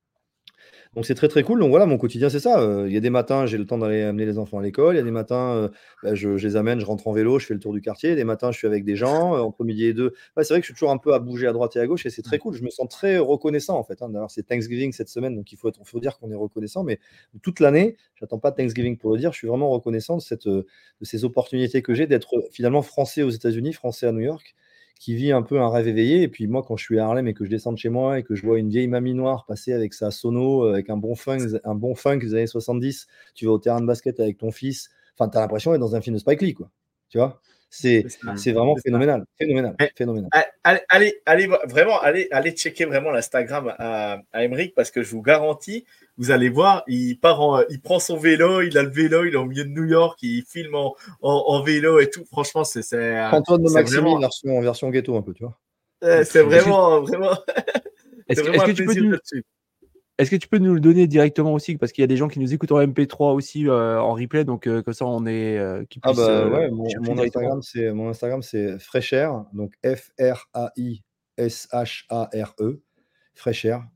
Donc c'est très très cool. Donc voilà, mon quotidien c'est ça. Euh, Il y a des matins, j'ai le temps d'aller amener les enfants à l'école. Il y a des matins, euh, bah, je, je les amène, je rentre en vélo, je fais le tour du quartier. Des matins, je suis avec des gens. Euh, entre midi et deux, ouais, c'est vrai que je suis toujours un peu à bouger à droite et à gauche et c'est très cool. Je me sens très reconnaissant en fait, hein. D'ailleurs, c'est Thanksgiving cette semaine, donc il faut, être, faut dire qu'on est reconnaissant. Mais toute l'année, j'attends pas Thanksgiving pour le dire. Je suis vraiment reconnaissant de, cette, euh, de ces opportunités que j'ai d'être euh, finalement français aux États-Unis, français à New York, qui vit un peu un rêve éveillé. Et puis moi, quand je suis à Harlem et que je descends de chez moi et que je vois une vieille mamie noire passer avec sa sono, euh, avec un bon funk, un bon funk des années soixante-dix, tu vas au terrain de basket avec ton fils, enfin, tu as l'impression d'être dans un film de Spike Lee, quoi. Tu vois? C'est C'est ça. c'est vraiment C'est ça. phénoménal, phénoménal, Eh, phénoménal. Allez, allez, allez, vraiment, allez, allez checker vraiment l'Instagram à, à Emeric parce que je vous garantis, vous allez voir, il part en, il prend son vélo, il a le vélo, il est au milieu de New York, il filme en, en, en vélo et tout. Franchement, c'est, c'est, euh, Antoine de c'est Maximi, vraiment, version, version ghetto un peu, tu vois. euh, c'est Est-ce que, vraiment, vraiment, est-ce c'est que, vraiment est-ce un que tu peux plaisir nous, de le suivre. est-ce que tu peux nous le donner directement aussi? Parce qu'il y a des gens qui nous écoutent en M P trois aussi euh, en replay, donc euh, comme ça on est euh, qui Ah puissent bah euh, ouais, mon, chercher mon directement. Instagram, c'est mon Instagram, c'est Fraîchère, donc F R A I S H A R E, Fraîchère.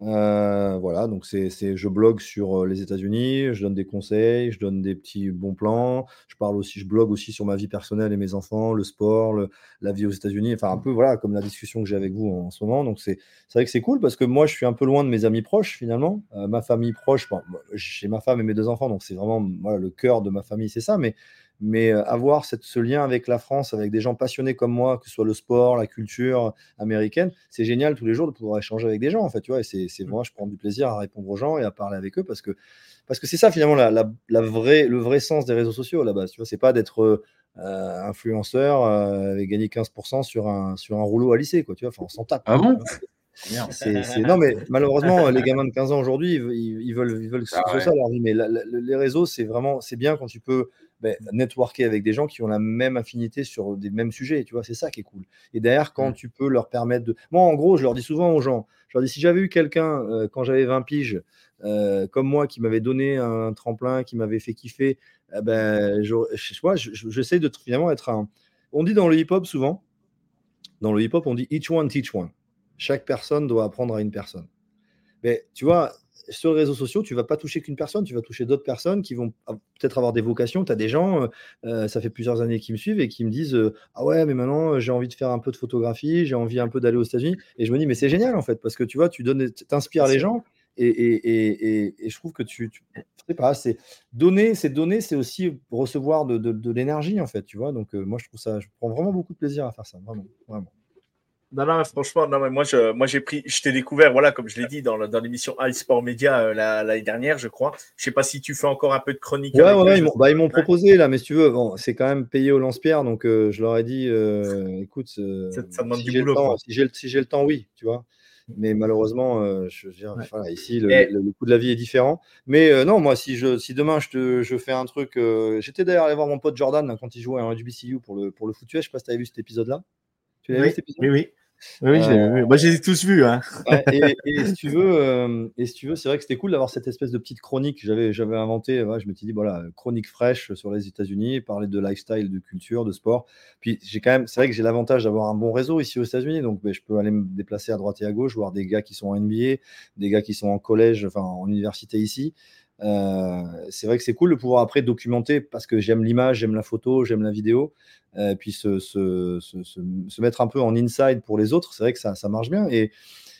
Euh, voilà, donc c'est, c'est, je blogue sur euh, les États-Unis, je donne des conseils, je donne des petits bons plans. Je parle aussi, je blogue aussi sur ma vie personnelle et mes enfants, le sport, le- la vie aux États-Unis. Enfin, un peu voilà, comme la discussion que j'ai avec vous en, en ce moment. Donc c'est, c'est vrai que c'est cool parce que moi, je suis un peu loin de mes amis proches finalement. Euh, ma famille proche, bon, moi, j'ai ma femme et mes deux enfants, donc c'est vraiment voilà, le cœur de ma famille, c'est ça. Mais mais euh, avoir cette, ce lien avec la France, avec des gens passionnés comme moi, que ce soit le sport, la culture américaine, c'est génial tous les jours de pouvoir échanger avec des gens, en fait, tu vois, et c'est, c'est moi, je prends du plaisir à répondre aux gens et à parler avec eux parce que, parce que c'est ça finalement la, la, la vraie, le vrai sens des réseaux sociaux à la base, tu vois, c'est pas d'être euh, influenceur euh, et gagner quinze pour cent sur un, sur un rouleau à lycée, quoi, tu vois, enfin, on s'en tape. Ah bon? Merde. C'est, c'est... Non, mais malheureusement, les gamins de quinze ans aujourd'hui, ils, ils- ils veulent, ils veulent que ce Ah soit ouais. ça leur vie. Mais la- la- les réseaux, c'est vraiment, c'est bien quand tu peux ben, networker avec des gens qui ont la même affinité sur des mêmes sujets. Tu vois, c'est ça qui est cool. Et derrière, quand Mm. tu peux leur permettre de. Moi, en gros, je leur dis souvent aux gens, je leur dis, si j'avais eu quelqu'un euh, quand j'avais vingt piges, euh, comme moi, qui m'avait donné un tremplin, qui m'avait fait kiffer, eh ben, j'aurais- je, moi, je- je- j'essaie de finalement être un. On dit dans le hip-hop souvent, dans le hip-hop, on dit each one teach one. Chaque personne doit apprendre à une personne. Mais tu vois, sur les réseaux sociaux, tu vas pas toucher qu'une personne, tu vas toucher d'autres personnes qui vont a- peut-être avoir des vocations. Tu as des gens, euh, euh, ça fait plusieurs années qui me suivent et qui me disent euh, ah ouais, mais maintenant euh, j'ai envie de faire un peu de photographie, j'ai envie un peu d'aller aux États-Unis. Et je me dis, mais c'est génial en fait, parce que tu vois, tu donnes, t'inspires les gens et, et, et, et, et je trouve que tu. tu je sais pas, c'est donner, c'est donner, c'est aussi recevoir de, de, de l'énergie en fait, tu vois. Donc euh, moi je trouve ça, je prends vraiment beaucoup de plaisir à faire ça, vraiment, vraiment. Non, non, franchement, non, mais moi, je, moi, j'ai pris, je t'ai découvert, voilà, comme je l'ai dit dans, la- dans l'émission iSport Media euh, la- l'année dernière, je crois. Je sais pas si tu fais encore un peu de chronique Ouais, avec ouais, eux. ouais, ils je m'ont sais bah, ils pas. m'ont Ouais. proposé là, mais si tu veux, bon, c'est quand même payé au lance-pierre, donc euh, je leur ai dit, euh, écoute, euh, Ça, ça demande si du j'ai le boulot, temps, quoi. si j'ai le, si j'ai le temps, oui, tu vois. Mais malheureusement, euh, je veux dire, Ouais. voilà, ici, le, Et, le- le coût de la vie est différent. Mais euh, non, moi, si je, si demain je te, je fais un truc, euh, j'étais d'ailleurs allé voir mon pote Jordan là, quand il jouait à H B C U pour le pour le foot U S. Je sais pas si tu avais vu cet épisode-là. Tu l'avais vu oui, cet épisode? oui, oui. Oui, oui, je Euh, l'ai vu. Moi, je les ai tous vus, hein. Ouais, et, et si tu veux, euh, et si tu veux, c'est vrai que c'était cool d'avoir cette espèce de petite chronique. J'avais, j'avais inventé, ouais, je m'étais dit, voilà, chronique fraîche sur les États-Unis, parler de lifestyle, de culture, de sport. Puis j'ai quand même, c'est vrai que j'ai l'avantage d'avoir un bon réseau ici aux États-Unis, donc ben, je peux aller me déplacer à droite et à gauche, voir des gars qui sont en N B A, des gars qui sont en collège, enfin en université ici. Euh, c'est vrai que c'est cool de pouvoir après documenter parce que j'aime l'image, j'aime la photo, j'aime la vidéo. Euh, puis se, se, se, se, se mettre un peu en inside pour les autres, c'est vrai que ça, ça marche bien. Et,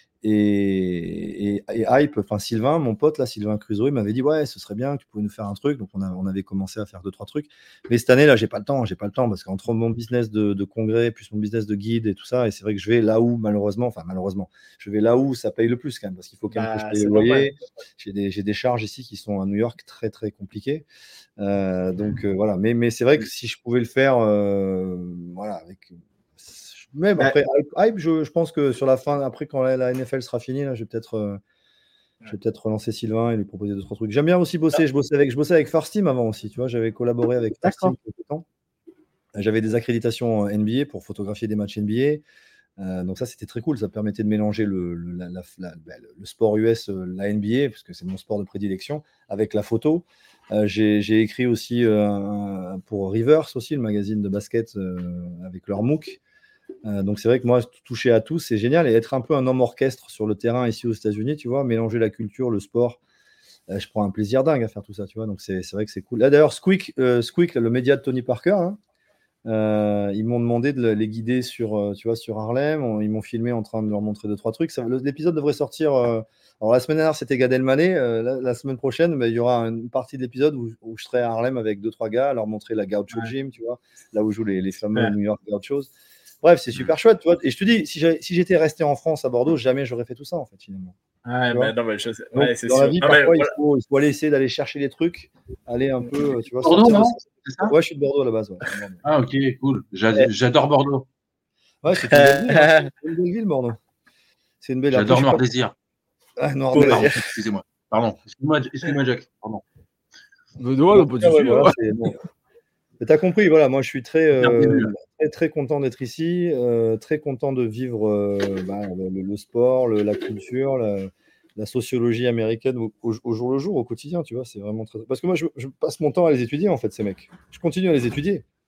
et, et, et Hype, enfin Sylvain, mon pote là, Sylvain Crusoe, il m'avait dit ouais, ce serait bien que tu pouvais nous faire un truc. Donc on, a, on avait commencé à faire deux trois trucs. Mais cette année là, j'ai pas le temps, j'ai pas le temps parce qu'entre mon business de, de congrès plus mon business de guide et tout ça, et c'est vrai que je vais là où malheureusement, enfin malheureusement, je vais là où ça paye le plus quand même parce qu'il faut quand même que je Bah, paye le c'est normal. loyer. J'ai des, j'ai des charges ici qui sont à New York très très compliquées. Euh, donc euh, voilà. Mais, mais c'est vrai que si je pouvais le faire, euh, voilà, avec même Bah, après Hype, Hype, je, je pense que sur la fin, après quand la, la N F L sera finie, là, je vais peut-être euh, je vais peut-être relancer Sylvain et lui proposer deux, trois trucs. J'aime bien aussi bosser. Je bossais avec, je bossais avec First Team avant aussi. Tu vois, j'avais collaboré avec First Team d'accord. quelque temps. J'avais des accréditations N B A pour photographier des matchs N B A. Euh, donc ça, c'était très cool. Ça permettait de mélanger le, le, la, la, la, le sport U S, euh, la N B A, parce que c'est mon sport de prédilection, avec la photo. Euh, j'ai, j'ai écrit aussi euh, pour Rivers, aussi, le magazine de basket, euh, avec leur MOOC. Euh, donc c'est vrai que moi, toucher à tout, c'est génial. Et être un peu un homme orchestre sur le terrain ici aux États-Unis, tu vois, mélanger la culture, le sport, euh, je prends un plaisir dingue à faire tout ça, tu vois. Donc c'est, c'est vrai que c'est cool. Là, d'ailleurs, Squeak, euh, Squeak, le média de Tony Parker, hein, euh, ils m'ont demandé de les guider sur, euh, tu vois, sur Harlem. On- ils m'ont filmé en train de leur montrer deux, trois trucs. Ça- le- l'épisode devrait sortir. euh, alors, la semaine dernière, c'était Gad Elmaleh. Euh, la, la semaine prochaine, bah, il y aura une partie de l'épisode où, où je serai à Harlem avec deux, trois gars, à leur montrer la Gaucho Ouais. Gym, tu vois, là où jouent les, les fameux Super. New York Gauchos. Bref, c'est super chouette, tu vois. Et je te dis, si, j'ai- si j'étais resté en France, à Bordeaux, jamais j'aurais fait tout ça, en fait, finalement. Ouais, Tu bah, vois. non, mais je sais. Donc, Ouais, c'est dans la sûr. vie, Non, mais parfois, il voilà. faut, il faut aller essayer d'aller chercher les trucs, aller un peu, euh, tu vois, Bordeaux, sortir de non? sa- C'est ça? Ouais, je suis de Bordeaux à la base. Ouais, je suis de Bordeaux. Ah, ok, cool. J'a- Ouais. J'adore Bordeaux. Ouais, c'est une belle ville, hein. C'est une belle ville, Bordeaux. C'est une belle. Après, J'adore je suis Noir pas. Désir. Ah, non, Pour- mais- Pardon, excusez-moi. Pardon. Excuse-moi, excuse-moi, Jack. Pardon. Benoît, non, pas de Ah ouais, souci. voilà, hein. c'est bon. Mais t'as compris, voilà, moi je suis très, Bien euh, vu, là. très, très content d'être ici, euh, très content de vivre euh, bah, le, le sport, le- la culture, la, la sociologie américaine au, au- au jour le jour, au quotidien, tu vois, c'est vraiment très. Parce que moi je, je passe mon temps à les étudier en fait, ces mecs. Je continue à les étudier.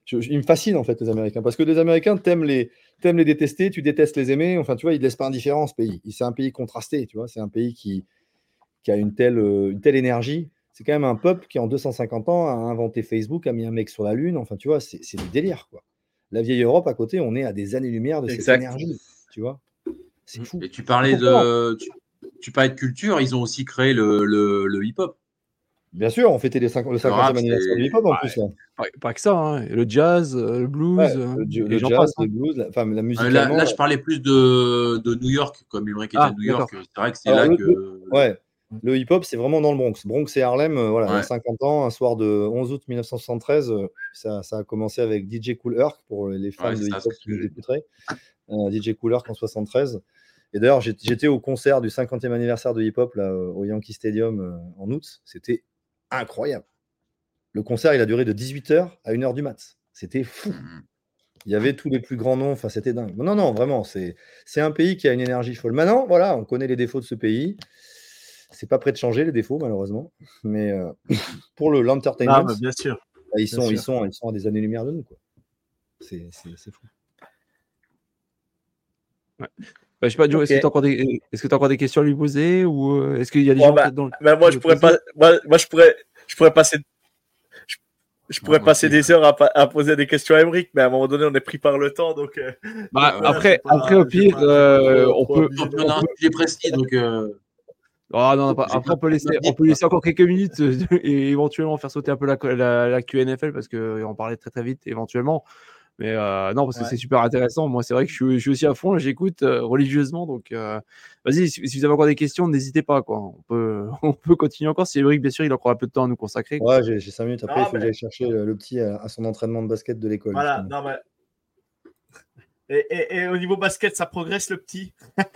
je, je, ils me fascinent en fait, les Américains. Parce que les Américains, t'aimes les, t'aimes les détester, tu détestes les aimer. Enfin, tu vois, ils ne laissent pas indifférent ce pays. C'est un pays contrasté, tu vois. C'est un pays qui, qui a une telle, une telle énergie. C'est quand même un peuple qui, en deux cent cinquante ans, a inventé Facebook, a mis un mec sur la Lune. Enfin, tu vois, c'est, c'est du délire, quoi. La vieille Europe, à côté, on est à des années-lumière de Exact. cette énergie, tu vois. C'est fou. Et tu parlais de, tu, tu parlais de culture, ils ont aussi créé le, le, le hip-hop. Bien sûr, on fêtait les cinquante, le cinquantième anniversaire du hip-hop en ouais. plus. Là. Pas, pas que ça, hein. Le jazz, le blues, ouais, le, le, le jazz, passe, le blues, la, enfin, la musique. Là, là, je parlais plus de, de New York, comme Emmerich était ah, à New York. D'accord. C'est vrai que c'est Alors, là le, que. Le, ouais, le hip-hop, c'est vraiment dans le Bronx. Bronx et Harlem, euh, voilà, ouais. il y a cinquante ans, un soir de onze août mille neuf cent soixante-treize, euh, ça, ça a commencé avec D J Kool Herc pour les fans ouais, de hip-hop qui nous j'ai... écouteraient. Euh, D J Kool Herc en soixante-treize. Et d'ailleurs, j'étais au concert du cinquantième anniversaire de hip-hop là, au Yankee Stadium euh, en août. C'était incroyable. Le concert, il a duré de dix-huit heures à une heure du mat. C'était fou. Mmh. Il y avait tous les plus grands noms. Enfin, c'était dingue. Non, non, vraiment, c'est, c'est un pays qui a une énergie folle. Maintenant, voilà, on connaît les défauts de ce pays. C'est pas prêt de changer, les défauts, malheureusement. Mais euh, pour le l'entertainment, ah, bien sûr. Ils, bien sont, sûr. Ils, sont, ils sont à des années-lumière de nous. Quoi. C'est, c'est, c'est fou. Ouais. Bah, je sais pas, Joe, okay. est-ce que tu as encore des, est-ce que tu as encore des questions à lui poser ou euh, est-ce qu'il y a des ouais, gens bah, peut-être dans le bah, moi, je pourrais pas, moi, moi, je pourrais, je pourrais passer, je, je pourrais non, passer aussi. des heures à, à poser des questions à Emmerich, mais à un moment donné, on est pris par le temps, donc. Euh, bah, donc après, pas, après, au pire, pas, euh, trop, on trop peut. On a un budget précis, donc. Euh... Oh, non, pas. Après, on peut laisser, on peut laisser encore quelques minutes et éventuellement faire sauter un peu la, la, la Q N F L parce qu'on parlait très très vite éventuellement. Mais euh, non, parce que ouais. c'est super intéressant. Moi, c'est vrai que je suis, je suis aussi à fond, j'écoute euh, religieusement. Donc, euh, vas-y, si, si vous avez encore des questions, n'hésitez pas. Quoi. On, peut, on peut continuer encore. Si Emmerich, bien sûr, il a encore un peu de temps à nous consacrer. Ouais, j'ai, j'ai cinq minutes. Après, non, il faut mais... que j'aille chercher le, le petit à, à son entraînement de basket de l'école. Voilà, justement. non, mais. Et, et, et au niveau basket, ça progresse, le petit.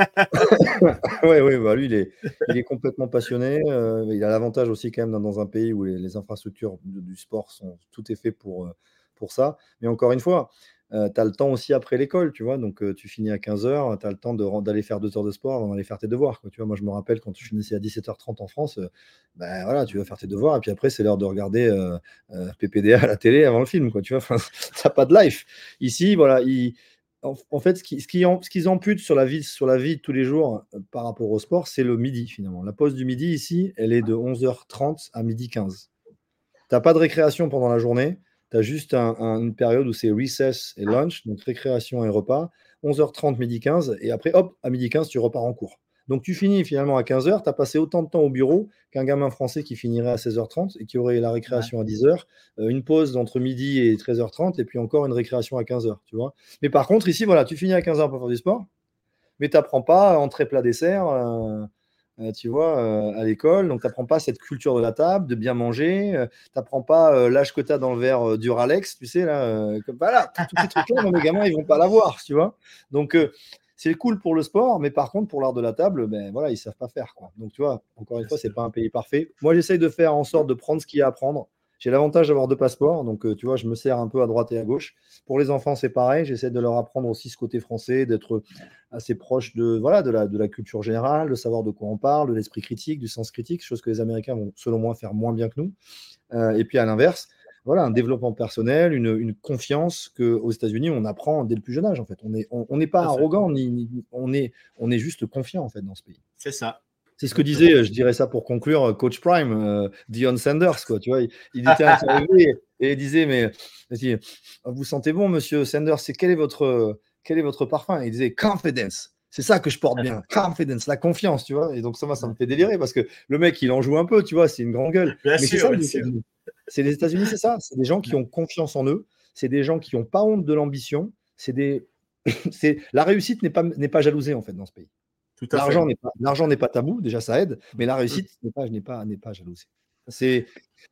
Oui, ouais, bah lui, il est, il est complètement passionné. Euh, il a l'avantage aussi, quand même, dans, dans un pays où les, les infrastructures du, du sport sont. Tout est fait pour. Euh, pour ça. Mais encore une fois, euh, tu as le temps aussi après l'école, tu vois. Donc, euh, tu finis à quinze heures, tu as le temps de, d'aller faire deux heures de sport avant d'aller faire tes devoirs. Quoi. Tu vois, moi, je me rappelle quand tu finissais à dix-sept heures trente en France, euh, ben voilà, tu vas faire tes devoirs et puis après, c'est l'heure de regarder euh, euh, P P D A à la télé avant le film, quoi. Tu vois, enfin, t'as pas de life. Ici, voilà, ils, en, en fait, ce, qui, ce, qui, ce qu'ils amputent sur la vie, sur la vie de tous les jours euh, par rapport au sport, c'est le midi, finalement. La pause du midi, ici, elle est de onze heures trente à midi quinze. Tu n'as pas de récréation pendant la journée. Tu as juste un, un, une période où c'est recess et lunch, donc récréation et repas, onze heures trente, midi quinze, et après, hop, à midi quinze, tu repars en cours. Donc, tu finis finalement à quinze heures, tu as passé autant de temps au bureau qu'un gamin français qui finirait à seize heures trente et qui aurait la récréation ouais. à dix heures, euh, une pause entre midi et treize heures trente, et puis encore une récréation à quinze heures, tu vois. Mais par contre, ici, voilà, tu finis à quinze heures pour faire du sport, mais tu n'apprends pas entrée, plat, dessert, euh, Euh, tu vois, euh, à l'école. Donc, tu n'apprends pas cette culture de la table, de bien manger. Euh, tu n'apprends pas euh, l'âge que tu as dans le verre euh, Duralex, tu sais, là. Euh, comme, voilà, tous ces trucs-là, les gamins, ils ne vont pas l'avoir, tu vois. Donc, euh, c'est cool pour le sport, mais par contre, pour l'art de la table, ben, voilà, ils ne savent pas faire, quoi. Donc, tu vois, encore une fois, ce n'est pas un pays parfait. Moi, j'essaye de faire en sorte de prendre ce qu'il y a à prendre. J'ai l'avantage d'avoir deux passeports, donc euh, tu vois, je me sers un peu à droite et à gauche. Pour les enfants, c'est pareil. J'essaie de leur apprendre aussi ce côté français, d'être assez proche de, voilà, de, la, de la culture générale, de savoir de quoi on parle, de l'esprit critique, du sens critique, chose que les Américains vont, selon moi, faire moins bien que nous. Euh, et puis, à l'inverse, voilà, un développement personnel, une, une confiance qu'aux États-Unis, on apprend dès le plus jeune âge, en fait. On n'est on, on pas arrogant, ni, ni, on, est, on est juste confiant, en fait, dans ce pays. C'est ça. C'est ce que disait, je dirais ça pour conclure, Coach Prime, euh, Deion Sanders, quoi. Tu vois, il, il était interviewé et il disait, mais il dit, vous sentez bon, monsieur Sanders, c'est quel est votre, quel est votre parfum? Et il disait, confidence. C'est ça que je porte bien, confidence, la confiance, tu vois. Et donc ça, moi, ça me fait délirer parce que le mec, il en joue un peu, tu vois, c'est une grande gueule. Bien mais sûr, c'est ça, bien les sûr. États-Unis. C'est les États-Unis, c'est ça. C'est des gens qui ont confiance en eux. C'est des gens qui n'ont pas honte de l'ambition. C'est des, c'est la réussite n'est pas n'est pas jalousée en fait dans ce pays. L'argent n'est, pas, l'argent n'est pas tabou, déjà ça aide, mais la réussite n'est pas, n'est pas, n'est pas jalousée. C'est,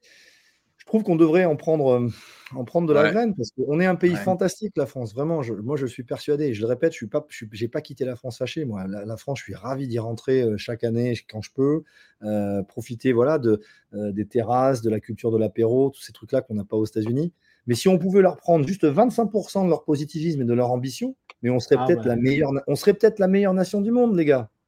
je trouve qu'on devrait en prendre, en prendre de la ouais. graine, parce qu'on est un pays ouais. fantastique, la France, vraiment. Je, moi, je suis persuadé, je le répète, je n'ai pas quitté la France fâché. Moi, la, la France, je suis ravi d'y rentrer chaque année quand je peux, euh, profiter voilà, de, euh, des terrasses, de la culture de l'apéro, tous ces trucs-là qu'on n'a pas aux États-Unis. Mais si on pouvait leur prendre juste vingt-cinq pour cent de leur positivisme et de leur ambition, mais on serait, ah peut-être ouais. la meilleure, on serait peut-être la meilleure nation du monde, les gars.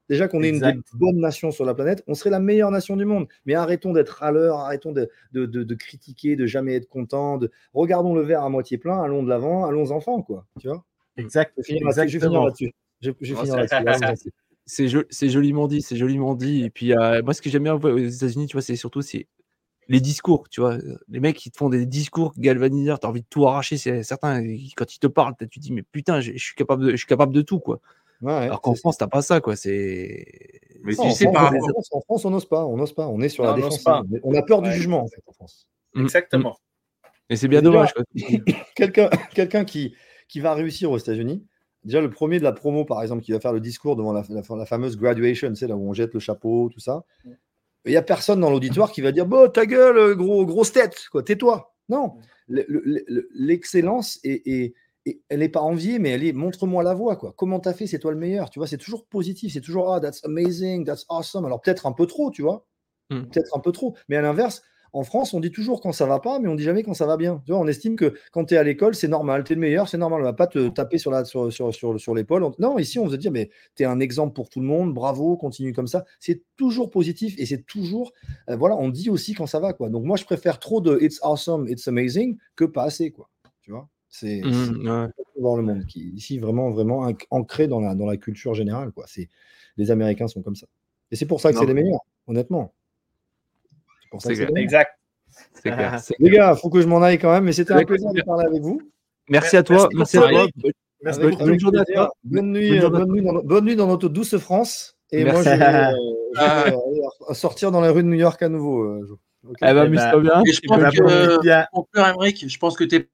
Déjà qu'on est une Exact. des bonnes nations sur la planète, on serait la meilleure nation du monde. Mais arrêtons d'être râleurs, arrêtons de, de, de, de critiquer, de jamais être content. De... Regardons le verre à moitié plein, allons de l'avant, allons enfants, quoi. Tu vois Exact. je vais finir là-dessus. Je vais finir là-dessus. Je, je vais Oh, finir c'est- là-dessus. Là, c'est- C'est jo- c'est joliment dit, c'est joliment dit. Et puis, euh, moi, ce que j'aime bien aux États-Unis, tu vois, c'est surtout c'est les discours, tu vois. Les mecs, ils te font des discours galvaniseurs, t'as envie de tout arracher. C'est certains, ils- quand ils te parlent, tu te dis, mais putain, je je suis capable de, je suis capable de tout, quoi. Ouais, ouais, Alors qu'en c'est- France, t'as pas ça, quoi. C'est. Mais Non, tu en, sais, France, par en rapport. France, en France, on n'ose pas. On n'ose pas. On est sur Non, la on n'ose défensive. pas. Mais On a peur du Ouais. jugement, en fait, en France. Mm, Exactement. Et c'est bien Mais déjà, dommage, quoi. Quelqu'un quelqu'un qui, qui va réussir aux États-Unis, déjà le premier de la promo, par exemple, qui va faire le discours devant la, la- la fameuse graduation, tu sais, là où on jette le chapeau, tout ça, il n'y a personne dans l'auditoire qui va dire Bon, ta gueule, gros, grosse tête, quoi, tais-toi. Non, Le- le- le- l'excellence, est, est- est- elle n'est pas enviée, mais elle est montre-moi la voie, quoi. Comment t'as fait, c'est toi le meilleur, tu vois, c'est toujours positif, c'est toujours Ah, that's amazing, that's awesome. Alors peut-être un peu trop, tu vois, Mm. peut-être un peu trop, mais à l'inverse, en France, on dit toujours quand ça va pas, mais on dit jamais quand ça va bien. Tu vois, on estime que quand tu es à l'école, c'est normal, tu es le meilleur, c'est normal. On va pas te taper sur, la, sur, sur, sur, sur l'épaule. On- Non, ici, on veut te dire, mais tu es un exemple pour tout le monde, bravo, continue comme ça. C'est toujours positif et c'est toujours. euh, voilà, on dit aussi quand ça va, quoi. Donc, moi, je préfère trop de It's awesome, it's amazing que pas assez, quoi. Tu vois, c'est Mm, c'est- ouais. faut voir le monde qui, ici, vraiment, vraiment anc- ancré dans la, dans la culture générale, quoi. C'est, les Américains sont comme ça. Et c'est pour ça que Non, c'est les meilleurs, honnêtement. C'est pour ça C'est que c'est clair. les meilleurs. Exact. C'est clair. c'est Les clair. gars, il faut que je m'en aille quand même, mais c'était un Avec plaisir de plaisir. parler avec vous. Merci à toi. Merci Merci à beaucoup, toi. Eric. Bonne- Merci bonne- beaucoup. bonne journée à plaisir. toi. Bonne nuit, Bonne euh, journée à bonne nuit, dans, bonne nuit dans notre douce France. Et Merci. moi, je vais, euh, je vais, euh, aller sortir dans les rues de New York à nouveau. euh, Jo. Ok. Eh ben, Eh ben, amuse-toi bien. Et je Et pense bonne ben, journée. que, bien. pour conclure, Emmerich, je pense que tu es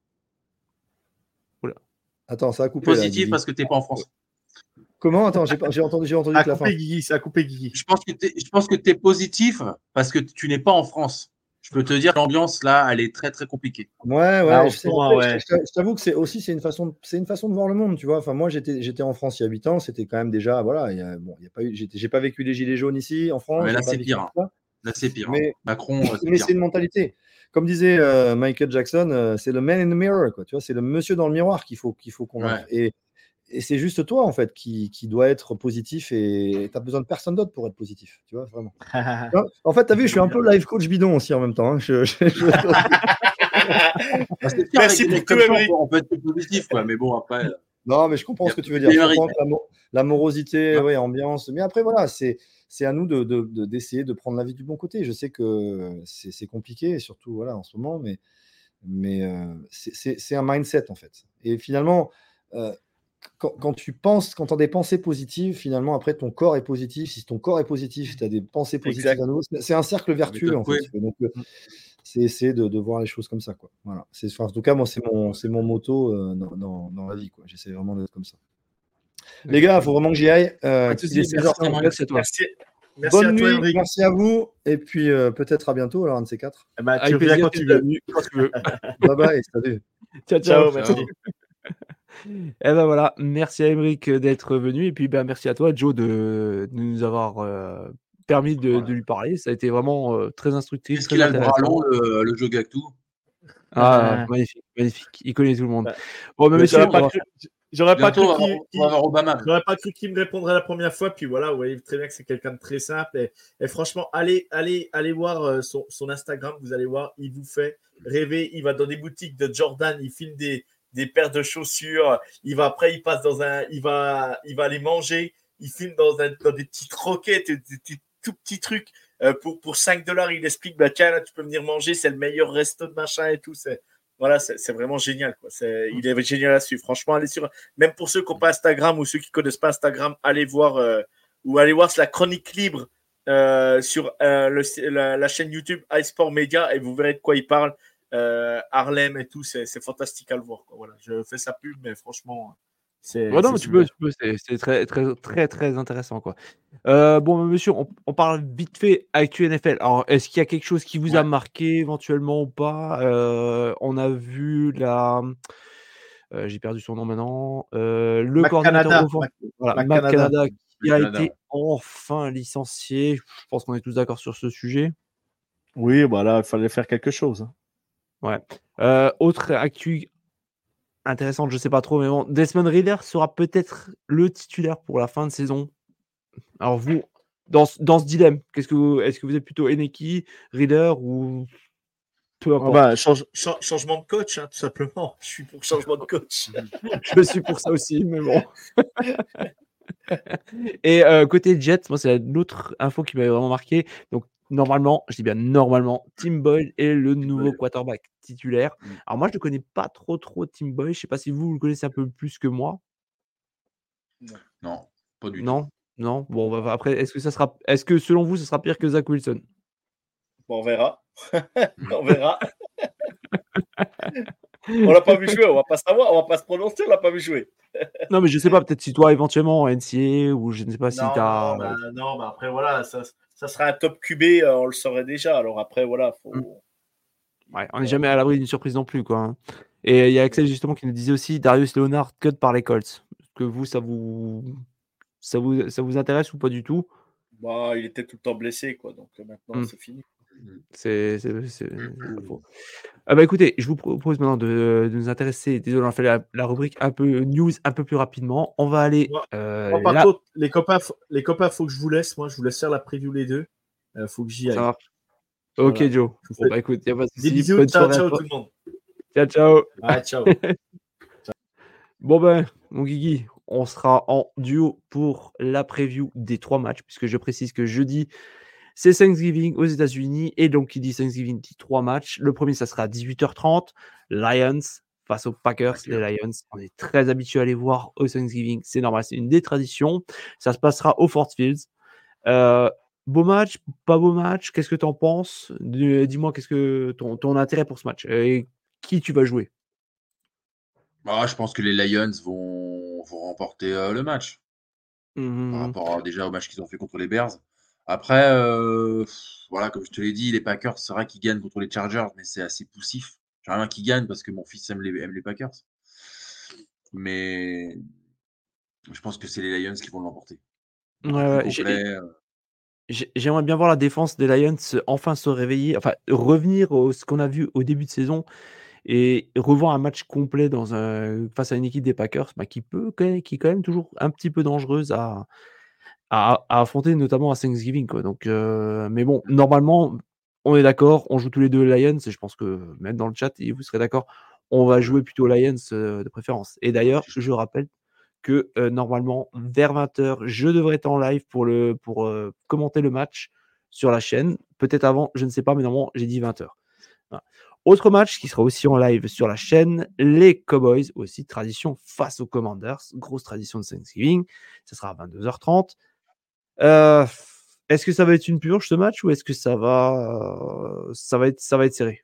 Attends, ça a coupé là, positif Guigui. parce que tu n'es pas en France. Comment Attends, j'ai pas- j'ai entendu, j'ai entendu Ça a que la fin. coupé Guigui, ça a coupé Guigui. Je pense que tu je pense que tu es positif parce que tu n'es pas en France. Je peux te dire, l'ambiance là, elle est très très compliquée. Ouais, ouais, Ah, en je, ce sais, moment, après, ouais. je- je- je t'avoue que c'est aussi c'est une façon, de- c'est une façon de voir le monde, tu vois. Enfin, moi, j'étais, j'étais en France il y a huit ans, c'était quand même déjà, voilà, il y a, bon, il y a pas eu, j'étais- j'ai pas vécu les gilets jaunes ici en France. Mais là, j'ai pas c'est vécu pire. tout hein. ça. Là, c'est pire. hein. Mais, Macron, euh, c'est mais pire. c'est une mentalité. Comme disait euh, Michael Jackson, euh, c'est le man in the mirror, quoi. Tu vois, c'est le monsieur dans le miroir qu'il faut, qu'il faut convaincre. Et, et c'est juste toi, en fait, qui, qui doit être positif et tu n'as besoin de personne d'autre pour être positif, tu vois, vraiment. Non, en fait, tu as vu, je suis un peu life coach bidon aussi en même temps. hein. Je- je- je- Bah, c'est pire, Merci avec des pour mecs tout, comme ça, Emmerich. on peut être positif, quoi. Mais bon, après. euh, Non, mais je comprends Il y a ce que tu plus veux dire. Je d'émérite. comprends que la, mo- la morosité, Ouais. ouais, ambiance. Mais après, voilà, c'est c'est à nous de, de- de- d'essayer de prendre la vie du bon côté. Je sais que c'est c'est compliqué, surtout voilà, en ce moment, mais, mais euh, c'est- c'est c'est un mindset, en fait. Et finalement, euh, quand, quand tu penses, quand tu as des pensées positives, finalement, après, ton corps est positif. Si ton corps est positif, tu as des pensées positives Exact. à nouveau. C'est c'est un cercle vertueux, en fait. tatoué. Donc, euh, c'est essayer de, de voir les choses comme ça, quoi. Voilà. C'est, enfin, en tout cas, moi, c'est mon, c'est mon motto euh, dans, dans- dans la vie, quoi. J'essaie vraiment d'être comme ça. Les gars, il faut vraiment que j'y aille. Euh, Pas de il soucis, est seize heures merci, cinq. Merci à toi. Merci. Merci Bonne à toi, nuit, Emmerich. merci à vous. Et puis, euh, peut-être à bientôt, alors un de ces quatre. Eh ben, tu Avec reviens plaisir, quand t'es tu veux. bienvenu, quand tu veux. Bye bye, salut. Ciao, ciao. Ciao, merci. Et ben voilà, merci à Emmerich d'être venu. Et puis, ben, merci à toi, Joe, de, de nous avoir euh, permis de, Voilà. de lui parler. Ça a été vraiment euh, très instructif, Qu'est-ce très qu'il a le bras intéressant. long, le, le Joe Gactou? Ah, magnifique, magnifique. Il connaît tout le monde. Ouais. Bon, ben, Mais monsieur, J'aurais on pas va- cru, j'aurais pas Bientôt, cru on va, qu'il- avoir- on va avoir Obama. J'aurais pas cru qu'il me répondrait la première fois, puis voilà, vous voyez très bien que c'est quelqu'un de très simple. Et, et franchement, allez, allez, allez voir euh, son, son Instagram, vous allez voir, il vous fait rêver. Il va dans des boutiques de Jordan, il filme des, des paires de chaussures. Il va après, il passe dans un, il va, il va aller manger. Il filme dans, un, dans des petites roquettes, des, des, des tout petits trucs. Euh, pour, pour cinq dollars, il explique, bah, tiens, là, tu peux venir manger, c'est le meilleur resto de machin et tout. C'est, voilà, c'est, c'est vraiment génial, quoi. C'est, il est génial à suivre. Franchement, allez sur, même pour ceux qui n'ont pas Instagram ou ceux qui ne connaissent pas Instagram, allez voir euh, ou allez voir la chronique libre euh, sur euh, le, la, la chaîne YouTube iSport Media et vous verrez de quoi il parle. Euh, Harlem et tout, c'est, c'est fantastique à le voir, quoi. Voilà, je fais sa pub, mais franchement, c'est. Ouais, non, c'est mais tu peux, super. tu peux, c'est, c'est très, très, très, très intéressant, quoi. Euh, bon, monsieur, on, on parle vite fait actu N F L. Alors, est-ce qu'il y a quelque chose qui vous a Ouais. marqué éventuellement ou pas? Euh, On a vu la, euh, j'ai perdu son nom maintenant, euh, le Mac coordinateur Canada, offensif, Mac- voilà, Mac Mac Canada. Canada, qui Mac a Canada, été ouais. enfin licencié. Je pense qu'on est tous d'accord sur ce sujet. Oui, voilà, il fallait faire quelque chose. hein. Ouais. Euh, autre actu intéressante, je sais pas trop, mais bon, Desmond Ridder sera peut-être le titulaire pour la fin de saison. Alors vous, dans, ce- dans ce dilemme, qu'est-ce que vous, est-ce que vous êtes plutôt Eneki, Reader ou peu Oh importe? bah, change- cha- changement de coach, hein, tout simplement. Je suis pour changement de coach. Je suis pour ça aussi, mais bon. Et euh, côté Jets, moi, c'est l'autre info qui m'avait vraiment marqué. Donc, normalement, je dis bien normalement, Tim Boyle est le nouveau Boyle. quarterback titulaire. Mm. Alors, moi, je ne connais pas trop, trop Tim Boyle. Je ne sais pas si vous, vous le connaissez un peu plus que moi. Non, pas du tout. Non? Non? Bon, bah, après, est-ce que ça sera, est-ce que selon vous, ce sera pire que Zach Wilson? Bon, on verra. On verra. On l'a pas vu jouer, on va pas savoir, on va pas se prononcer, on l'a pas vu jouer. Non, mais je sais pas, peut-être si toi, éventuellement, en N C A A, ou je ne sais pas si Non, tu as. non, bah, non, bah après voilà, ça, ça sera un top Q B, euh, on le saurait déjà. Alors après voilà, faut. Mm. Ouais, on n'est jamais à l'abri d'une surprise non plus, quoi. hein. Et il y a Axel justement qui nous disait aussi Darius Leonard cut par les Colts. Est-ce que vous, ça vous, ça vous, ça vous intéresse ou pas du tout? Bah, il était tout le temps blessé, quoi. Donc euh, maintenant, Mm. c'est fini. C'est c'est- c'est- c'est pas faux. Ah bah écoutez, je vous propose maintenant de, de nous intéresser. Désolé, on a fait la, la rubrique un peu news un peu plus rapidement. On va aller Moi- euh, Moi, par là. contre, les copains, faut- les copains, faut que je vous laisse. Moi, je vous laisse faire la preview les deux. Euh, faut que j'y aille. Ça marche. Ok, Voilà. Joe. Je vous Bon, fais bah écoute, y a pas de des souci. bisous. Bonne Ciao, soirée à ciao toi. tout le monde. Ciao, ciao. Ouais, ciao. Bon ben, mon Guigui, on sera en duo pour la preview des trois matchs, puisque je précise que jeudi, c'est Thanksgiving aux États-Unis, et donc qui dit Thanksgiving dit trois matchs. Le premier, ça sera à dix-huit heures trente, Lions face aux Packers. Les Lions, on est très habitués à les voir au Thanksgiving, c'est normal, c'est une des traditions. Ça se passera au Ford Fields. Euh, beau match, pas beau match, qu'est-ce que tu en penses? Dis- Dis-moi, qu'est-ce que ton, ton intérêt pour ce match et qui tu vas jouer? Ah, je pense que les Lions vont, vont remporter euh, le match Mhm. par rapport à- déjà au match qu'ils ont fait contre les Bears. Après, euh, pff, voilà, comme je te l'ai dit, les Packers, c'est vrai qu'ils gagnent contre les Chargers, mais c'est assez poussif. J'aimerais bien qu'ils gagnent parce que mon fils aime les, aime les Packers. Mais je pense que c'est les Lions qui vont l'emporter. Ouais, Beaucoup plus ouais, j'ai- complet. euh, J'ai- J'aimerais bien voir la défense des Lions euh, enfin se réveiller, enfin revenir au ce qu'on a vu au début de saison et revoir un match complet dans un, face à une équipe des Packers bah, qui peut quand même- qui est quand même toujours un petit peu dangereuse à, à, à affronter, notamment à Thanksgiving, quoi. Donc, euh, mais bon, normalement, on est d'accord, on joue tous les deux Lions et je pense que même dans le chat, et vous serez d'accord, on va jouer plutôt Lions euh, de préférence. Et d'ailleurs, je rappelle que euh, normalement, vers vingt heures, je devrais être en live pour, le, pour euh, commenter le match sur la chaîne. Peut-être avant, je ne sais pas, mais normalement, j'ai dit vingt heures. Voilà. Autre match qui sera aussi en live sur la chaîne, les Cowboys, aussi tradition face aux Commanders, grosse tradition de Thanksgiving. Ça sera à vingt-deux heures trente. Euh, est-ce que ça va être une purge ce match ou est-ce que ça va, euh, ça va être, ça va être serré?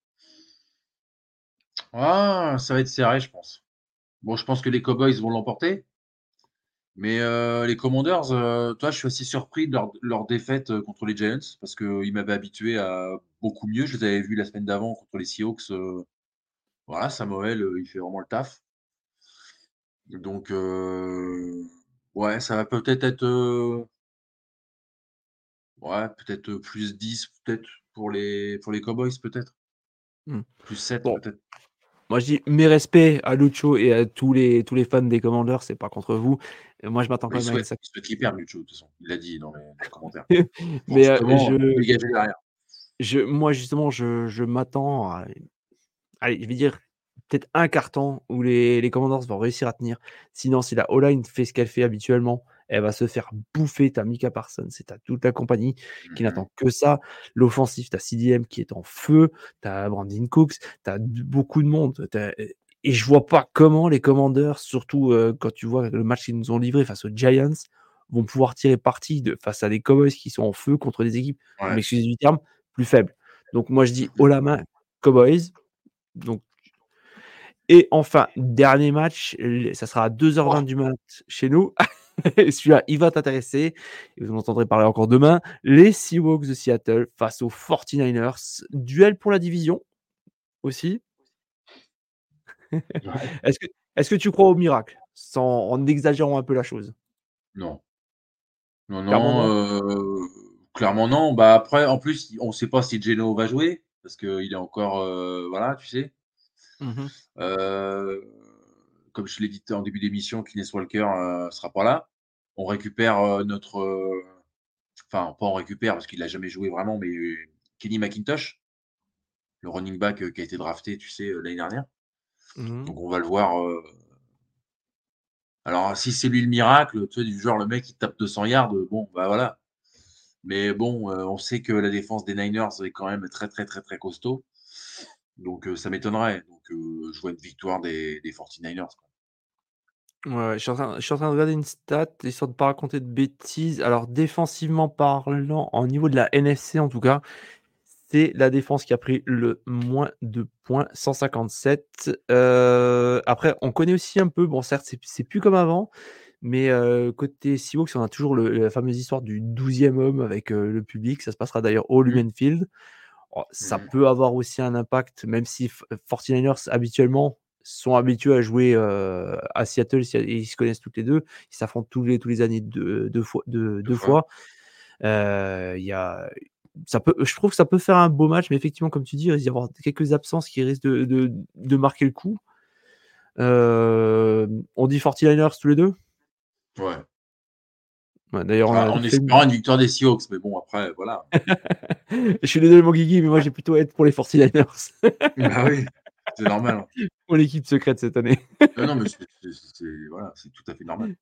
Ah, ça va être serré, je pense. Bon, je pense que les Cowboys vont l'emporter. Mais euh, les Commanders, euh, toi, je suis assez surpris de leur, leur défaite euh, contre les Giants parce qu'ils m'avaient habitué à beaucoup mieux. Je les avais vus la semaine d'avant contre les Seahawks. euh, voilà, Samuel, euh, il fait vraiment le taf. Donc, euh, ouais, ça va peut-être être, euh, ouais, peut-être plus dix, peut-être pour les, pour les Cowboys, peut-être. Hmm. Plus sept, Bon, peut-être. moi je dis mes respects à Lucho et à tous les, tous les fans des Commanders, c'est pas contre vous. Et moi je m'attends Mais quand il même à une souhaite, sacrée. il souhaite qu'ils perdent, Lucho, de toute façon. Il l'a dit dans les, dans les commentaires. Pour Mais euh, justement je, dégager derrière. je, moi justement, je, je m'attends à, allez, je vais dire peut-être un quart-temps où les, les Commanders vont réussir à tenir. Sinon, si la O-line fait ce qu'elle fait habituellement, elle va se faire bouffer. T'as Micah Parsons, c'est t'as toute la compagnie qui Mhm. n'attend que ça. L'offensif, t'as C D M qui est en feu, t'as Brandon Cooks, t'as d- beaucoup de monde. t'as- Et je vois pas comment les Commanders, surtout euh, quand tu vois le match qu'ils nous ont livré face aux Giants, vont pouvoir tirer parti de, face à des Cowboys qui sont en feu contre des équipes, vous Ouais. m'excusez du terme, plus faibles. Donc moi je dis haut la main, Cowboys. Donc, et enfin, dernier match, les- ça sera à deux heures vingt du mat chez nous. Et celui-là, il va t'intéresser. Et vous en entendrez parler encore demain. Les Seahawks de Seattle face aux forty-niners. Duel pour la division aussi. Ouais. Est-ce que, est-ce que tu crois au miracle sans, en exagérant un peu la chose? Non. Non, Clairement non, non. euh, clairement non. Bah après, en plus, on ne sait pas si Geno va jouer parce qu'il est encore, euh, voilà, tu sais. Mhm. Euh, comme je l'ai dit en début d'émission, Kines Walker ne sera pas là. on récupère euh, notre. euh, Enfin, pas on récupère parce qu'il n'a jamais joué vraiment, mais euh, Kenny McIntosh, le running back euh, qui a été drafté, tu sais, euh, l'année dernière. Mhm. Donc, on va le voir. euh, Alors, si c'est lui le miracle, tu sais, du genre le mec qui tape deux cents yards, euh, bon, bah voilà. Mais bon, euh, on sait que la défense des Niners est quand même très, très, très, très costaud. Donc, euh, ça m'étonnerait. Donc, euh, je vois une victoire des, des forty-niners, quoi. Ouais, ouais, je suis en train, je suis en train de regarder une stat, histoire de ne pas raconter de bêtises. Alors, défensivement parlant, au niveau de la N F C en tout cas, c'est la défense qui a pris le moins de points, cent cinquante-sept. Euh, après, on connaît aussi un peu, bon, certes, c'est, c'est plus comme avant, mais euh, côté Seahawks, on a toujours le- la fameuse histoire du douzième homme avec euh, le public. Ça se passera d'ailleurs au Mhm. Lumen Field. Oh, ça Mhm. peut avoir aussi un impact, même si F- forty-niners habituellement sont habitués à jouer euh, à Seattle, si- et ils se connaissent toutes les deux. Ils s'affrontent tous les, tous les années deux, deux fois. Deux, Deux deux fois. fois. Euh, il y a, ça peut, je trouve que ça peut faire un beau match, mais effectivement, comme tu dis, il risque d'y avoir quelques absences qui risquent de, de, de marquer le coup. Euh, on dit forty-niners tous les deux. Ouais. Ouais, d'ailleurs, on Ah, a en fait une- espérant une victoire des Seahawks, mais bon, après, voilà. Je suis désolé, mon Guigui, mais moi, j'ai plutôt être pour les forty-niners. Bah oui, c'est normal, hein. Pour l'équipe secrète cette année. Non, non, mais c'est c'est- c'est- voilà, c'est tout à fait normal.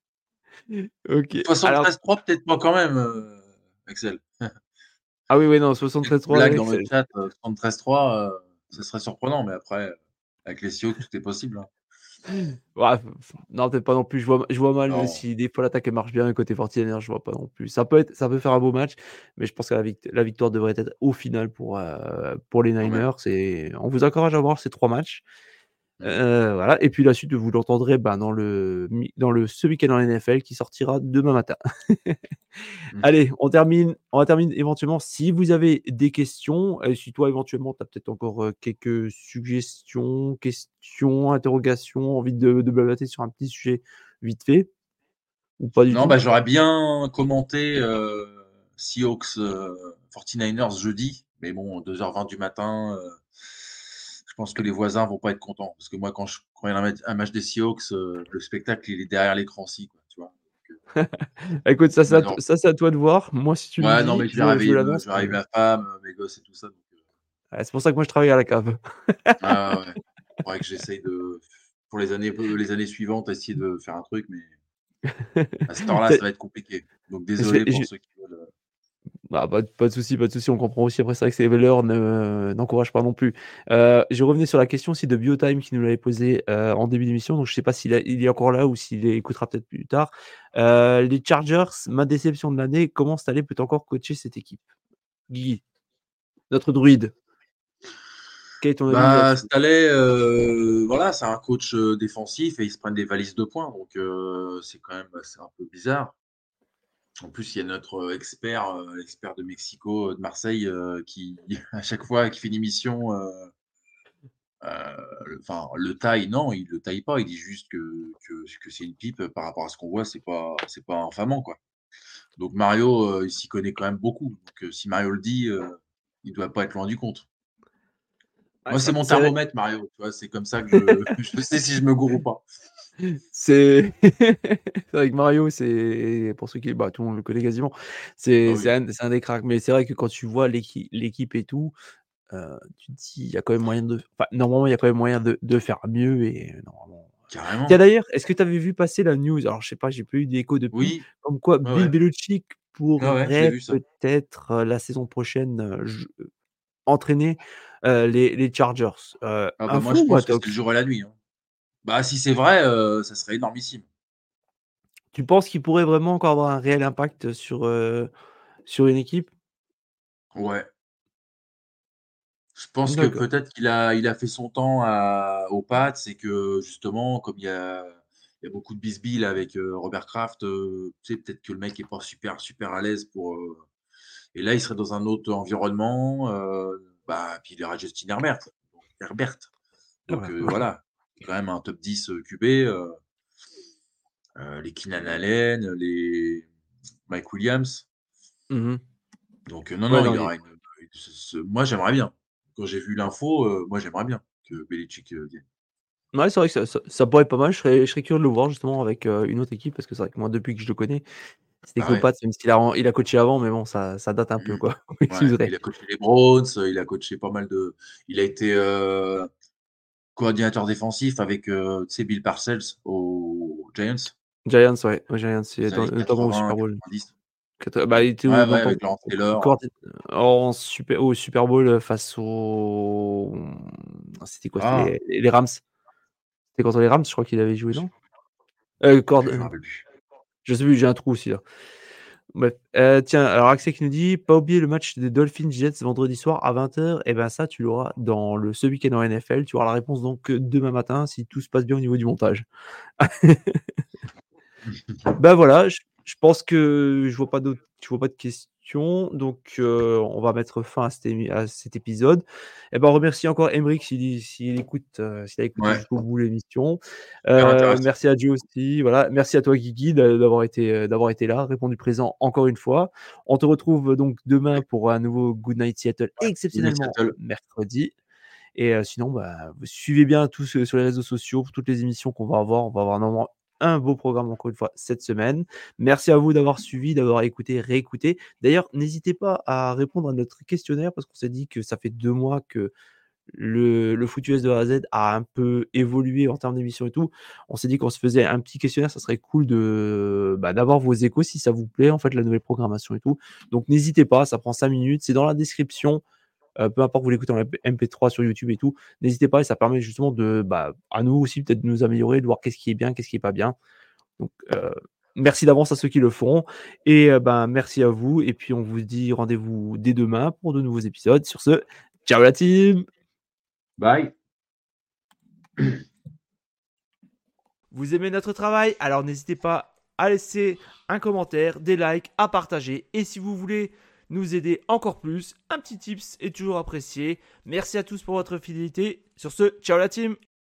Ok. Alors, soixante-treize trois, peut-être pas quand même, euh, Axel. ah oui, oui, non, Quelques soixante-treize trois blagues avec. dans le chat, euh, soixante-treize trois, euh, ce serait surprenant, mais après, euh, avec les Seahawks, tout est possible, hein. Ouais, f- f- non, peut-être pas non plus. Je vois, je vois mal, même Non. si des fois l'attaque elle marche bien, côté forty-niners, je vois pas non plus. Ça peut être, ça peut faire un beau match, mais je pense que la, vict- la victoire devrait être au final pour, euh, pour les Quand même. Niners. Et on vous encourage à voir ces trois matchs. Mm. Euh, voilà. Et puis la suite, vous l'entendrez ben, dans le, mi- dans le ce week-end en N F L qui sortira demain matin. Mm. Allez, on termine. On va terminer éventuellement. Si vous avez des questions, et si toi éventuellement tu as peut-être encore euh, quelques suggestions, questions, interrogations, envie de, de blablater sur un petit sujet vite fait, ou pas du Non, tout. bah, j'aurais bien commenté euh, Seahawks euh, forty-niners jeudi, mais bon, deux heures vingt du matin, euh, je pense que les voisins vont pas être contents. Parce que moi, quand, je, quand il y a un match, un match des Seahawks, euh, le spectacle, il est derrière l'écran aussi, quoi, tu vois. Donc, Écoute, ça, euh, c'est à, to- malheureux- ça, c'est à toi de voir. Moi, si tu me Ouais, non, dis, mais je vais je, je réveiller, me- je l'annonce. vais réveiller Mais ma femme, euh, mes gosses et tout ça. Donc, euh, ouais, c'est pour ça que moi, je travaille à la cave. ah ouais, faudrait que j'essaye de, pour les années, les années suivantes, essayer de faire un truc, mais à cette heure-là, ça va être compliqué. Donc, Je vais, désolé je, pour ceux qui veulent. euh, Bah, pas, de pas de souci, pas de souci, on comprend aussi. Après, c'est vrai que ces valeurs ne- n'encouragent pas non plus. Euh, je revenais sur la question aussi de Biotime qui nous l'avait posée euh, en début d'émission. Donc, je sais pas s'il a- il est encore là ou s'il écoutera peut-être plus tard. Euh, les Chargers, ma déception de l'année, comment Staley peut encore coacher cette équipe? Guy, notre druide, quel est ton avis Bah, là-dessus? Staley, euh, voilà, c'est un coach euh, défensif et ils se prennent des valises de points, donc euh, c'est quand même c'est un peu bizarre. En plus, il y a notre euh, expert, euh, l'expert de Mexico, euh, de Marseille, euh, qui à chaque fois qu'il fait une émission, euh, euh, le, enfin le taille, non, il le taille pas, il dit juste que, que, que c'est une pipe par rapport à ce qu'on voit, c'est pas c'est pas infamant quoi. Donc Mario, euh, il s'y connaît quand même beaucoup. Donc euh, si Mario le dit, euh, il doit pas être loin du compte. Ouais, Moi, c'est ça- mon c'est vrai. thermomètre, Mario. Tu vois, c'est comme ça que je, je sais si je me gourre ou pas. C'est avec Mario, c'est pour ceux qui, bah, tout le monde le connaît quasiment. Bah C'est c'est oui, un, c'est un des cracks. Mais c'est vrai que quand tu vois l'équipe, l'équipe et tout, euh, tu te dis, il y a quand même moyen de. Enfin, normalement, il y a quand même moyen de, de faire mieux. Et euh, normalement. Tiens, carrément. d'ailleurs, est-ce que tu avais vu passer la news? Alors, je sais pas, j'ai pas eu d'écho depuis. Oui, Comme quoi, ouais, Bill ouais. Belichick Ouais, ouais, je l'ai pourrait vu ça. peut-être euh, la saison prochaine euh, jou- entraîner euh, les, les Chargers. Euh, Ah bah moi, je info ou pense que c'est le intox? jour et la nuit, hein. Bah si c'est vrai, euh, ça serait énormissime. Tu penses qu'il pourrait vraiment encore avoir un réel impact sur, euh, sur une équipe? Ouais. Je pense que D'accord. peut-être qu'il a, il a fait son temps à, aux Pats et que justement, comme il y a, il y a beaucoup de bisbilles avec euh, Robert Kraft, euh, tu sais, peut-être que le mec est pas super, super à l'aise pour. euh, Et là, il serait dans un autre environnement. Euh, bah, puis il y aura Justin Herbert. Donc, Herbert. Ah Donc ouais. euh, voilà, c'est quand même un top dix euh, Q B. euh, euh, les Keenan Allen, les Mike Williams. Mhm. Donc euh, non, Ouais, non, il non, y il- aura une. ce- ce- Moi, j'aimerais bien. Quand j'ai vu l'info, euh, moi, j'aimerais bien que Belichick euh, vienne. Ouais, c'est vrai que ça, ça, ça pourrait être pas mal. Je serais, je serais curieux de le voir justement avec euh, une autre équipe parce que c'est vrai que moi, depuis que je le connais, c'était Ah ouais. Copat, même s'il a, il a coaché avant, mais bon, ça, ça date un peu Mhm. quoi. Ouais, Excusez. il a coaché les Browns, euh, il a coaché pas mal de. Il a été euh, coordinateur défensif avec euh, tu sais, Bill Parcells aux Giants, Giants, ouais, ouais, Giants, les c'est dans- années notamment au quatre-vingts, Super Bowl. quatre-vingt-dix. Quatre- Bah, il était Ouais, au- ouais, donc en, avec Lawrence Taylor. coordi- en super, au Super Bowl face au. C'était quoi? Ah, C'était les, les Rams. C'était contre les Rams, je crois qu'il avait joué, non? Euh, cord- je me euh, rappelle plus. Je sais plus, j'ai un trou aussi là. Bref. Euh, tiens, alors Axel qui nous dit pas oublier le match des Dolphins Jets vendredi soir à vingt heures. Et ben ça, tu l'auras dans le ce week-end en N F L. Tu auras la réponse donc demain matin si tout se passe bien au niveau du montage. Ben voilà, je, je pense que je vois pas d'autres, je vois pas de questions, donc euh, on va mettre fin à cet, émi- à cet épisode. Et ben on remercie encore Emeric s'il s'il écoute, euh, s'il a écouté Ouais, jusqu'au bout l'émission. super Euh, intéressant. merci à Dieu aussi, voilà. Merci à toi Guigui d'a- d'avoir été, euh, d'avoir été là, répondu présent encore une fois. On te retrouve donc demain pour un nouveau Good Night Seattle, exceptionnellement Seattle. mercredi. Et euh, sinon, bah, vous suivez bien tous euh, sur les réseaux sociaux pour toutes les émissions qu'on va avoir. On va avoir normalement un beau programme encore une fois cette semaine. Merci à vous d'avoir suivi, d'avoir écouté, réécouté. D'ailleurs, n'hésitez pas à répondre à notre questionnaire parce qu'on s'est dit que ça fait deux mois que le, le foot U S de A à Z a un peu évolué en termes d'émissions et tout. On s'est dit qu'on se faisait un petit questionnaire, ça serait cool de bah, d'avoir vos échos si ça vous plaît, en fait, la nouvelle programmation et tout. Donc n'hésitez pas, ça prend cinq minutes, c'est dans la description. Euh, peu importe, vous l'écoutez en M P trois sur YouTube et tout, n'hésitez pas et ça permet justement de, bah, à nous aussi peut-être de nous améliorer, de voir qu'est-ce qui est bien, qu'est-ce qui est pas bien. Donc, euh, merci d'avance à ceux qui le font et euh, ben, merci à vous. Et puis, on vous dit rendez-vous dès demain pour de nouveaux épisodes. Sur ce, ciao la team! Bye. Vous aimez notre travail? Alors, n'hésitez pas à laisser un commentaire, des likes, à partager. Et si vous voulez nous aider encore plus, un petit tips est toujours apprécié. Merci à tous pour votre fidélité. Sur ce, ciao la team!